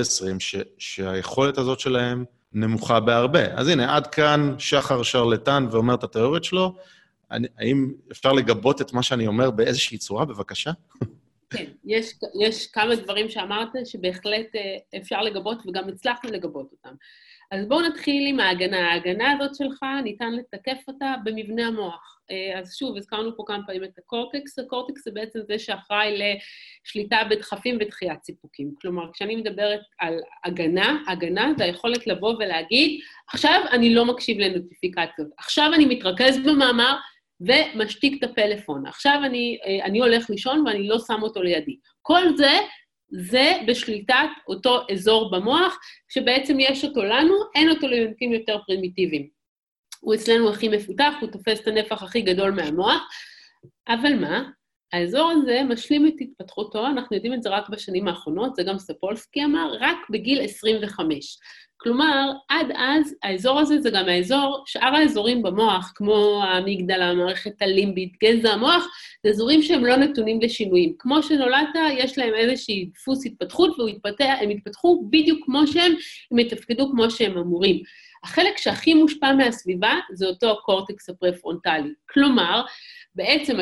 שהיכולת הזאת שלהם נמוכה בהרבה. אז הנה, עד כאן שחר שרלטן ואומר את התיאוריות שלו, האם אפשר לגבות את מה שאני אומר באיזושהי צורה, בבקשה? כן, יש כמה דברים שאמרת שבהחלט אפשר לגבות, וגם הצלחנו לגבות אותם. אז בואו נתחיל עם ההגנה. ההגנה הזאת שלך, ניתן לתקף אותה במבנה המוח. אז שוב, הזכרנו פה כמה פעמים את הקורטקס. הקורטקס זה בעצם זה שאחראי לשליטה בדחפים ודחיית סיפוקים. כלומר, כשאני מדברת על הגנה זה היכולת לבוא ולהגיד, עכשיו אני לא מקשיב לנוטיפיקציות, עכשיו אני מתרכז במאמר ומשתיק את הפלאפון, עכשיו אני הולך לישון ואני לא שם אותו לידי. כל זה בשליטת אותו אזור במוח, שבעצם יש אותו לנו, אין אותו ליונקים יותר פרימיטיביים. הוא אצלנו הכי מפותח, הוא תופס את הנפח הכי גדול מהמוח, אבל מה? האזור הזה משלים את התפתחותו, אנחנו יודעים את זה רק בשנים האחרונות, זה גם ספולסקי אמר, רק בגיל 25. כלומר, עד אז, האזור הזה זה גם האזור, שאר האזורים במוח, כמו המגדלה, המערכת הלימבית, גזע המוח, זה אזורים שהם לא נתונים לשינויים. כמו שנולדת, יש להם איזושהי דפוס התפתחות, והם התפתחו בדיוק כמו שהם, הם יתפקדו כמו שהם אמורים. החלק שהכי מושפע מהסביבה, זה אותו הקורטקס הפרפרונטלי. כלומר, בעצם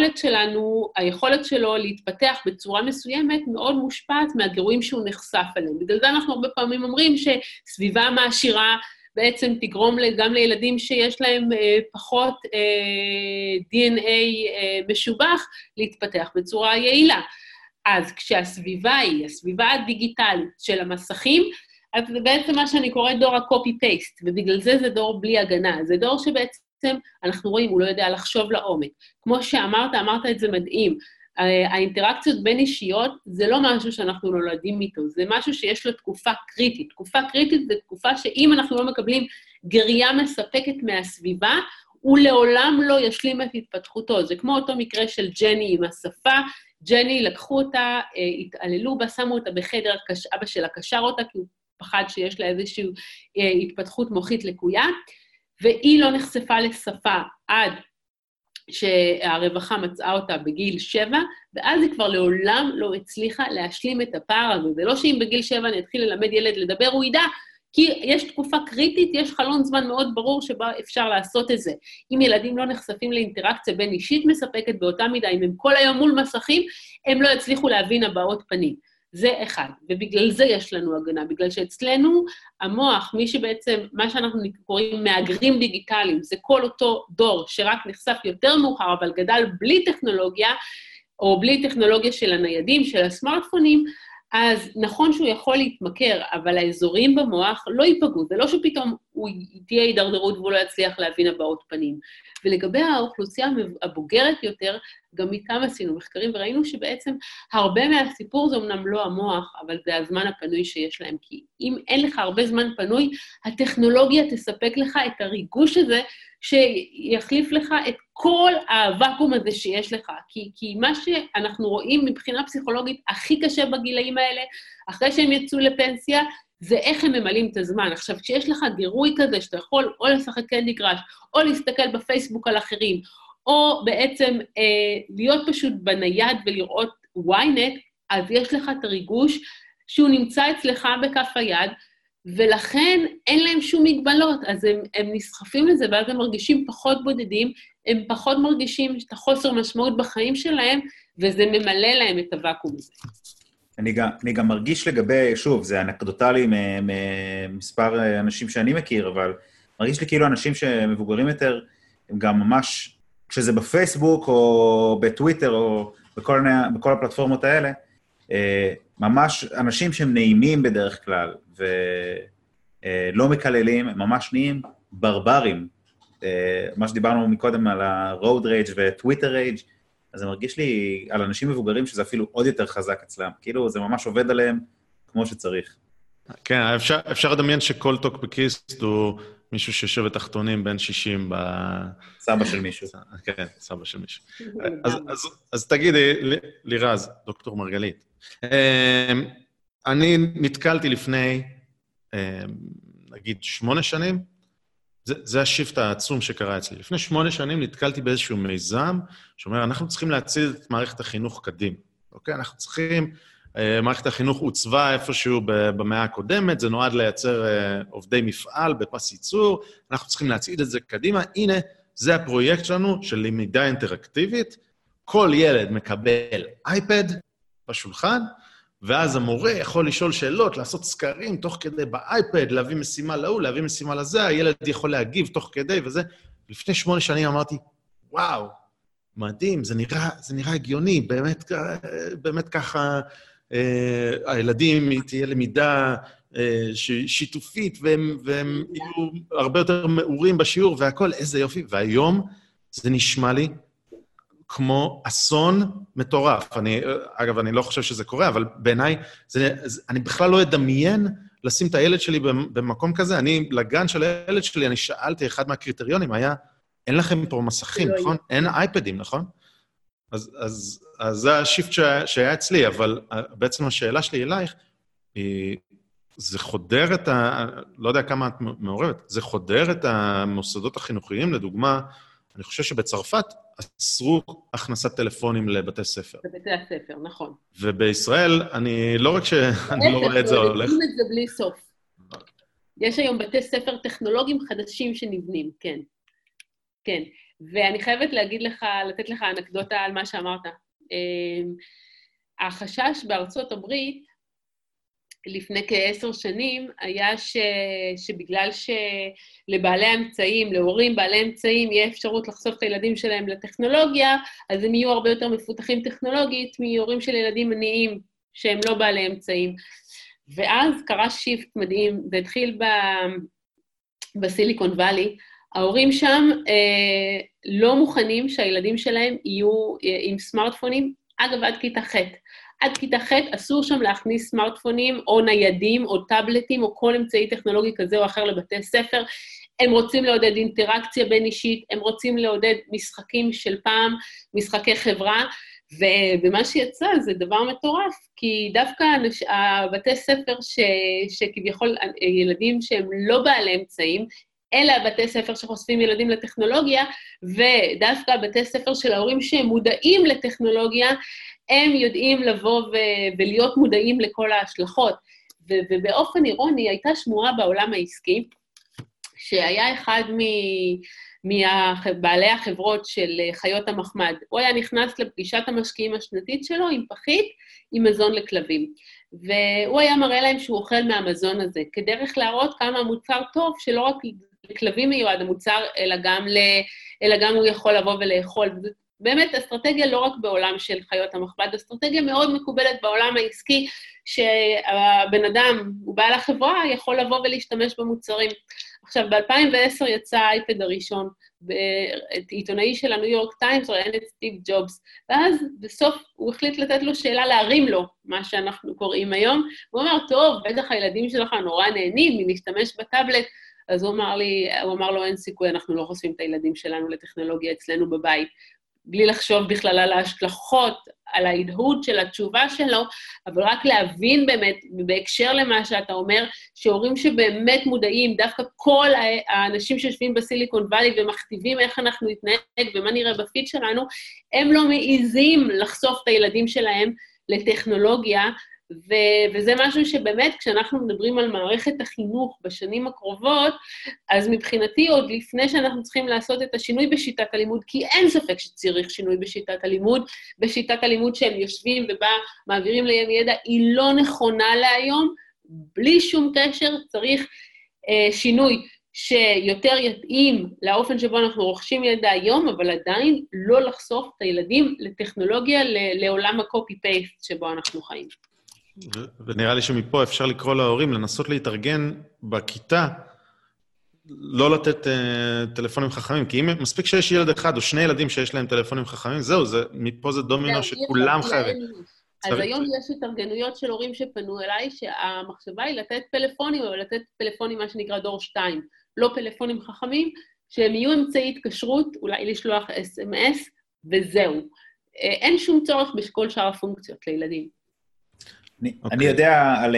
היכולת שלו להתפתח בצורה מסוימת מאוד מושפעת מהגירויים שהוא נחשף אליהם. בגלל זה אנחנו הרבה פעמים אומרים שסביבה מעשירה בעצם תגרום גם לילדים שיש להם פחות DNA משובח להתפתח בצורה יעילה. אז כשהסביבה היא, הסביבה הדיגיטלית של המסכים, אז זה בעצם מה שאני קורא דור ה-copy-paste, ובגלל זה דור בלי הגנה. זה דור שבעצם אנחנו רואים, הוא לא יודע לחשוב לעומק. כמו שאמרת, אמרת את זה מדהים. האינטראקציות בין אישיות זה לא משהו שאנחנו נולדים איתו, זה משהו שיש לו תקופה קריטית. תקופה קריטית זה תקופה שאם אנחנו לא מקבלים גריה מספקת מהסביבה, הוא לעולם לא ישלים את התפתחותו. זה כמו אותו מקרה של ג'ני עם השפה, ג'ני לקחו אותה, התעללו בה, שמו אותה בחדר, אבא שלה קשר אותה, כי הוא פחד שיש לה איזושהי התפתחות מוחית לקויה, והיא לא נחשפה לשפה עד שהרווחה מצאה אותה בגיל 7, ואז היא כבר לעולם לא הצליחה להשלים את הפער הזה. זה לא שאם בגיל 7 אני אתחיל ללמד ילד לדבר, הוא ידע כי יש תקופה קריטית, יש חלון זמן מאוד ברור שבה אפשר לעשות את זה. אם ילדים לא נחשפים לאינטראקציה בין אישית מספקת באותה מידה, אם הם כל היום מול מסכים, הם לא יצליחו להבין הבעות פנים. זה אחד, ובגלל זה יש לנו הגנה, בגלל שאצלנו המוח, מי שבעצם, מה שאנחנו קוראים מאגרים דיגיטליים, זה כל אותו דור שרק נחשף יותר מאוחר, אבל גדל בלי טכנולוגיה, או בלי טכנולוגיה של הניידים, של הסמארטפונים, אז נכון שהוא יכול להתמכר, אבל האזורים במוח לא ייפגעו, זה לא שפתאום הוא תהיה הידרדרות והוא לא יצליח להבין הבעות פנים. ולגבי האוכלוסייה הבוגרת יותר, גם איתם עשינו מחקרים, וראינו שבעצם הרבה מהסיפור זה אמנם לא המוח, אבל זה הזמן הפנוי שיש להם, כי אם אין לך הרבה זמן פנוי, הטכנולוגיה תספק לך את הריגוש הזה, שיחליף לך את כל הוואקום הזה שיש לך, כי מה שאנחנו רואים מבחינה פסיכולוגית הכי קשה בגילאים האלה, אחרי שהם יצאו לפנסיה, זה איך הם ממלאים את הזמן. עכשיו, כשיש לך גירוי כזה, שאתה יכול או לשחק קנדי קראש, או להסתכל בפייסבוק על אחרים, או בעצם להיות פשוט בנייד ולראות ynet, אז יש לך את הריגוש שהוא נמצא אצלך בכף היד, ולכן אין להם שום מגבלות, אז הם נסחפים לזה, ואז הם מרגישים פחות בודדים, הם פחות מרגישים את החוסר משמעות בחיים שלהם, וזה ממלא להם את הוואקום הזה. אני גם מרגיש לגבי, שוב, זה אנקדוטלי ממספר אנשים שאני מכיר, אבל מרגיש לי כאילו אנשים שמבוגרים יותר, הם גם ממש, כשזה בפייסבוק או בטוויטר או בכל הפלטפורמות האלה, ממש אנשים שהם נעימים בדרך כלל, ולא מקללים, הם ממש נהיים ברברים. מה שדיברנו מקודם על ה-road rage ו-Twitter rage, אז זה מרגיש לי על אנשים מבוגרים שזה אפילו עוד יותר חזק אצלם. כאילו זה ממש עובד עליהם כמו שצריך. כן, אפשר לדמיין שכל טוקבקיסט הוא מישהו שיושב בתחתונים בין 60 סבא של מישהו. כן, סבא של מישהו. אז תגידי, לירז, דוקטור מרגלית, אני נתקלתי לפני, נגיד, 8 שנים, זה השיפט העצום שקרה אצלי. לפני 8 שנים נתקלתי באיזשהו מיזם, שאומר, אנחנו צריכים להציל את מערכת החינוך קדים. אוקיי? אנחנו צריכים, מערכת החינוך עוצבה איפשהו במאה הקודמת, זה נועד לייצר עובדי מפעל בפס ייצור, אנחנו צריכים להציל את זה קדימה. הנה, זה הפרויקט שלנו של למידה אינטראקטיבית, כל ילד מקבל אייפד בשולחן, ואז המורה יכול לשאול שאלות, לעשות סקרים תוך כדי באייפד, להביא משימה להוא, להביא משימה לזה, הילד יכול להגיב תוך כדי וזה. לפני 8 שנים אמרתי, וואו, מדהים, זה נראה הגיוני, באמת ככה, הילדים תהיה למידה שיתופית, והם יהיו הרבה יותר מאורים בשיעור והכל, איזה יופי. והיום זה נשמע לי כמו אסון מטורף. אגב, אני לא חושב שזה קורה, אבל בעיניי, אני בכלל לא אדמיין לשים את הילד שלי במקום כזה. לגן של הילד שלי, אני שאלתי, אחד מהקריטריונים היה, אין לכם פה מסכים, נכון? אין אייפדים, נכון? אז זה השיפט שהיה אצלי, אבל בעצם השאלה שלי אלייך, זה חודר את לא יודע כמה את מעורבת, זה חודר את המוסדות החינוכיים, לדוגמה, אני חושב שבצרפת אסרו הכנסת טלפונים לבתי ספר. בבתי הספר, נכון. ובישראל, אני לא רק שאני לא רואה את זה הולך. נבנים את זה בלי סוף. יש היום בתי ספר טכנולוגיים חדשים שנבנים, כן. כן. ואני חייבת להגיד לך, לתת לך אנקדוטה על מה שאמרת. החשש בארצות הברית, לפני כ10 שנים, היה שבגלל שלבעלי האמצעים, להורים בעלי אמצעים, יהיה אפשרות לחשוף את הילדים שלהם לטכנולוגיה, אז הם יהיו הרבה יותר מפותחים טכנולוגית מהורים של ילדים עניים שהם לא בעלי אמצעים. ואז קרה שיפט מדהים, זה התחיל בסיליקון ואלי, ההורים שם לא מוכנים שהילדים שלהם יהיו עם סמארטפונים, אגב עד כיתה ח'. עד כיתה ח' אסור שם להכניס סמארטפונים או ניידים או טאבלטים או כל אמצעי טכנולוגי כזה או אחר לבתי ספר. הם רוצים לעודד אינטראקציה בין אישית, הם רוצים לעודד משחקים של פעם, משחקי חברה, ומה שיצא זה דבר מטורף, כי דווקא הבתי ספר שכביכול ילדים שהם לא בעלי אמצעים, אלה הבתי ספר שחושפים ילדים לטכנולוגיה, ודווקא הבתי ספר של ההורים שהם מודעים לטכנולוגיה, הם יודעים לבוא ולהיות מודעים לכל ההשלכות. ובאופן אירוני הייתה שמועה בעולם העסקי, שהיה אחד מבעלי החברות של חיות המחמד. הוא היה נכנס לפגישת המשקיעים השנתית שלו עם פחית, עם מזון לכלבים. והוא היה מראה להם שהוא אוכל מהמזון הזה, כדרך להראות כמה המוצר טוב, שלא רק לכלבים מיועד המוצר, אלא גם הוא יכול לבוא ולאכול. באמת אסטרטגיה לא רק בעולם של חיות המחמד, אסטרטגיה מאוד מקובלת בעולם העסקי, שהבן אדם, הוא בעל החברה, יכול לבוא ולהשתמש במוצרים. עכשיו, ב-2010 יצא האייפד הראשון, עיתונאי של הניו יורק טיימס, ראיין את סטיב ג'ובס, ואז בסוף הוא החליט לתת לו שאלה להרים לו, מה שאנחנו קוראים היום, הוא אמר, טוב, בטח הילדים שלך נורא נהנים מלהשתמש בטאבלט, אז הוא אמר לו, אין סיכוי, אנחנו לא חושפים את הילדים שלנו לטכנולוגיה אצלנו בבית, בלי לחשוב בכלל על ההשלכות, על ההדהוד של התשובה שלו, אבל רק להבין באמת, בהקשר למה שאתה אומר, שהורים שבאמת מודעים, דווקא כל האנשים שיושבים בסיליקון ואלי ומכתיבים איך אנחנו נתנהג ומה נראה בפיד שלנו, הם לא מעיזים לחשוף את הילדים שלהם לטכנולוגיה, וזה משהו שבאמת, כשאנחנו מדברים על מערכת החינוך בשנים הקרובות, אז מבחינתי עוד לפני שאנחנו צריכים לעשות את השינוי בשיטת הלימוד, כי אין ספק שצריך שינוי בשיטת הלימוד, בשיטת הלימוד שהם יושבים ובה מעבירים להם ידע, היא לא נכונה להיום, בלי שום קשר צריך שינוי שיותר יתאים לאופן שבו אנחנו רוכשים ידע היום, אבל עדיין לא לחשוף את הילדים לטכנולוגיה, לעולם הקופי-פייסט שבו אנחנו חיים. ונראה לי שמפה אפשר לקרוא להורים, לנסות להתארגן בכיתה, לא לתת טלפונים חכמים, כי אם מספיק שיש ילד אחד או שני ילדים שיש להם טלפונים חכמים, זהו, מפה זה דומינו שכולם חייבים. אז היום יש התארגנויות של הורים שפנו אליי, שהמחשבה היא לתת פלאפונים, אבל לתת פלאפונים מה שנקרא דור 2, לא פלאפונים חכמים, שהם יהיו אמצעי התקשרות, אולי לשלוח SMS, וזהו. אין שום צורך בשכל שאר הפונקציות לילדים. אני יודע על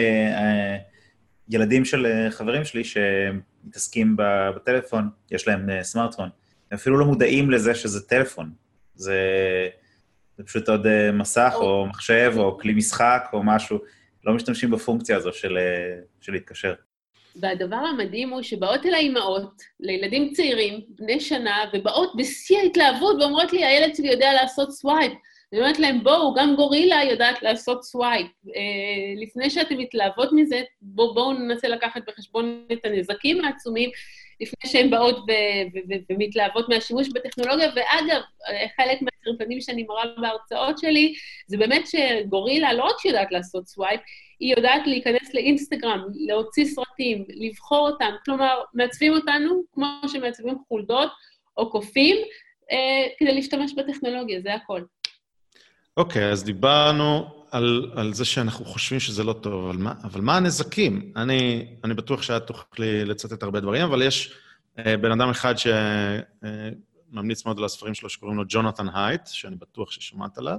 ילדים של חברים שלי שמתעסקים בטלפון, יש להם סמארטפון, הם אפילו לא מודעים לזה שזה טלפון. זה פשוט עוד מסך או מחשב או כלי משחק או משהו, לא משתמשים בפונקציה הזו של להתקשר. והדבר המדהים הוא שבאות אל האימהות, לילדים צעירים, בני שנה, ובאות בשיא ההתלהבות ואומרות לי, הילד שלי יודע לעשות סווייפ. אני אומרת להם, בואו, גם גורילה יודעת לעשות סווייפ. לפני שאתם מתלהבות מזה, בואו ננסה לקחת בחשבון את הנזקים העצומים, לפני שהן באות ומתלהבות מהשימוש בטכנולוגיה, ואגב, חלק מהסרטונים שאני מראה בהרצאות שלי, זה באמת שגורילה לא רק שיודעת לעשות סווייפ, היא יודעת להיכנס לאינסטגרם, להוציא סרטים, לבחור אותם, כלומר, מעצבים אותנו כמו שמעצבים חולדות או קופים, כדי להשתמש בטכנולוגיה, זה הכל. אוקיי, אז דיברנו על זה שאנחנו חושבים שזה לא טוב, אבל מה הנזקים? אני בטוח שאת תוכלי לצטט הרבה דברים, אבל יש בן אדם אחד שממליץ מאוד על הספרים שלו, שקוראים לו ג'ונתן הייט, שאני בטוח ששמעת עליו,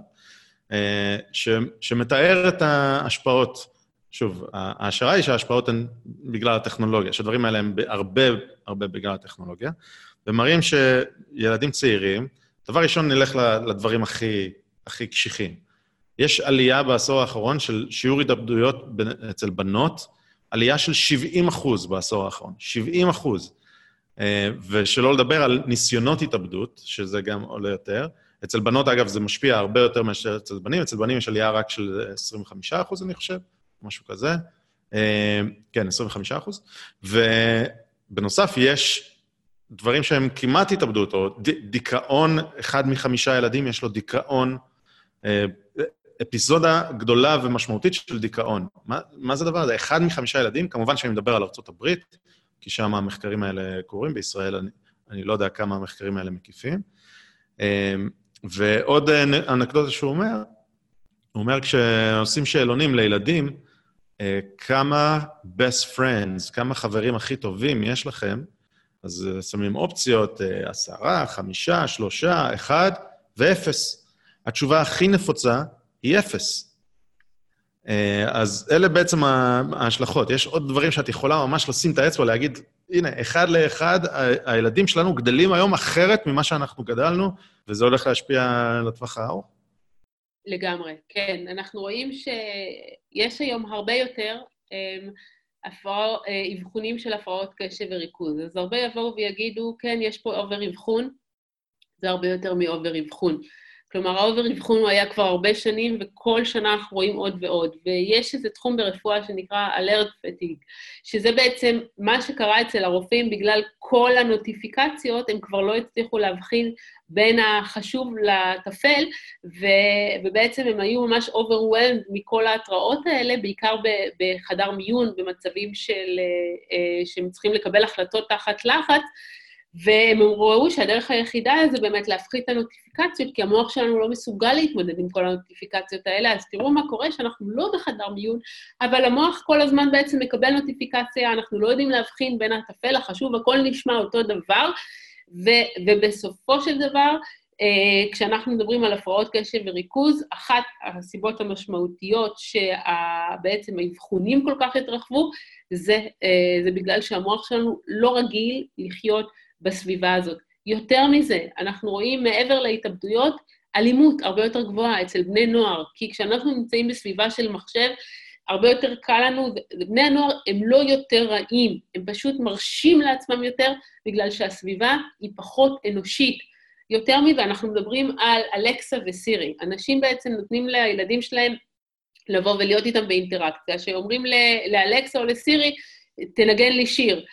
שמתאר את ההשפעות. שוב, ההשערה היא שההשפעות הן בגלל הטכנולוגיה, שהדברים האלה הם הרבה בגלל הטכנולוגיה, ומראים שילדים צעירים, דבר ראשון נלך לדברים הכי קשיחים. יש עלייה בעשור האחרון של שיעור התאבדויות אצל בנות, עלייה של 70% בעשור האחרון, 70%. ושלא לדבר על ניסיונות התאבדות, שזה גם עולה יותר. אצל בנות, אגב, זה משפיע הרבה יותר מאשר אצל בנים, אצל בנים יש עלייה רק של 25%, אני חושב, משהו כזה. כן, 25%. ובנוסף, יש דברים שהם כמעט התאבדות, או דיכאון, אחד מ5 ילדים יש לו דיכאון, אפיזודה גדולה ומשמעותית של דיכאון. מה זה הדבר הזה? 1 מ5 ילדים, כמובן שאני מדבר על ארצות הברית, כי שם המחקרים האלה קורים, בישראל אני לא יודע כמה המחקרים האלה מקיפים. ועוד אנקדוטה שהוא אומר, הוא אומר כשעושים שאלונים לילדים, כמה best friends, כמה חברים הכי טובים יש לכם, אז שמים אופציות 10, 5, 3, 1 ו-0. התשובה הכי נפוצה היא 0. אז אלה בעצם ההשלכות. יש עוד דברים שאת יכולה ממש לשים את האצבע, להגיד, הנה, 1 ל-1, הילדים שלנו גדלים היום אחרת ממה שאנחנו גדלנו, וזה הולך להשפיע לטווח הארוך. לגמרי, כן. אנחנו רואים שיש היום הרבה יותר אבחונים של הפרעות קשב וריכוז. אז הרבה יבואו ויגידו, כן, יש פה אובר אבחון, זה הרבה יותר מאובר אבחון. כלומר, האובר אבחון הוא היה כבר הרבה שנים, וכל שנה אנחנו רואים עוד ועוד. ויש איזה תחום ברפואה שנקרא alert fatigue, שזה בעצם מה שקרה אצל הרופאים, בגלל כל הנוטיפיקציות, הם כבר לא הצליחו להבחין בין החשוב לטפל, ובעצם הם היו ממש overwhelmed מכל ההתראות האלה, בעיקר בחדר מיון, במצבים שהם צריכים לקבל החלטות תחת לחץ, והם ראו שהדרך היחידה זה באמת להפחית את הנוטיפיקציות, כי המוח שלנו לא מסוגל להתמודד עם כל הנוטיפיקציות האלה, אז תראו מה קורה שאנחנו לא בחדר מיון, אבל המוח כל הזמן בעצם מקבל נוטיפיקציה, אנחנו לא יודעים להבחין בין הטפל החשוב, הכל נשמע אותו דבר, ובסופו של דבר, כשאנחנו מדברים על הפרעות קשב וריכוז, אחת הסיבות המשמעותיות שבעצם האבחונים כל כך התרחבו, זה בגלל שהמוח שלנו לא רגיל לחיות בסביבה הזאת. יותר מזה, אנחנו רואים מעבר להתאבדויות, אלימות הרבה יותר גבוהה אצל בני נוער, כי כשאנחנו נמצאים בסביבה של מחשב, הרבה יותר קל לנו, בני הנוער הם לא יותר רעים, הם פשוט מרשים לעצמם יותר, בגלל שהסביבה היא פחות אנושית. יותר מזה, אנחנו מדברים על אלקסה וסירי. אנשים בעצם נותנים לילדים שלהם לבוא ולהיות איתם באינטראקציה, שאומרים לאלקסה או לסירי, תנגן לי שיר.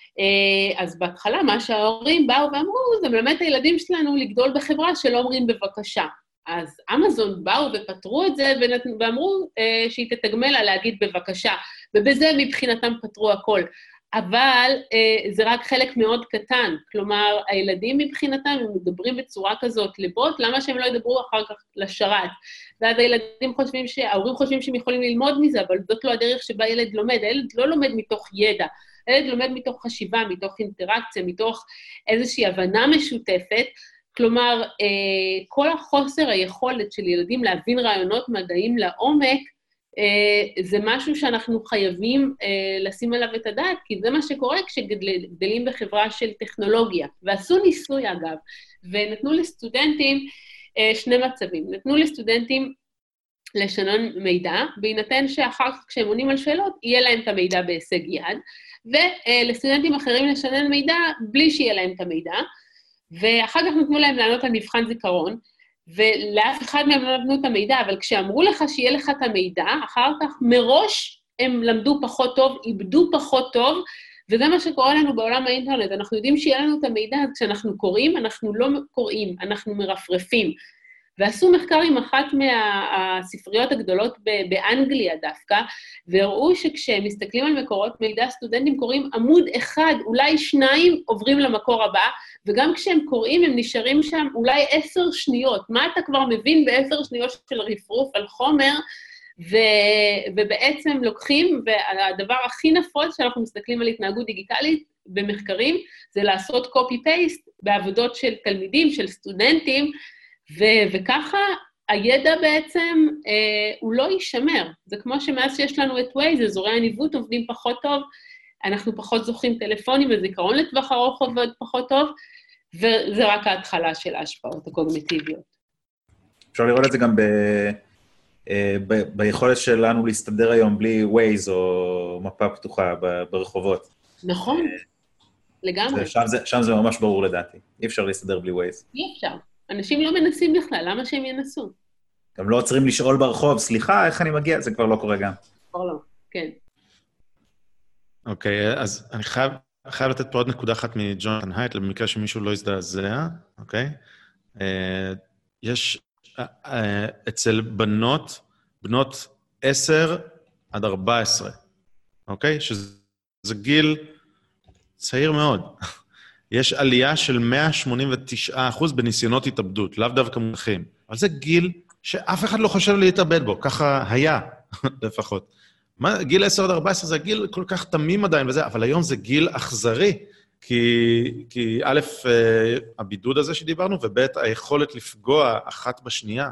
אז בהתחלה מה שההורים באו ואמרו, זה מלמד את הילדים שלנו לגדול בחברה שלא אומרים בבקשה. אז אמזון באו ופתרו את זה ואמרו שהיא תתגמל לה להגיד בבקשה, ובזה מבחינתם פתרו הכל. אבל זה רק חלק מאוד קטן, כלומר, הילדים מבחינתם, הם מדברים בצורה כזאת לבוט, למה שהם לא ידברו אחר כך לשרת? ואז הילדים חושבים ההורים חושבים שהם יכולים ללמוד מזה, אבל זאת לא הדרך שבה ילד לומד, הילד לא לומד מתוך ידע, הילד לומד מתוך חשיבה, מתוך אינטראקציה, מתוך איזושהי הבנה משותפת, כלומר, כל החוסר היכולת של ילדים להבין רעיונות מדעיים לעומק, זה משהו שאנחנו חייבים לשים עליו את הדעת, כי זה מה שקורה כשגדלים בחברה של טכנולוגיה. ועשו ניסוי אגב, ונתנו לסטודנטים שני מצבים. נתנו לסטודנטים לשנן מידע, בהינתן שאחר כך כשהם עונים על שאלות, יהיה להם את המידע בהישג יד, ולסטודנטים אחרים לשנן מידע בלי שיהיה להם את המידע, ואחר כך נתנו להם לענות על מבחן זיכרון, ולאף אחד מהם לא נתנו את המידע, אבל כשאמרו לך שיהיה לך את המידע, אחר כך מראש הם למדו פחות טוב, איבדו פחות טוב, וזה מה שקורה לנו בעולם האינטרנט. אנחנו יודעים שיהיה לנו את המידע, אז כשאנחנו קוראים, אנחנו לא קוראים, אנחנו מרפרפים. ועשו מחקר עם אחת מהספריות הגדולות באנגליה דווקא, והראו שכשהם מסתכלים על מקורות מידע, סטודנטים קוראים עמוד אחד, אולי שניים עוברים למקור הבא, וגם כשהם קוראים הם נשארים שם אולי 10 שניות. מה אתה כבר מבין ב10 שניות של רפרוף על חומר, ובעצם לוקחים, והדבר הכי נפוץ שאנחנו מסתכלים על התנהגות דיגיטלית במחקרים, זה לעשות copy-paste בעבודות של תלמידים, של סטודנטים, וככה הידע בעצם הוא לא יישמר. זה כמו שמאז שיש לנו את Waze, אזורי הניווט עובדים פחות טוב, אנחנו פחות זוכים טלפונים, וזיכרון לטווח ארוך עובד פחות טוב, וזה רק ההתחלה של ההשפעות הקוגניטיביות. אפשר לראות את זה גם ביכולת שלנו להסתדר היום בלי Waze או מפה פתוחה ברחובות. נכון, לגמרי. שם זה ממש ברור לדעתי. אי אפשר להסתדר בלי Waze. אי אפשר. אנשים לא מנסים בכלל, למה שהם ינסו? גם לא עוצרים לשאול ברחוב, סליחה, איך אני מגיע? זה כבר לא קורה גם. כבר לא, כן. אוקיי, אז אני חייב לתת פה עוד נקודה אחת מג'ונתן הייט, במקרה שמישהו לא יזדעזע, אוקיי? יש אצל בנות 10 עד 14, אוקיי? שזה גיל צעיר מאוד. יש עלייה של 189% בניסיונות התאבדות, לאו דווקא מונחים. אבל זה גיל שאף אחד לא חושב להתאבד בו, ככה היה לפחות. גיל 10 עד 14 זה גיל כל כך תמים עדיין וזה, אבל היום זה גיל אכזרי, כי א', הבידוד הזה שדיברנו, וב', היכולת לפגוע אחת בשנייה,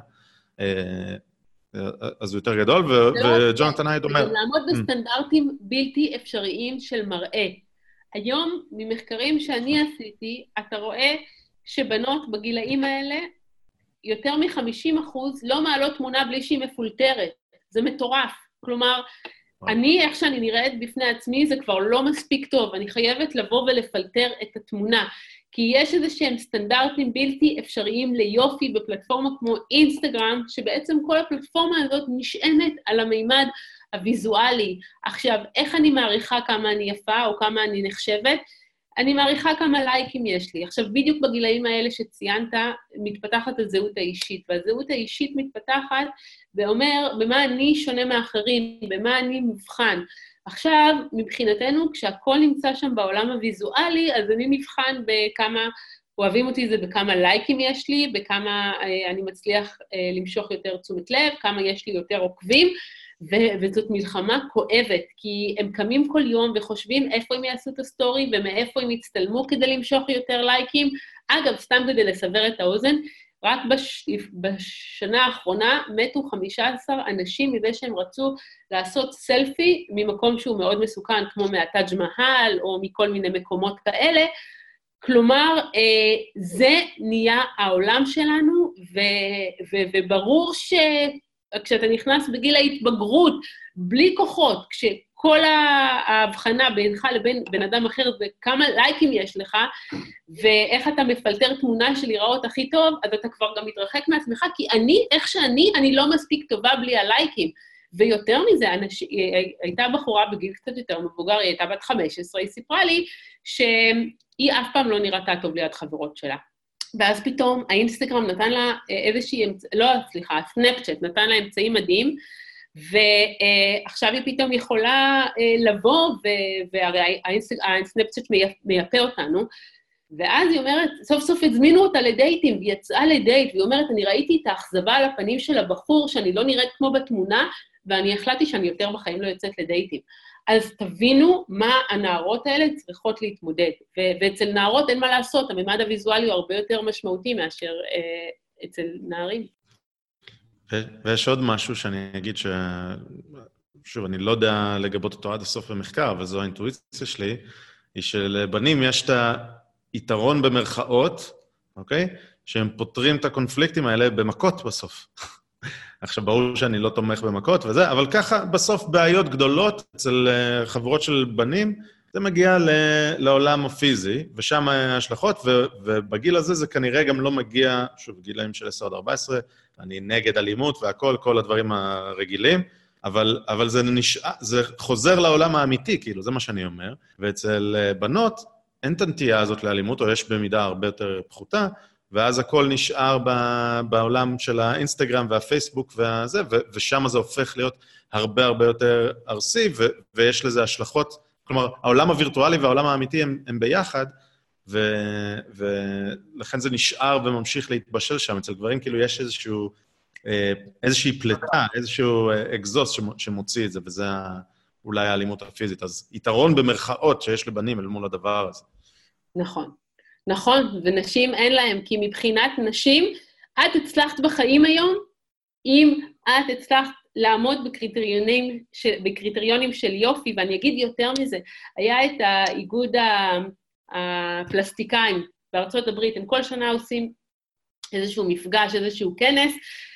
אז הוא יותר גדול, וג'ונתן הייט אומר... לעמוד בסטנדרטים בלתי אפשריים של מראה. היום, ממחקרים שאני עשיתי, אתה רואה שבנות בגילאים האלה, יותר מ-50% לא מעלות תמונה בלי שהיא מפולטרת. זה מטורף. כלומר, אני, איך שאני נראית בפני עצמי, זה כבר לא מספיק טוב. אני חייבת לבוא ולפלטר את התמונה, כי יש איזה שהם סטנדרטים בלתי אפשריים ליופי בפלטפורמה כמו אינסטגרם, שבעצם כל הפלטפורמה הזאת נשענת על המימד הוויזואלי. עכשיו, איך אני מעריכה כמה אני יפה או כמה אני נחשבת? אני מעריכה כמה לייקים יש לי. עכשיו, בדיוק בגילאים האלה שציינת, מתפתחת הזהות האישית, והזהות האישית מתפתחת ואומר במה אני שונה מאחרים, במה אני מבחן. עכשיו, מבחינתנו, כשהכל נמצא שם בעולם הוויזואלי, אז אני מבחן בכמה אוהבים אותי, זה בכמה לייקים יש לי, בכמה אני מצליח למשוך יותר תשומת לב, כמה יש לי יותר עוקבים, וזאת מלחמה כואבת, כי הם קמים כל יום וחושבים איפה הם יעשו את הסטורי, ומאיפה הם יצטלמו כדי למשוך יותר לייקים. אגב, סתם כדי לסבר את האוזן, רק בשנה האחרונה מתו 15 אנשים מזה שהם רצו לעשות סלפי ממקום שהוא מאוד מסוכן, כמו מהטאג' מהל או מכל מיני מקומות כאלה. כלומר, זה נהיה העולם שלנו, וברור שכשאתה נכנס בגיל ההתבגרות, בלי כוחות, כשכל ההבחנה בינך לבין בן אדם אחר זה כמה לייקים יש לך, ואיך אתה מפלטר תמונה של להיראות הכי טוב, אז אתה כבר גם מתרחק מעצמך, כי איך שאני לא מספיק טובה בלי הלייקים. ויותר מזה, היא הייתה בחורה בגיל קצת יותר מבוגר, היא הייתה בת 15, היא סיפרה לי שהיא אף פעם לא נראתה טוב ליד חברות שלה. ואז פתאום האינסטגרם נתן לה הסנאפצ'אט נתן לה אמצעי מדהים, ועכשיו היא פתאום יכולה לבוא, והרי הסנאפצ'אט מייפה אותנו, ואז היא אומרת, סוף סוף הזמינו אותה לדייטים, והיא יצאה לדייט, והיא אומרת, אני ראיתי את האכזבה על הפנים של הבחור, שאני לא נראית כמו בתמונה, ואני החלטתי שאני יותר בחיים לא יוצאת לדייטים. אז תבינו מה הנערות האלה צריכות להתמודד. ואצל נערות אין מה לעשות, הממד הוויזואלי הוא הרבה יותר משמעותי מאשר אצל נערים. ויש עוד משהו שאני אגיד שוב, אני לא יודע לגבות אותו עד הסוף במחקר, אבל זו האינטואיציה שלי, היא שלבנים יש את היתרון במרכאות, אוקיי? שהם פותרים את הקונפליקטים האלה במכות בסוף. עכשיו, ברור שאני לא תומך במכות וזה, אבל ככה, בסוף בעיות גדולות אצל חברות של בנים, זה מגיע לעולם הפיזי, ושם ההשלכות, ובגיל הזה זה כנראה גם לא מגיע, שוב, גילאים של 10-14, אני נגד אלימות והכל, כל הדברים הרגילים, אבל זה חוזר לעולם האמיתי, כאילו, זה מה שאני אומר, ואצל בנות אין תנטייה הזאת לאלימות, או יש במידה הרבה יותר פחותה, ואז הכל נשאר בעולם של האינסטגרם והפייסבוק והזה, ושם זה הופך להיות הרבה הרבה יותר ארסי, ויש לזה השלכות, כלומר, העולם הווירטואלי והעולם האמיתי הם ביחד, ולכן זה נשאר וממשיך להתבשל שם. אצל גברים כאילו יש איזושהי פלטה, איזשהו אקזוס שמוציא את זה, וזה אולי האלימות הפיזית. אז יתרון במרכאות שיש לבנים אל מול הדבר הזה. נכון. נכון, ונשים אין להם, כי מבחינת נשים, את הצלחת בחיים היום, אם את הצלחת לעמוד בקריטריונים של יופי, ואני אגיד יותר מזה, היה את האיגוד הפלסטיקאים בארצות הברית, הם כל שנה עושים איזשהו מפגש, איזשהו כנס,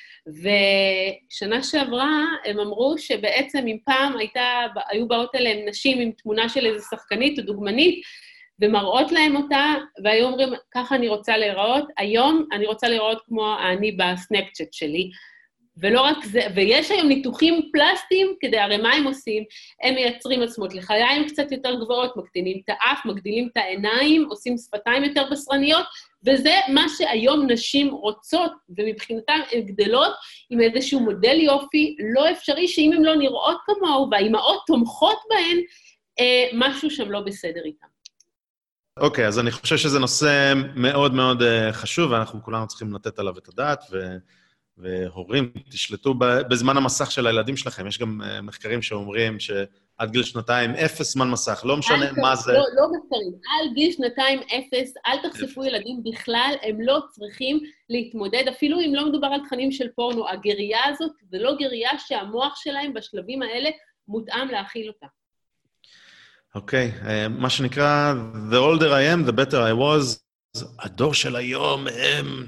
ושנה שעברה הם אמרו שבעצם אם פעם היו באות אליהם נשים עם תמונה של איזו שחקנית או דוגמנית, ומראות להם אותה, והיו אומרים, ככה אני רוצה להיראות, היום אני רוצה להיראות כמו אני בסנאפצ'אט שלי, ולא רק זה, ויש היום ניתוחים פלסטיים, כדי הרי מה הם עושים? הם מייצרים עצמות לחיים קצת יותר גבוהות, מקטינים את האף, מגדילים את העיניים, עושים שפתיים יותר בשרניות, וזה מה שהיום נשים רוצות, ומבחינתן הן גדלות עם איזשהו מודל יופי לא אפשרי, שאם הן לא נראות כמוהו, והאימהות תומכות בהן, משהו שם לא בסדר איתם. אוקיי, אז אני חושב שזה נושא מאוד מאוד חשוב, ואנחנו כולנו צריכים לתת עליו את הדעת, והורים, תשלטו בזמן המסך של הילדים שלכם. יש גם מחקרים שאומרים שעד גיל 2 אפס זמן מסך, לא משנה מה זה. לא מחקרים, על גיל 2 אפס, אל תחשפו ילדים בכלל, הם לא צריכים להתמודד, אפילו אם לא מדובר על תכנים של פורנו, הגרייה הזאת, זה לא גרייה שהמוח שלהם בשלבים האלה מותאם להכיל אותה. אוקיי, מה שנקרא, the older I am, the better I was, הדור של היום הם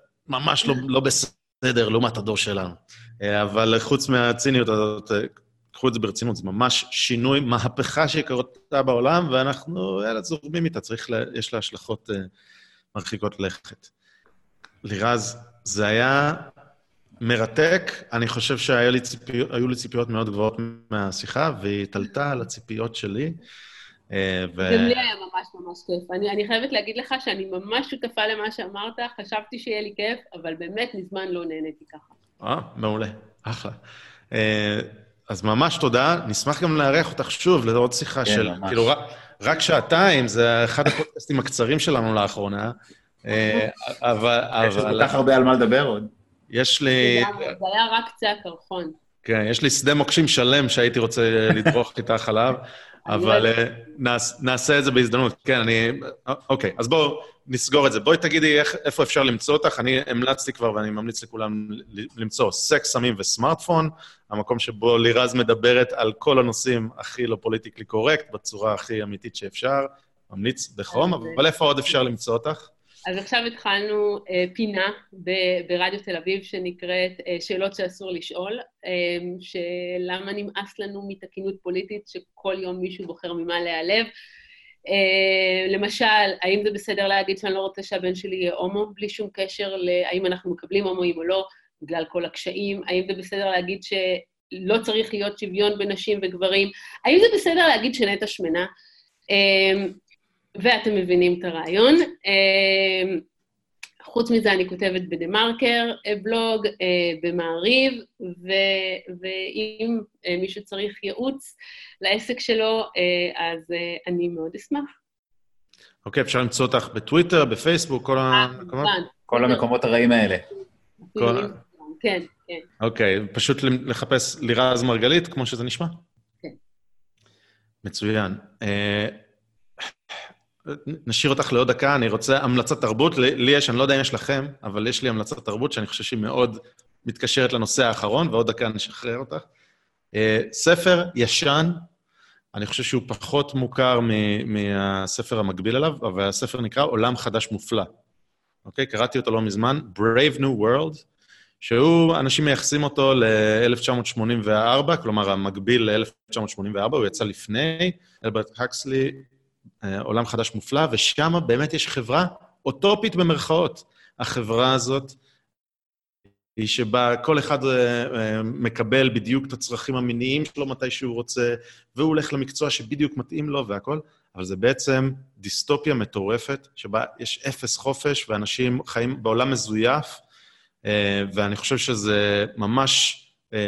ממש לא בסדר לעומת הדור שלנו. אבל חוץ מהציניות הזאת, קחו את זה ברצינות, זה ממש שינוי, מהפכה שקרתה בעולם, ואנחנו, זורמים איתה, יש לה השלכות מרחיקות לכת. לירז, זה היה מרתק, אני חושב שהיו לי ציפיות מאוד גבוהות מהשיחה, והיא התעלתה על הציפיות שלי. גם לי היה ממש ממש כיף. אני חייבת להגיד לך שאני ממש שותפה למה שאמרת, חשבתי שיהיה לי כיף, אבל באמת מזמן לא נהניתי ככה. מעולה, אחלה. אז ממש תודה, נשמח גם לארח אותך שוב, לעוד שיחה של, כאילו, רק שעתיים, זה אחד הפודקאסטים הקצרים שלנו לאחרונה, אבל... יש כל כך הרבה על מה לדבר עוד. יש לי... זה היה רק קצה הקרחון. כן, יש לי שדה מוקשים שלם שהייתי רוצה לדרוך איתך עליו, אבל נעשה את זה בהזדמנות. כן, אוקיי, אז בואו נסגור את זה. בואי תגידי איפה אפשר למצוא אותך. אני המלצתי כבר ואני ממליץ לכולם למצוא סקס, סמים וסמארטפון, המקום שבו לירז מדברת על כל הנושאים הכי לא פוליטיקלי קורקט, בצורה הכי אמיתית שאפשר. ממליץ בחום, אבל איפה עוד אפשר למצוא אותך? אז עכשיו התחלנו פינה ברדיו תל אביב שנקראת שאלות שאסור לשאול, שלמה נמאס לנו מתקינות פוליטית שכל יום מישהו בוחר ממה להיעלב. למשל, האם זה בסדר להגיד שאני לא רוצה שהבן שלי יהיה הומו, בלי שום קשר להאם אנחנו מקבלים הומואים או לא, בגלל כל הקשיים, האם זה בסדר להגיד שלא צריך להיות שוויון בין נשים וגברים, האם זה בסדר להגיד שנטע שמנה, ואתם מבינים את הרעיון. חוץ מזה אני כותבת בדה-מרקר, בלוג, במעריב, ואם מישהו צריך ייעוץ לעסק שלו, אז אני מאוד אשמח. אוקיי, אפשר למצוא אותך בטוויטר, בפייסבוק, כל המקומות? כל המקומות הרעים האלה. כן, כן. אוקיי, פשוט לחפש לירז מרגלית, כמו שזה נשמע? כן. מצוין. נשאיר אותך לעוד דקה, אני רוצה המלצת תרבות, לי יש, אני לא יודע אם יש לכם, אבל יש לי המלצת תרבות שאני חושב שהיא מאוד מתקשרת לנושא האחרון, ועוד דקה נשחרר אותך. ספר ישן, אני חושב שהוא פחות מוכר מהספר המקביל אליו, אבל הספר נקרא עולם חדש מופלא. אוקיי? קראתי אותו לא מזמן, Brave New World, שהוא, אנשים מייחסים אותו ל-1984, כלומר המקביל ל-1984, הוא יצא לפני, אלברט הקסלי, עולם חדש מופלא, ושם באמת יש חברה אוטופית במרכאות. החברה הזאת היא שבה כל אחד מקבל בדיוק את הצרכים המיניים שלו מתי שהוא רוצה, והוא הולך למקצוע שבדיוק מתאים לו והכל, אבל זה בעצם דיסטופיה מטורפת, שבה יש אפס חופש, ואנשים חיים בעולם מזויף, ואני חושב שזה ממש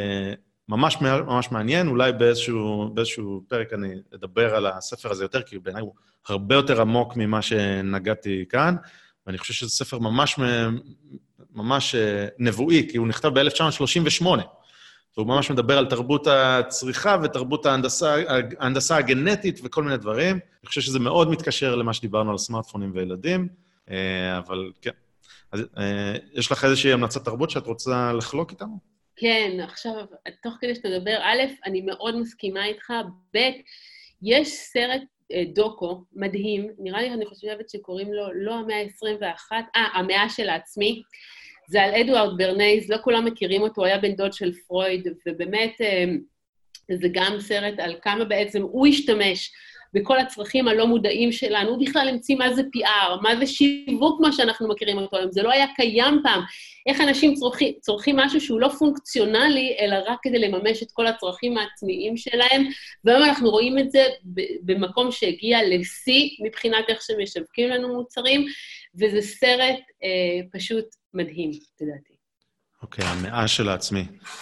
מעניין, אולי באיזשהו פרק אני אדבר על הספר הזה יותר, כי בעיניי הוא הרבה יותר עמוק ממה שנגעתי כאן, ואני חושב שזה ספר ממש נבואי, כי הוא נכתב ב-1938, והוא ממש מדבר על תרבות הצריכה ותרבות ההנדסה הגנטית וכל מיני דברים. אני חושב שזה מאוד מתקשר למה שדיברנו על סמארטפונים וילדים, אבל כן. אז יש לך איזושהי המלצת תרבות שאת רוצה לחלוק איתנו? כן, עכשיו, תוך כדי שתדבר, א', אני מאוד מסכימה איתך, ב', יש סרט דוקו מדהים, נראה לי, אני חושבת שקוראים לו לא המאה ה-21, המאה של העצמי, זה על אדוארד ברנייז, לא כולם מכירים אותו, הוא היה בן דוד של פרויד, ובאמת זה גם סרט על כמה בעצם הוא השתמש בכל הצרכים הלא מודעים שלנו, הוא בכלל המציא מה זה PR, מה זה שיווק מה שאנחנו מכירים אותו היום, זה לא היה קיים פעם, איך אנשים צורכים משהו שהוא לא פונקציונלי, אלא רק כדי לממש את כל הצרכים העצמיים שלהם, והיום אנחנו רואים את זה במקום שהגיע לשיא, מבחינת איך שמשווקים לנו מוצרים, וזה סרט פשוט מדהים, לדעתי. אוקיי, המאה של העצמי.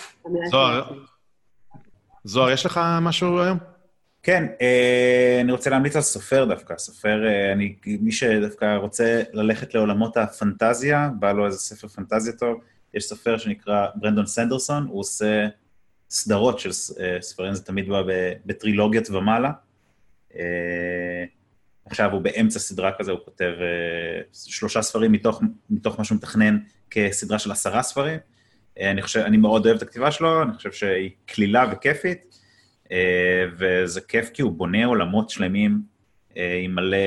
זוהר, יש לך משהו היום? כן, אני רוצה להמליץ על סופר דווקא. סופר, מי שדווקא רוצה ללכת לעולמות הפנטזיה, בא לו איזה ספר פנטזיה טוב, יש סופר שנקרא ברנדון סנדרסון, הוא עושה סדרות של ספרים, זה תמיד בא בטרילוגיות ומעלה. עכשיו הוא באמצע סדרה כזה, הוא כותב 3 ספרים מתוך מה שהוא מתכנן כסדרה של 10 ספרים. אני מאוד אוהב את הכתיבה שלו, אני חושב שהיא כלילה וכיפית, וזה כיף כי הוא בונה עולמות שלמים עם מלא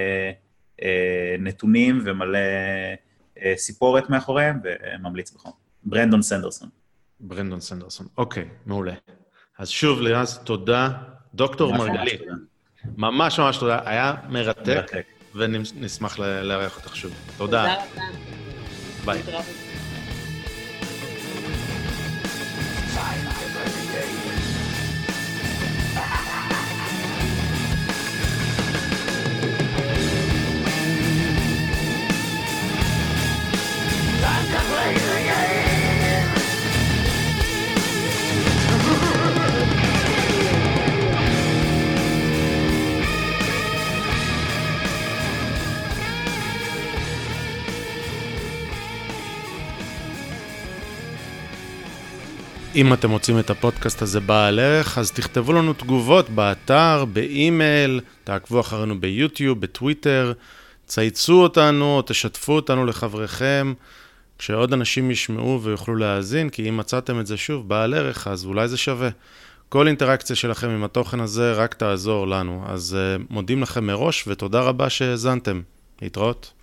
נתונים ומלא סיפורת מאחוריהם, וממליץ בחום. ברנדון סנדרסון. ברנדון סנדרסון, אוקיי, מעולה. אז שוב, לירז, תודה. דוקטור מרגלית, ממש ממש תודה. היה מרתק, ונשמח לארח אותך שוב. תודה. תודה רבה. ביי. Time to play the game. אם אתם רוצים את הפודקאסט הזה בעל ערך, אז תכתבו לנו תגובות באתר, באימייל, תעקבו אחרינו ביוטיוב, בטוויטר, צייצו אותנו, תשתפו אותנו לחבריכם, כשעוד אנשים ישמעו ויוכלו להאזין, כי אם מצאתם את זה שוב בעל ערך, אז אולי זה שווה. כל אינטראקציה שלכם עם התוכן הזה רק תעזור לנו, אז מודים לכם מראש ותודה רבה שהאזנתם. להתראות.